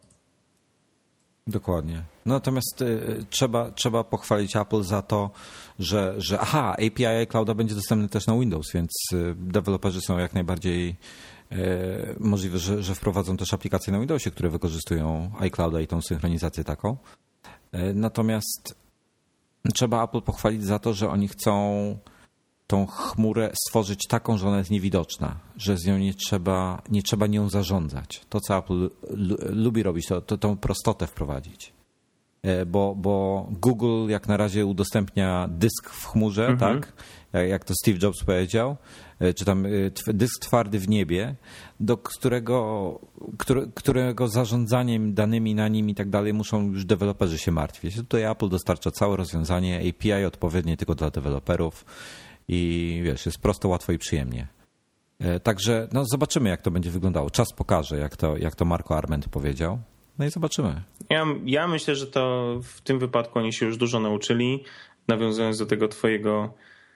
Dokładnie. Natomiast y, trzeba, trzeba pochwalić Apple za to, że, że aha, A P I iClouda będzie dostępny też na Windows, więc y, deweloperzy są jak najbardziej y, możliwe, że, że wprowadzą też aplikacje na Windowsie, które wykorzystują iClouda i tą synchronizację taką. Y, natomiast trzeba Apple pochwalić za to, że oni chcą tą chmurę stworzyć taką, że ona jest niewidoczna, że z nią nie trzeba, nie trzeba nią zarządzać. To, co Apple lubi robić, to, to tą prostotę wprowadzić. Bo, bo Google jak na razie udostępnia dysk w chmurze, mhm. tak? Jak to Steve Jobs powiedział, czy tam dysk twardy w niebie, do którego, które, którego zarządzaniem danymi na nim i tak dalej muszą już deweloperzy się martwić. Tutaj Apple dostarcza całe rozwiązanie, A P I odpowiednie tylko dla deweloperów. I wiesz, jest prosto, łatwo i przyjemnie. Także no zobaczymy, jak to będzie wyglądało. Czas pokaże, jak to, jak to Marco Arment powiedział. No i zobaczymy. Ja, ja myślę, że to w tym wypadku oni się już dużo nauczyli. Nawiązując do tego twojego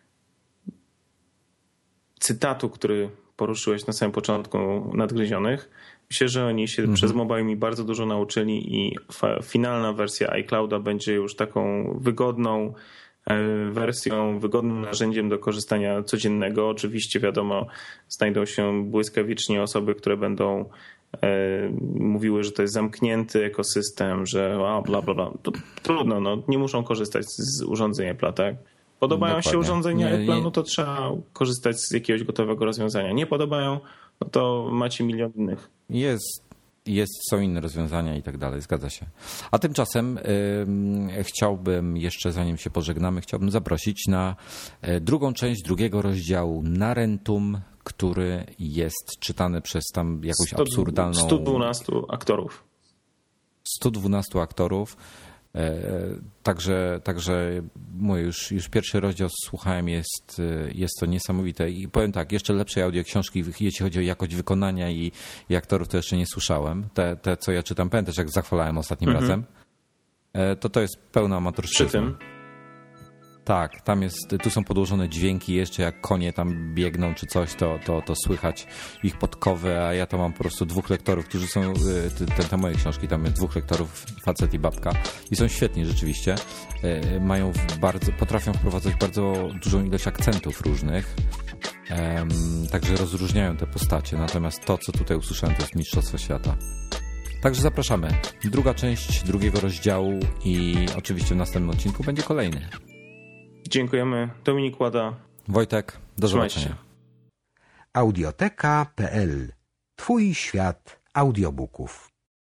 cytatu, który poruszyłeś na samym początku nadgryzionych. Myślę, że oni się mhm. przez MobileMe bardzo dużo nauczyli i finalna wersja iClouda będzie już taką wygodną wersją, wygodnym narzędziem do korzystania codziennego. Oczywiście wiadomo, znajdą się błyskawicznie osoby, które będą e, mówiły, że to jest zamknięty ekosystem, że a, bla bla bla. To trudno, no, nie muszą korzystać z urządzeń Apple'a, tak? Podobają Dokładnie. się urządzenia nie, Apple'a, no to trzeba korzystać z jakiegoś gotowego rozwiązania. Nie podobają, no to macie milion innych. Jest Jest, są inne rozwiązania i tak dalej, zgadza się. A tymczasem y, chciałbym jeszcze, zanim się pożegnamy, chciałbym zaprosić na drugą część drugiego rozdziału Narentum, który jest czytany przez tam jakąś sto, absurdalną... sto dwanaście aktorów. sto dwanaście aktorów. Także, także mówię, już, już pierwszy rozdział słuchałem, jest, jest to niesamowite i powiem tak, jeszcze lepszej audioksiążki, jeśli chodzi o jakość wykonania i, i aktorów, to jeszcze nie słyszałem. Te, te co ja czytam, pamiętasz jak zachwalałem ostatnim mm-hmm. razem, to to jest pełna amatorszczyzna. Przy tym? Tak, tam jest, tu są podłożone dźwięki jeszcze jak konie tam biegną czy coś, to, to, to słychać ich podkowy, a ja to mam po prostu dwóch lektorów, którzy są, te, te moje książki, tam jest dwóch lektorów, facet i babka i są świetni rzeczywiście, mają bardzo, potrafią wprowadzać bardzo dużą ilość akcentów różnych, także rozróżniają te postacie, natomiast to, co tutaj usłyszałem, to jest mistrzostwo świata. Także zapraszamy. Druga część drugiego rozdziału i oczywiście w następnym odcinku będzie kolejny. Dziękujemy. Dominik Łada. Wojtek, do zobaczenia. Audioteka kropka p l. Twój świat audiobooków.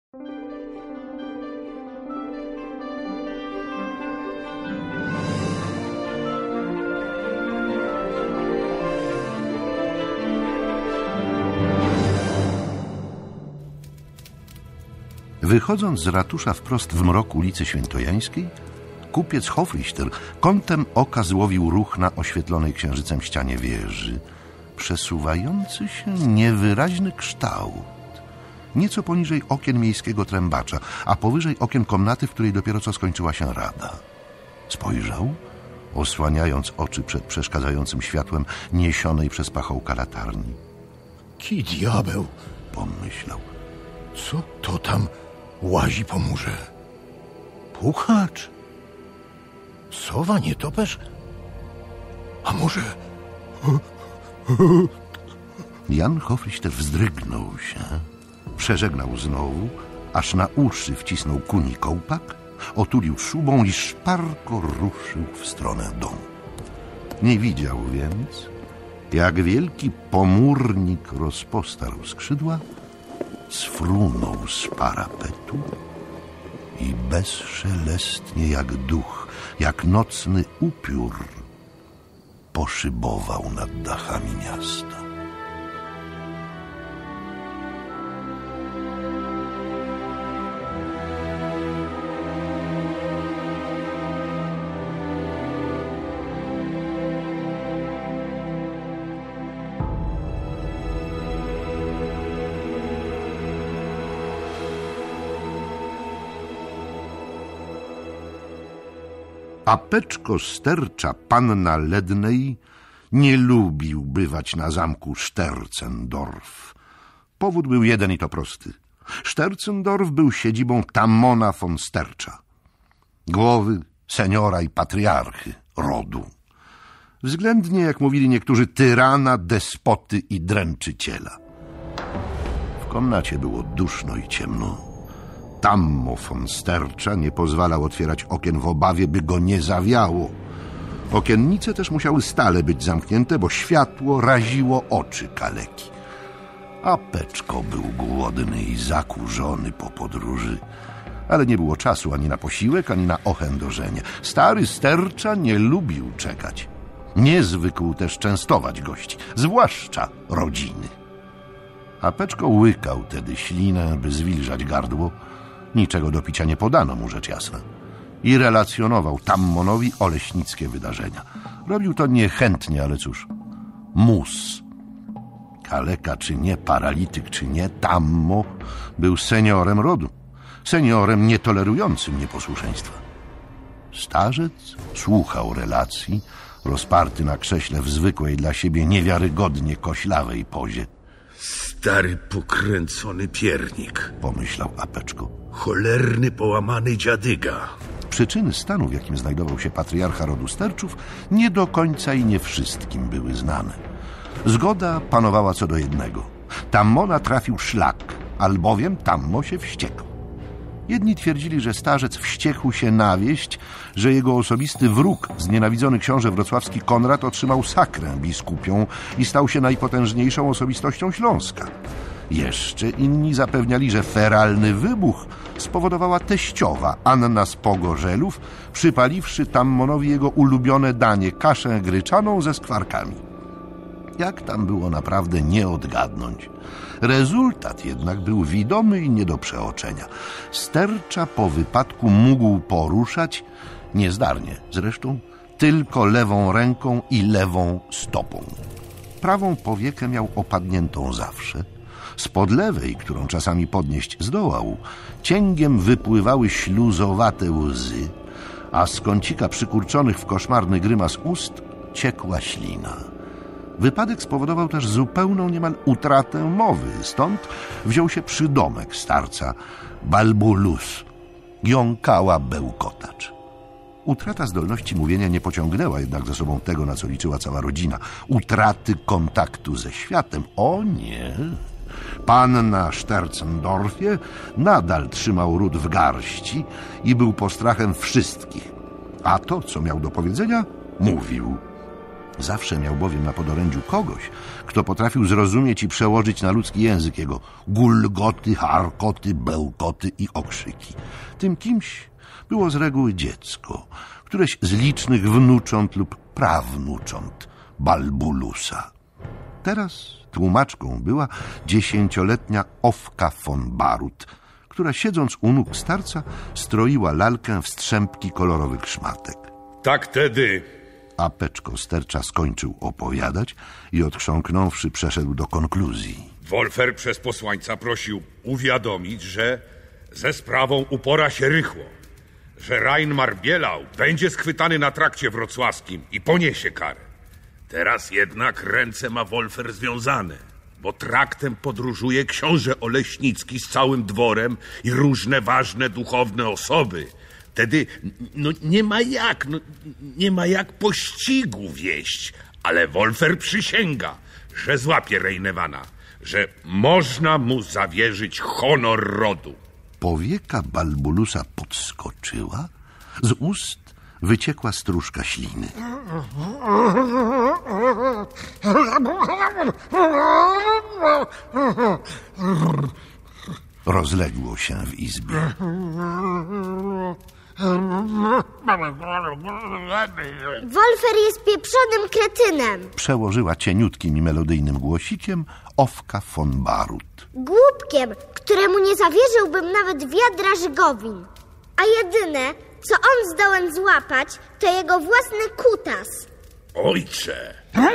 Wychodząc z ratusza wprost w mrok ulicy Świętojańskiej, kupiec Hofrichter kątem oka złowił ruch na oświetlonej księżycem ścianie wieży. Przesuwający się niewyraźny kształt. Nieco poniżej okien miejskiego trębacza, a powyżej okien komnaty, w której dopiero co skończyła się rada. Spojrzał, osłaniając oczy przed przeszkadzającym światłem niesionej przez pachołka latarni. Ki diabeł! pomyślał. Co to tam łazi po murze? Puchacz? Sowa, nietoperz? A może... Jan Hofrichter wzdrygnął się, przeżegnał znowu, aż na uszy wcisnął kuni kołpak, otulił szubą i szparko ruszył w stronę domu. Nie widział więc, jak wielki pomórnik rozpostarł skrzydła, sfrunął z parapetu i bezszelestnie jak duch, jak nocny upiór poszybował nad dachami miasta. Apeczko Stercza, panna Lednej, nie lubił bywać na zamku Sterzendorf. Powód był jeden i to prosty. Sterzendorf był siedzibą Tammona von Stercza, głowy seniora i patriarchy rodu. Względnie, jak mówili niektórzy, tyrana, despoty i dręczyciela. W komnacie było duszno i ciemno. Tammo von Stercza nie pozwalał otwierać okien w obawie, by go nie zawiało. Okiennice też musiały stale być zamknięte, bo światło raziło oczy kaleki. Apeczko był głodny i zakurzony po podróży, ale nie było czasu ani na posiłek, ani na ochędożenie. Stary Stercza nie lubił czekać. Nie zwykł też częstować gości, zwłaszcza rodziny. Apeczko łykał tedy ślinę, by zwilżać gardło. Niczego do picia nie podano mu, rzecz jasna. I relacjonował Tammonowi oleśnickie wydarzenia. Robił to niechętnie, ale cóż, mus. Kaleka czy nie, paralityk czy nie, Tammo był seniorem rodu. Seniorem nietolerującym nieposłuszeństwa. Starzec słuchał relacji, rozparty na krześle w zwykłej dla siebie niewiarygodnie koślawej pozie. Stary pokręcony piernik, pomyślał Apeczko. Cholerny połamany dziadyga. Przyczyny stanu, w jakim znajdował się patriarcha rodu Sterczów, nie do końca i nie wszystkim były znane. Zgoda panowała co do jednego. Tammona trafił szlak, albowiem Tammo się wściekł. Jedni twierdzili, że starzec wściekł się na wieść, że jego osobisty wróg, znienawidzony książę wrocławski Konrad, otrzymał sakrę biskupią i stał się najpotężniejszą osobistością Śląska. Jeszcze inni zapewniali, że feralny wybuch spowodowała teściowa Anna z Pogorzelów, przypaliwszy Tammonowi jego ulubione danie, kaszę gryczaną ze skwarkami. Jak tam było naprawdę, nie odgadnąć. Rezultat jednak był widomy i nie do przeoczenia. Stercza po wypadku mógł poruszać, niezdarnie zresztą, tylko lewą ręką i lewą stopą. Prawą powiekę miał opadniętą zawsze. Spod lewej, którą czasami podnieść zdołał, cięgiem wypływały śluzowate łzy, a z kącika przykurczonych w koszmarny grymas ust ciekła ślina. Wypadek spowodował też zupełną niemal utratę mowy, stąd wziął się przydomek starca Balbulus, jąkała bełkotacz. Utrata zdolności mówienia nie pociągnęła jednak za sobą tego, na co liczyła cała rodzina, utraty kontaktu ze światem. O nie! Pan na Sterzendorfie nadal trzymał ród w garści i był postrachem wszystkich, a to, co miał do powiedzenia, mówił. Zawsze miał bowiem na podorędziu kogoś, kto potrafił zrozumieć i przełożyć na ludzki język jego gulgoty, charkoty, bełkoty i okrzyki. Tym kimś było z reguły dziecko, któreś z licznych wnucząt lub prawnucząt Balbulusa. Teraz tłumaczką była dziesięcioletnia Owka von Barut, która siedząc u nóg starca stroiła lalkę w strzępki kolorowych szmatek. Tak tedy... Apeczko Stercza skończył opowiadać i odchrząknąwszy przeszedł do konkluzji. Wolfer przez posłańca prosił uwiadomić, że ze sprawą upora się rychło, że Reinmar Bielau będzie schwytany na trakcie wrocławskim i poniesie karę. Teraz jednak ręce ma Wolfer związane, bo traktem podróżuje książę Oleśnicki z całym dworem i różne ważne duchowne osoby. Wtedy no, nie ma jak, no, nie ma jak pościgu wieść, ale Wolfer przysięga, że złapie Rejnewana, że można mu zawierzyć honor rodu. Powieka Balbulusa podskoczyła, z ust wyciekła stróżka śliny. Rozległo się w izbie. Wolfer jest pieprzonym kretynem. Przełożyła cieniutkim i melodyjnym głosikiem Owka von Barut. Głupkiem, któremu nie zawierzyłbym nawet wiadra żygowin. A jedyne, co on zdołał złapać, to jego własny kutas. Ojcze!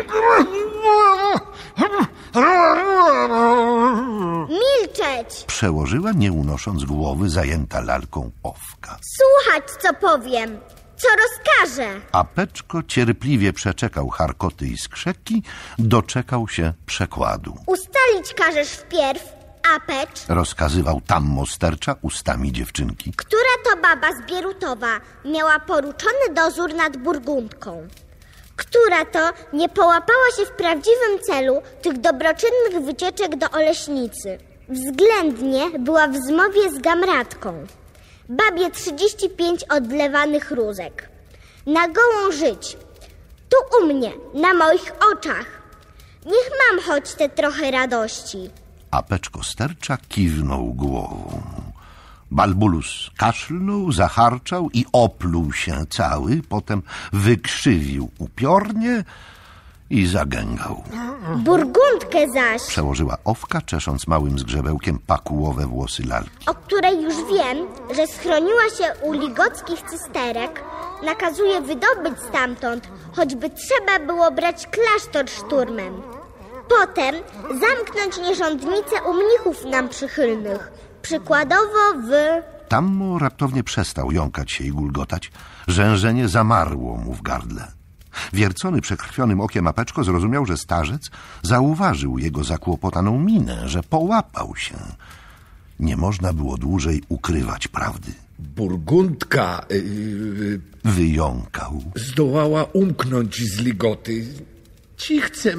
Milczeć! Przełożyła, nie unosząc głowy, zajęta lalką Owka. Słuchać, co powiem, co rozkażę. Apeczko cierpliwie przeczekał charkoty i skrzeki, doczekał się przekładu. Ustalić każesz wpierw, Apecz, rozkazywał tam mostercza ustami dziewczynki. Która to baba z Bierutowa miała poruczony dozór nad Burgundką. Która to nie połapała się w prawdziwym celu tych dobroczynnych wycieczek do Oleśnicy. Względnie była w zmowie z Gamratką. Babie trzydzieści pięć odlewanych rózek. Na gołą żyć. Tu u mnie, na moich oczach. Niech mam choć te trochę radości. Apeczko stercza kiwnął głową. Balbulus kaszlnął, zaharczał i opluł się cały, potem wykrzywił upiornie i zagęgał. Burgundkę zaś, przełożyła Owka, czesząc małym zgrzebełkiem pakułowe włosy lalki. O której już wiem, że schroniła się u ligockich cysterek, nakazuje wydobyć stamtąd, choćby trzeba było brać klasztor szturmem. Potem zamknąć nierządnicę u mnichów nam przychylnych. Przykładowo w... Tammo raptownie przestał jąkać się i gulgotać. Rzężenie zamarło mu w gardle. Wiercony przekrwionym okiem Apeczko zrozumiał, że starzec zauważył jego zakłopotaną minę, że połapał się. Nie można było dłużej ukrywać prawdy. Burgundka yy, wyjąkał. Zdołała umknąć z ligoty. Ci chcę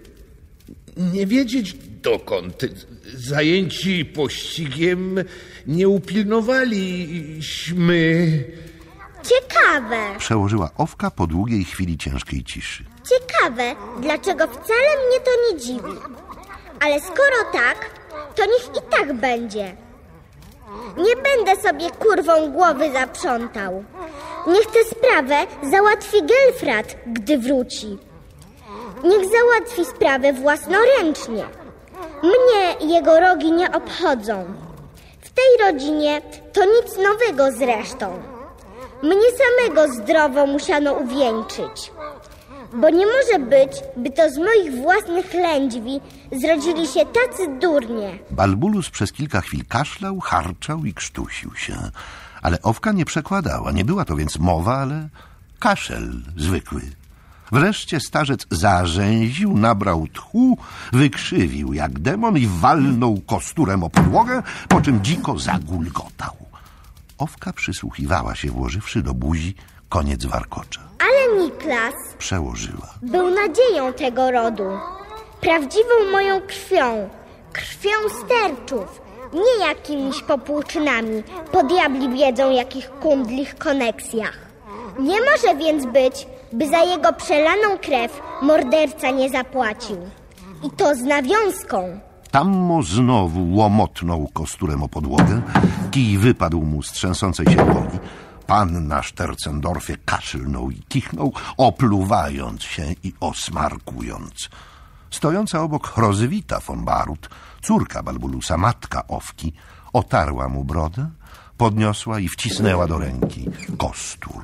nie wiedzieć dokąd. Zajęci pościgiem nie upilnowaliśmy. Ciekawe. Przełożyła Owka po długiej chwili ciężkiej ciszy. Ciekawe, dlaczego wcale mnie to nie dziwi. Ale skoro tak, to niech i tak będzie. Nie będę sobie kurwą głowy zaprzątał. Niech tę sprawę załatwi Gelfrat, gdy wróci. Niech załatwi sprawę własnoręcznie. Mnie jego rogi nie obchodzą. W tej rodzinie to nic nowego zresztą. Mnie samego zdrowo musiano uwieńczyć. Bo nie może być, by to z moich własnych lędźwi zrodzili się tacy durnie. Balbulus przez kilka chwil kaszlał, harczał i krztusił się. Ale Owka nie przekładała. Nie była to więc mowa, ale kaszel zwykły. Wreszcie starzec zarzęził, nabrał tchu, wykrzywił jak demon i walnął kosturem o podłogę, po czym dziko zagulgotał. Owka przysłuchiwała się, włożywszy do buzi koniec warkocza. Ale Niklas przełożyła. Był nadzieją tego rodu. Prawdziwą moją krwią. Krwią sterczów. Nie jakimiś popłuczynami. Po diabli wiedzą jakich kundlich koneksjach. Nie może więc być, by za jego przelaną krew morderca nie zapłacił. I to z nawiązką. Tammo znowu łomotnął kosturem o podłogę. Kij wypadł mu z trzęsącej się dłoni. Pan na Sztercendorfie kaszlnął i kichnął, opluwając się i osmarkując. Stojąca obok Rozwita von Barut, córka Balbulusa, matka Owki, otarła mu brodę, podniosła i wcisnęła do ręki kostur.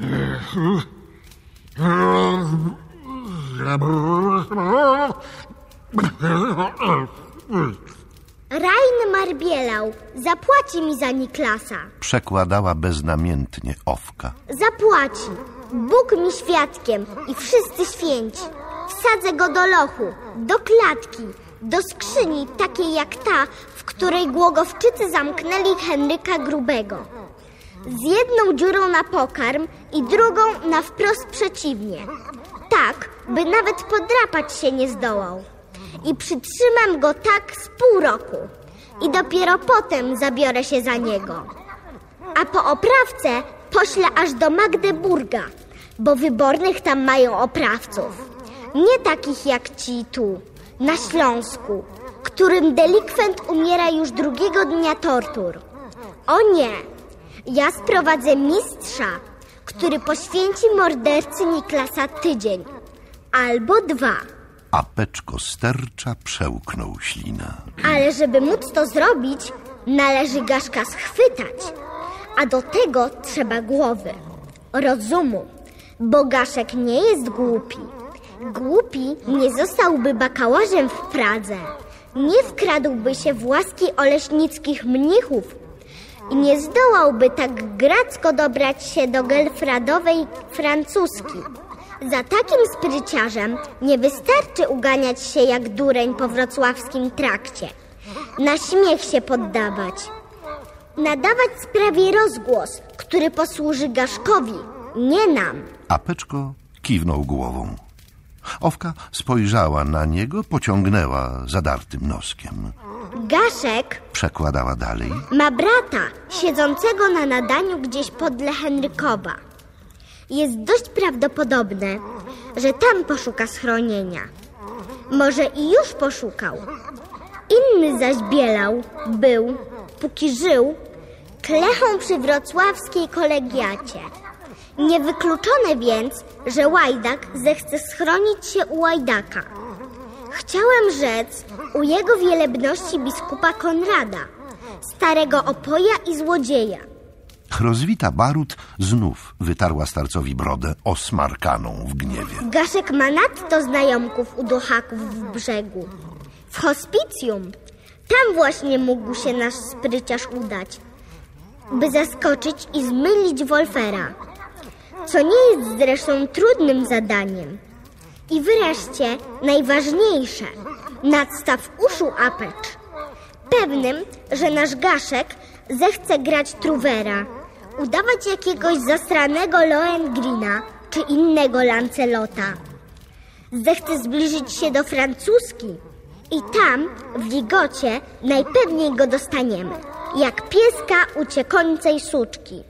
Rain Marbielał zapłaci mi za Niklasa. Przekładała beznamiętnie Owka. Zapłaci. Bóg mi świadkiem i wszyscy święci. Wsadzę go do lochu, do klatki, Do skrzyni, takiej jak ta, w której Głogowczycy zamknęli Henryka Grubego. Z jedną dziurą na pokarm i drugą na wprost przeciwnie. Tak, by nawet podrapać się nie zdołał. I przytrzymam go tak z pół roku. I dopiero potem zabiorę się za niego. A po oprawcę poślę aż do Magdeburga, bo wybornych tam mają oprawców. Nie takich jak ci tu, na Śląsku, którym delikwent umiera już drugiego dnia tortur. O nie, ja sprowadzę mistrza, który poświęci mordercy Niklasa tydzień, albo dwa. Apeczko stercza przełknął ślinę. Ale żeby móc to zrobić, należy Gaszka schwytać, a do tego trzeba głowy, rozumu, bo Gaszek nie jest głupi. Głupi nie zostałby bakałarzem w Pradze, nie wkradłby się w łaski oleśnickich mnichów i nie zdołałby tak gracko dobrać się do gelfradowej francuski. Za takim spryciarzem nie wystarczy uganiać się jak dureń po wrocławskim trakcie, na śmiech się poddawać, nadawać sprawie rozgłos, który posłuży Gaszkowi, nie nam. Apeczko kiwnął głową. Owka spojrzała na niego, pociągnęła zadartym noskiem. Gaszek, Przekładała dalej. ma brata siedzącego na nadaniu gdzieś podle Henrykowa. Jest dość prawdopodobne, że tam poszuka schronienia. Może i już poszukał. Inny zaś Bielał był, póki żył, klechą przy wrocławskiej kolegiacie. Niewykluczone więc, że Łajdak zechce schronić się u Łajdaka. Chciałem rzec u jego wielebności biskupa Konrada, starego opoja i złodzieja. Rozwita Barut znów wytarła starcowi brodę osmarkaną w gniewie. Gaszek ma nadto znajomków u duchaków w brzegu. W hospicjum. Tam właśnie mógł się nasz spryciarz udać, by zaskoczyć i zmylić Wolfera, co nie jest zresztą trudnym zadaniem. I wreszcie najważniejsze, nadstaw uszu Apecz. Pewnym, że nasz Gaszek zechce grać Truwera, udawać jakiegoś zastranego Lohengrina czy innego Lancelota. Zechce zbliżyć się do francuski i tam, w ligocie, najpewniej go dostaniemy, jak pieska uciekącej suczki.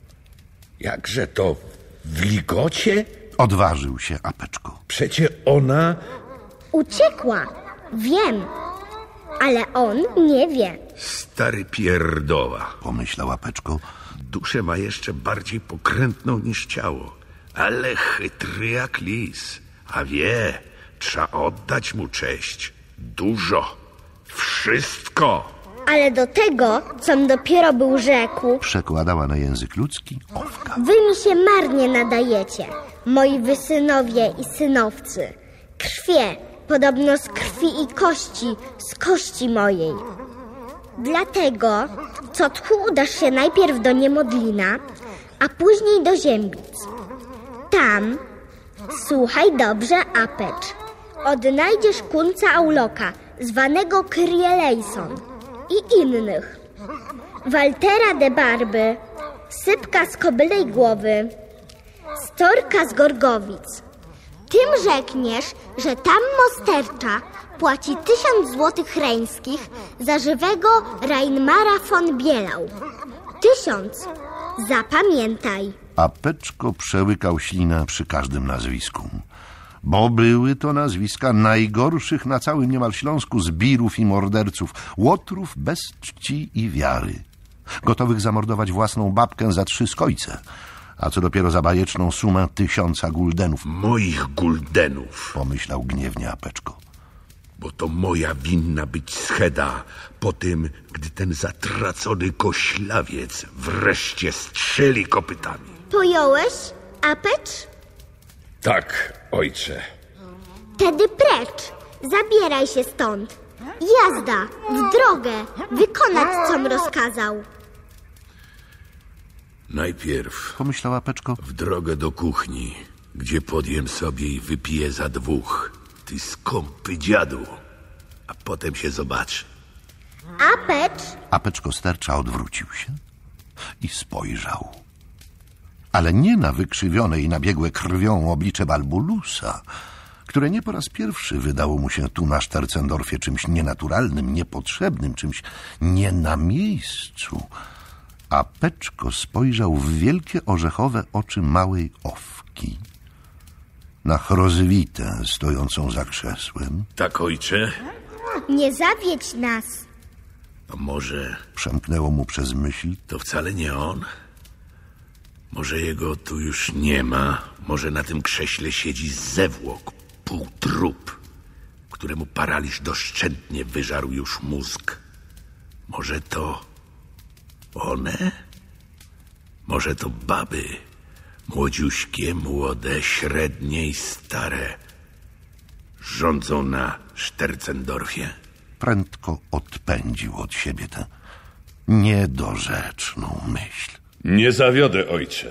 Jakże to w ligocie? Odważył się Apeczko. Przecie ona... Uciekła, wiem, ale on nie wie. Stary pierdoła. Pomyślał Apeczko. Duszę ma jeszcze bardziej pokrętną niż ciało, ale chytry jak lis. A wie, trzeba oddać mu cześć. Dużo. Wszystko. Ale do tego, com dopiero był rzekł, Przekładała na język ludzki Owka. wy mi się marnie nadajecie, moi wysynowie i synowcy. Krwie, podobno z krwi i kości, z kości mojej. Dlatego, co tchu udasz się najpierw do Niemodlina, a później do Ziębic. Tam, słuchaj dobrze, Apecz, odnajdziesz kunca Auloka, zwanego Kyrieleison, i innych. Waltera de Barby, Sypka z Kobylej Głowy, Storka z Gorgowic. Tym rzekniesz, że tam mostercza płaci tysiąc złotych reńskich za żywego Reinmara von Bielau. Tysiąc. Zapamiętaj. Apeczko przełykał ślinę przy każdym nazwisku. Bo były to nazwiska najgorszych na całym niemal Śląsku zbirów i morderców, łotrów bez czci i wiary, gotowych zamordować własną babkę za trzy skojce, a co dopiero za bajeczną sumę tysiąca guldenów. Moich guldenów. Pomyślał gniewnie Apeczko. Bo to moja winna być scheda po tym, gdy ten zatracony koślawiec wreszcie strzeli kopytami. Pojąłeś, Apecz? Tak, ojcze. Tedy precz. Zabieraj się stąd. Jazda, w drogę, wykonać, com rozkazał. Najpierw Pomyślał Apeczko. w drogę do kuchni, gdzie podjem sobie i wypiję za dwóch. Ty skąpy dziadu. a potem się zobaczy. Apecz? Apeczko stercza odwrócił się i spojrzał. Ale nie na wykrzywione i nabiegłe krwią oblicze Balbulusa, które nie po raz pierwszy wydało mu się tu na Sztercendorfie czymś nienaturalnym, niepotrzebnym, czymś nie na miejscu. Apeczko spojrzał w wielkie orzechowe oczy małej owki, na Chrozywitę stojącą za krzesłem. Tak, ojcze? Nie zawiedź nas. A może Przemknęło mu przez myśl. to wcale nie on? Może jego tu już nie ma? Może na tym krześle siedzi zewłok, półtrup, któremu paraliż doszczętnie wyżarł już mózg? Może to one? Może to baby, młodziuśkie, młode, średnie i stare, rządzą na Sztercendorfie? Prędko odpędził od siebie tę niedorzeczną myśl. Nie zawiodę, ojcze.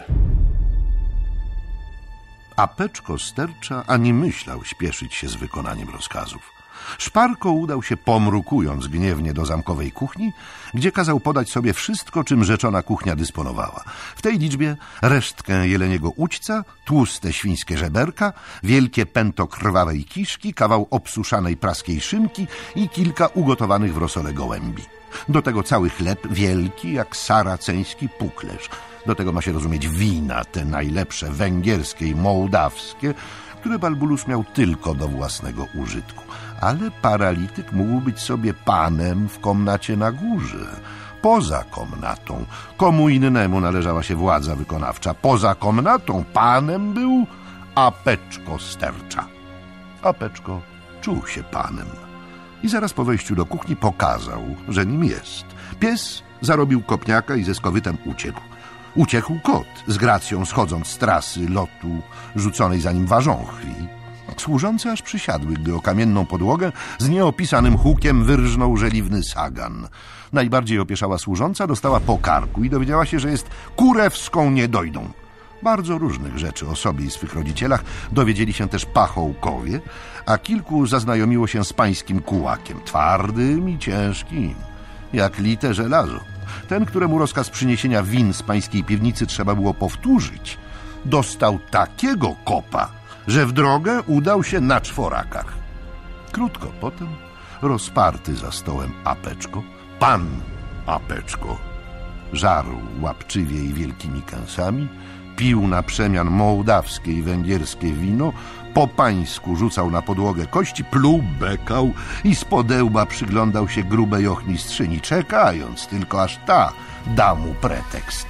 Apeczko stercza ani myślał śpieszyć się z wykonaniem rozkazów. Szparko udał się pomrukując gniewnie do zamkowej kuchni, gdzie kazał podać sobie wszystko, czym rzeczona kuchnia dysponowała. W tej liczbie resztkę jeleniego ućca, tłuste świńskie żeberka, wielkie pęto krwawej kiszki, kawał obsuszanej praskiej szynki i kilka ugotowanych w rosole gołębi. Do tego cały chleb wielki, jak saraceński puklerz. Do tego ma się rozumieć wina, te najlepsze węgierskie i mołdawskie, które Balbulus miał tylko do własnego użytku. Ale paralityk mógł być sobie panem w komnacie na górze. Poza komnatą komu innemu należała się władza wykonawcza. Poza komnatą panem był Apeczko stercza. Apeczko czuł się panem i zaraz po wejściu do kuchni pokazał, że nim jest. Pies zarobił kopniaka i ze skowytem uciekł. Uciekł kot, z gracją schodząc z trasy lotu rzuconej za nim warząchwi. Służące aż przysiadły, gdy o kamienną podłogę z nieopisanym hukiem wyrżnął żeliwny sagan. Najbardziej opieszała służąca dostała po karku i dowiedziała się, że jest kurewską niedojdą. Bardzo różnych rzeczy o sobie i swych rodzicielach dowiedzieli się też pachołkowie, a kilku zaznajomiło się z pańskim kułakiem, twardym i ciężkim, jak lite żelazo. Ten, któremu rozkaz przyniesienia win z pańskiej piwnicy trzeba było powtórzyć, dostał takiego kopa, że w drogę udał się na czworakach. Krótko potem, rozparty za stołem Apeczko, pan Apeczko, żarł łapczywie i wielkimi kęsami, pił na przemian mołdawskie i węgierskie wino, po pańsku rzucał na podłogę kości, pluł, bekał i z podełba przyglądał się grubej ochmistrzyni, czekając tylko aż ta da mu pretekst.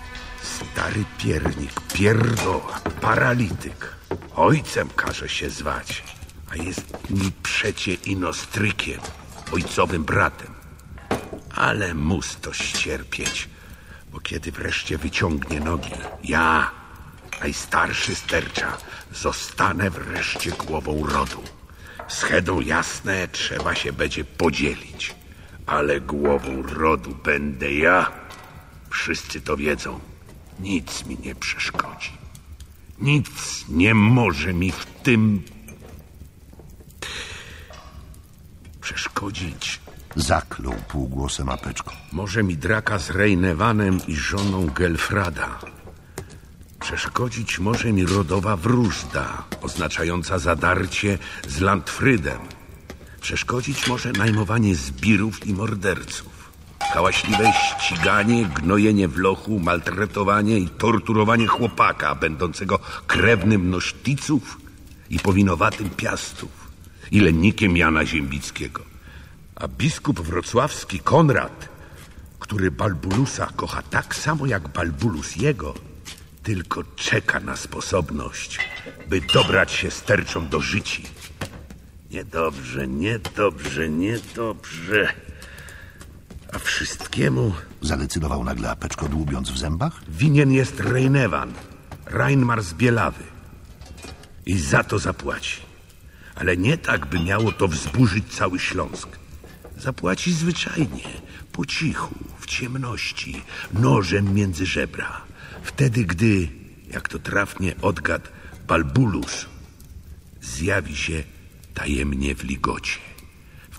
Stary piernik, pierdoła, paralityk. Ojcem każe się zwać, a jest mi przecie ino strykiem, ojcowym bratem. Ale mus to ścierpieć, bo kiedy wreszcie wyciągnie nogi, ja, najstarszy stercza, zostanę wreszcie głową rodu. Schedą jasne trzeba się będzie podzielić, ale głową rodu będę ja. Wszyscy to wiedzą. Nic mi nie przeszkodzi. Nic nie może mi w tym przeszkodzić. Zaklął półgłosem Apeczko. Może mi draka z Rejnewanem i żoną Gelfrada. Przeszkodzić może mi rodowa wróżda, oznaczająca zadarcie z Landfrydem. Przeszkodzić może najmowanie zbirów i morderców. Hałaśliwe ściganie, gnojenie w lochu, maltretowanie i torturowanie chłopaka, będącego krewnym noszticów i powinowatym piastów i lennikiem Jana Ziembickiego. A biskup wrocławski Konrad, który Balbulusa kocha tak samo jak Balbulus jego, tylko czeka na sposobność, by dobrać się sterczą do życi. Niedobrze, niedobrze, niedobrze. A wszystkiemu Zadecydował nagle Apeczko, dłubiąc w zębach. winien jest Rejnewan, Reinmar z Bielawy. I za to zapłaci. Ale nie tak, by miało to wzburzyć cały Śląsk. Zapłaci zwyczajnie, po cichu, w ciemności, nożem między żebra. Wtedy, gdy, jak to trafnie odgadł Balbulus, zjawi się tajemnie w ligocie. W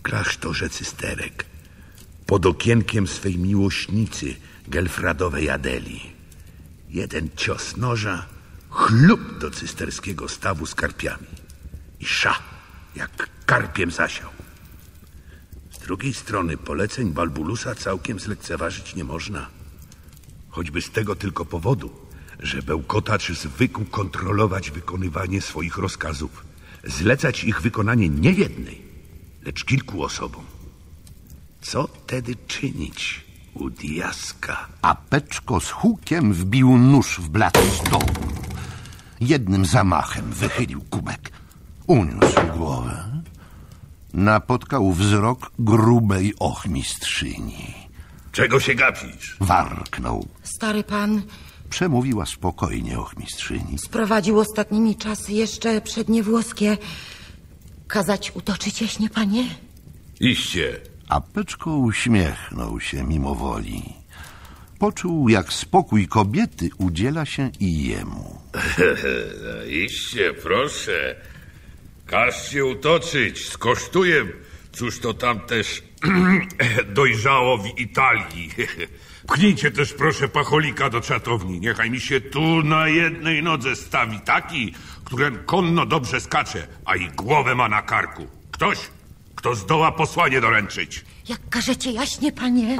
klasztorze cysterek, pod okienkiem swej miłośnicy, Gelfradowej Adeli. Jeden cios noża, chlup do cysterskiego stawu z karpiami. I sza, jak karpiem zasiał. Z drugiej strony poleceń Balbulusa całkiem zlekceważyć nie można. Choćby z tego tylko powodu, że bełkotacz zwykł kontrolować wykonywanie swoich rozkazów, zlecać ich wykonanie nie jednej, lecz kilku osobom. Co tedy czynić u diaska? A Peczko z hukiem wbił nóż w blat stołu. Jednym zamachem wychylił kubek. Uniósł głowę. Napotkał wzrok grubej ochmistrzyni. Czego się gapisz? Warknął. Stary pan Przemówiła spokojnie ochmistrzyni. sprowadził ostatnimi czasy jeszcze przednie włoskie. Kazać utoczyć jaśnie, panie? Iście. A Peczko uśmiechnął się mimowoli. Poczuł, jak spokój kobiety udziela się i jemu. Iście, proszę. Każcie utoczyć, skosztuję. Cóż to tam też dojrzało w Italii. Pchnijcie też, proszę, pacholika do czatowni. Niechaj mi się tu na jednej nodze stawi taki, którym konno dobrze skacze, a i głowę ma na karku. Ktoś, kto zdoła posłanie doręczyć. Jak każecie jaśnie, panie?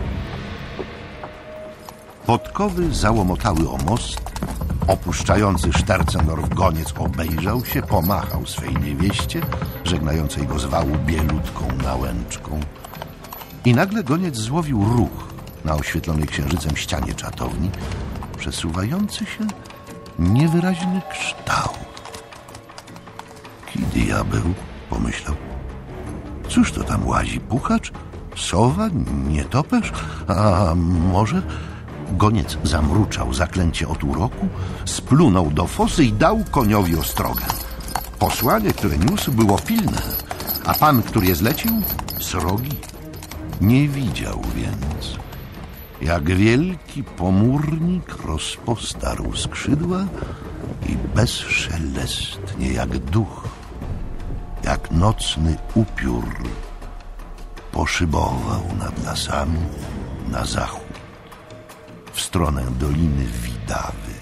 Podkowy załomotały o most. Opuszczający Sztercendorf goniec obejrzał się, pomachał swej niewieście, żegnającej go z wału bielutką nałęczką. I nagle goniec złowił ruch na oświetlonej księżycem ścianie czatowni, przesuwający się niewyraźny kształt. Ki diabeł, pomyślał. Cóż to tam łazi? Puchacz? Sowa? Nietoperz? A może... Goniec zamruczał zaklęcie od uroku, splunął do fosy i dał koniowi ostrogę. Posłanie, które niósł, było pilne, a pan, który je zlecił, srogi. Nie widział więc, jak wielki pomórnik rozpostarł skrzydła i bezszelestnie, jak duch, jak nocny upiór, poszybował nad lasami na zachód, w stronę Doliny Widawy.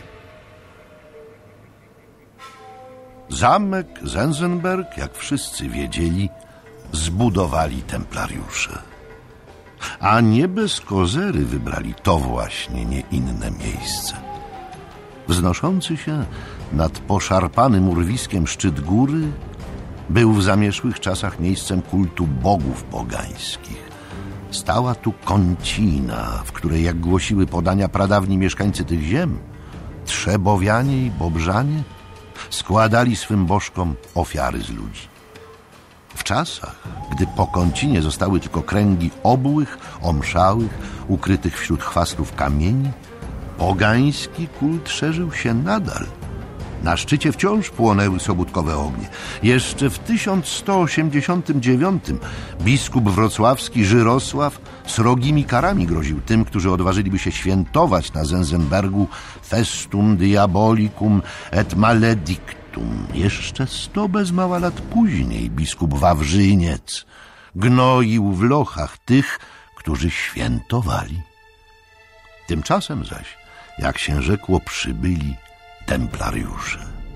Zamek Zenzenberg, jak wszyscy wiedzieli, zbudowali templariusze. A nie bez kozery wybrali to właśnie, nie inne miejsce. Wznoszący się nad poszarpanym urwiskiem szczyt góry był w zamieszłych czasach miejscem kultu bogów pogańskich. Stała tu kącina, w której, jak głosiły podania pradawni mieszkańcy tych ziem, Trzebowianie i Bobrzanie składali swym bożkom ofiary z ludzi. W czasach, gdy po kącinie zostały tylko kręgi obłych, omszałych, ukrytych wśród chwastów kamieni, pogański kult szerzył się nadal. Na szczycie wciąż płonęły sobótkowe ognie. Jeszcze w tysiąc sto osiemdziesiątym dziewiątym biskup wrocławski Żyrosław srogimi karami groził tym, którzy odważyliby się świętować na Zenzenbergu festum diabolicum et maledictum. Jeszcze sto bez mała lat później biskup Wawrzyniec gnoił w lochach tych, którzy świętowali. Tymczasem zaś, jak się rzekło, przybyli templariusze.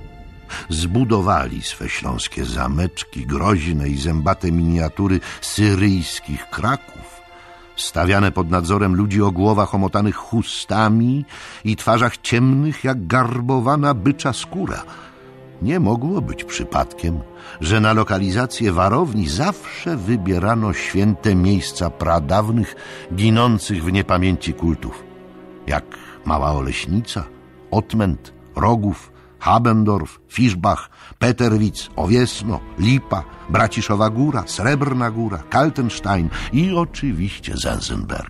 Zbudowali swe śląskie zameczki, groźne i zębate miniatury syryjskich Kraków, stawiane pod nadzorem ludzi o głowach omotanych chustami i twarzach ciemnych jak garbowana bycza skóra. Nie mogło być przypadkiem, że na lokalizację warowni zawsze wybierano święte miejsca pradawnych, ginących w niepamięci kultów, jak Mała Oleśnica, Otment, Rogów, Habendorf, Fischbach, Peterwitz, Owiesno, Lipa, Braciszowa Góra, Srebrna Góra, Kaltenstein i oczywiście Zenzenberg.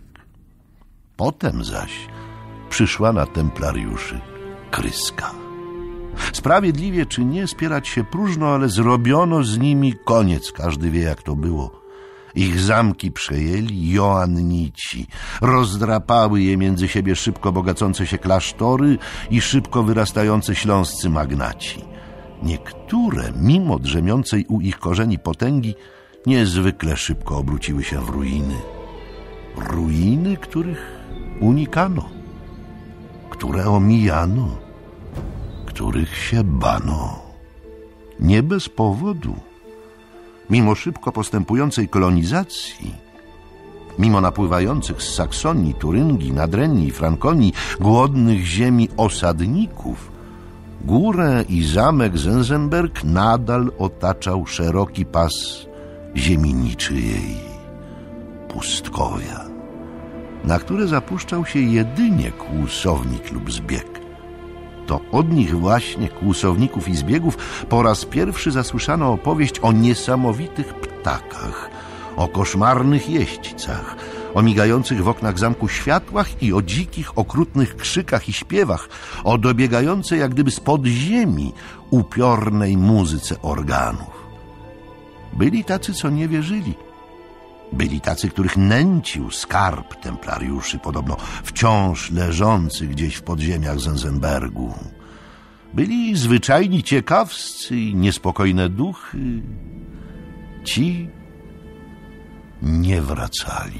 Potem zaś przyszła na templariuszy Kryska. Sprawiedliwie czy nie, spierać się próżno, ale zrobiono z nimi koniec. Każdy wie, jak to było. Ich zamki przejęli Joannici, rozdrapały je między siebie szybko bogacące się klasztory i szybko wyrastające śląscy magnaci. Niektóre, mimo drzemiącej u ich korzeni potęgi, niezwykle szybko obróciły się w ruiny. Ruiny, których unikano, które omijano, których się bano. Nie bez powodu. Mimo szybko postępującej kolonizacji, mimo napływających z Saksonii, Turyngii, Nadrenii, Frankonii głodnych ziemi osadników, górę i zamek Zenzenberg nadal otaczał szeroki pas ziemi niczyjej, pustkowia, na które zapuszczał się jedynie kłusownik lub zbieg. To od nich właśnie, kłusowników i zbiegów, po raz pierwszy zasłyszano opowieść o niesamowitych ptakach, o koszmarnych jeźdźcach, o migających w oknach zamku światłach i o dzikich, okrutnych krzykach i śpiewach, o dobiegającej jak gdyby spod ziemi upiornej muzyce organów. Byli tacy, co nie wierzyli. Byli tacy, których nęcił skarb templariuszy, podobno wciąż leżący gdzieś w podziemiach Zenzenbergu. Byli zwyczajni ciekawscy i niespokojne duchy. Ci nie wracali.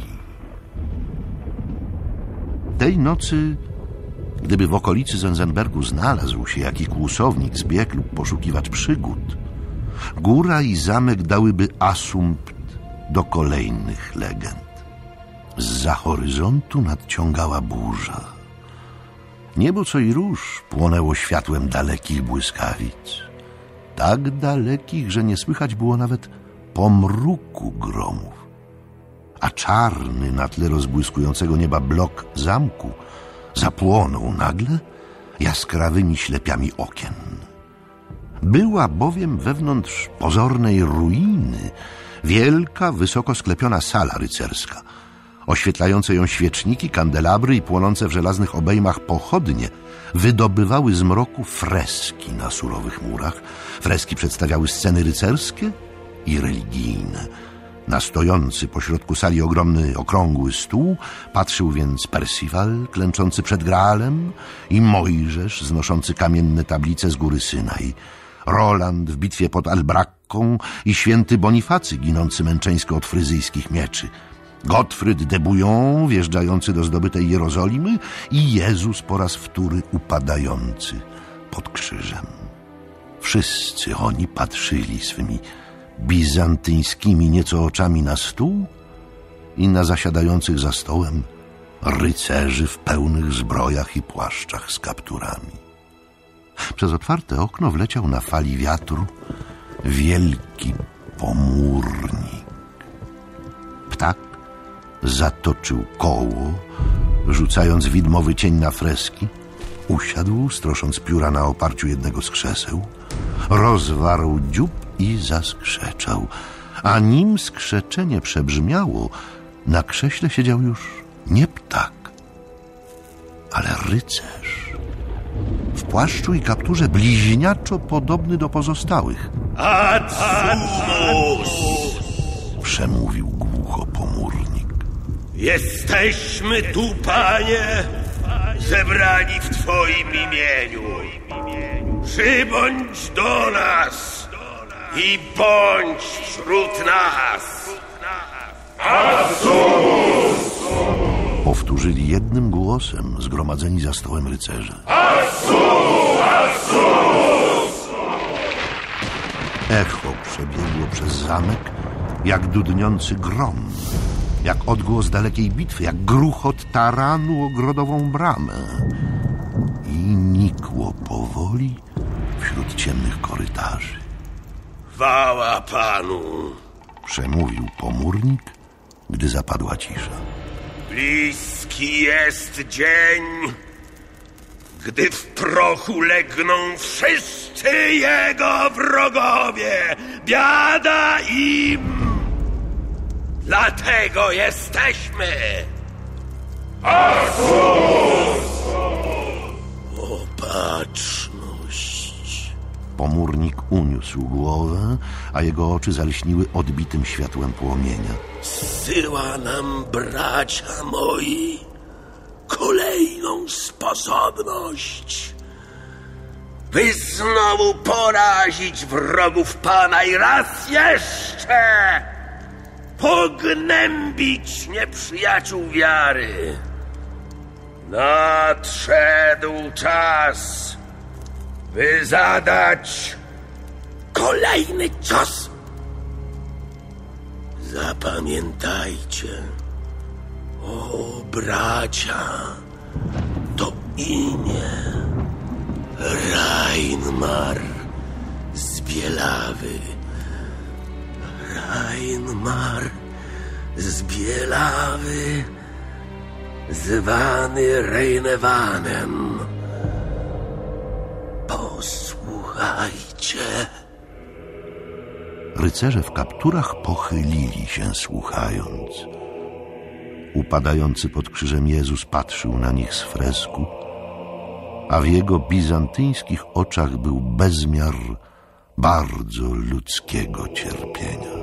Tej nocy, gdyby w okolicy Zenzenbergu znalazł się jaki kłusownik, zbieg lub poszukiwacz przygód, góra i zamek dałyby asumpt do kolejnych legend. Zza horyzontu nadciągała burza. Niebo co i róż płonęło światłem dalekich błyskawic. Tak dalekich, że nie słychać było nawet pomruku gromów. A czarny na tle rozbłyskującego nieba blok zamku zapłonął nagle jaskrawymi ślepiami okien. Była bowiem wewnątrz pozornej ruiny wielka, wysoko sklepiona sala rycerska. Oświetlające ją świeczniki, kandelabry i płonące w żelaznych obejmach pochodnie wydobywały z mroku freski na surowych murach. Freski przedstawiały sceny rycerskie i religijne. Na stojący pośrodku sali ogromny, okrągły stół patrzył więc Percival, klęczący przed Graalem, i Mojżesz, znoszący kamienne tablice z góry Synaj, Roland w bitwie pod Albracką i święty Bonifacy ginący męczeńsko od fryzyjskich mieczy, Gottfried de Bouillon wjeżdżający do zdobytej Jerozolimy i Jezus po raz wtóry upadający pod krzyżem. Wszyscy oni patrzyli swymi bizantyńskimi nieco oczami na stół i na zasiadających za stołem rycerzy w pełnych zbrojach i płaszczach z kapturami. Przez otwarte okno wleciał na fali wiatru wielki pomórnik. Ptak zatoczył koło, rzucając widmowy cień na freski, usiadł, strosząc pióra na oparciu jednego z krzeseł, rozwarł dziób i zaskrzeczał, a nim skrzeczenie przebrzmiało, na krześle siedział już nie ptak, ale rycerz. W płaszczu i kapturze bliźniaczo podobny do pozostałych. Atsumus! Przemówił głucho pomórnik. Jesteśmy tu, panie, zebrani w twoim imieniu. Przybądź do nas i bądź wśród nas. Atsumus! Powtórzyli jednym głosem zgromadzeni za stołem rycerze. Atsumus! Atsumus! Echo przebiegło przez zamek jak dudniący grom, jak odgłos dalekiej bitwy, jak gruchot taranu o grodową bramę. I nikło powoli wśród ciemnych korytarzy. Chwała Panu! Przemówił pomórnik, gdy zapadła cisza. Bliski jest dzień, gdy w prochu legną wszyscy jego wrogowie. Biada im! Dlatego jesteśmy! Atsumus! Opatrzność! Pomórnik uniósł głowę, a jego oczy zalśniły odbitym światłem płomienia. Zsyła nam, bracia moi, kolejną sposobność, by znowu porazić wrogów Pana i raz jeszcze pognębić nieprzyjaciół wiary. Nadszedł czas, by zadać kolejny cios. Zapamiętajcie, o bracia, to imię Reinmar z Bielawy. Reinmar z Bielawy, zwany Reinewanem. Posłuchajcie. Rycerze w kapturach pochylili się, słuchając. Upadający pod krzyżem Jezus patrzył na nich z fresku, a w jego bizantyjskich oczach był bezmiar bardzo ludzkiego cierpienia.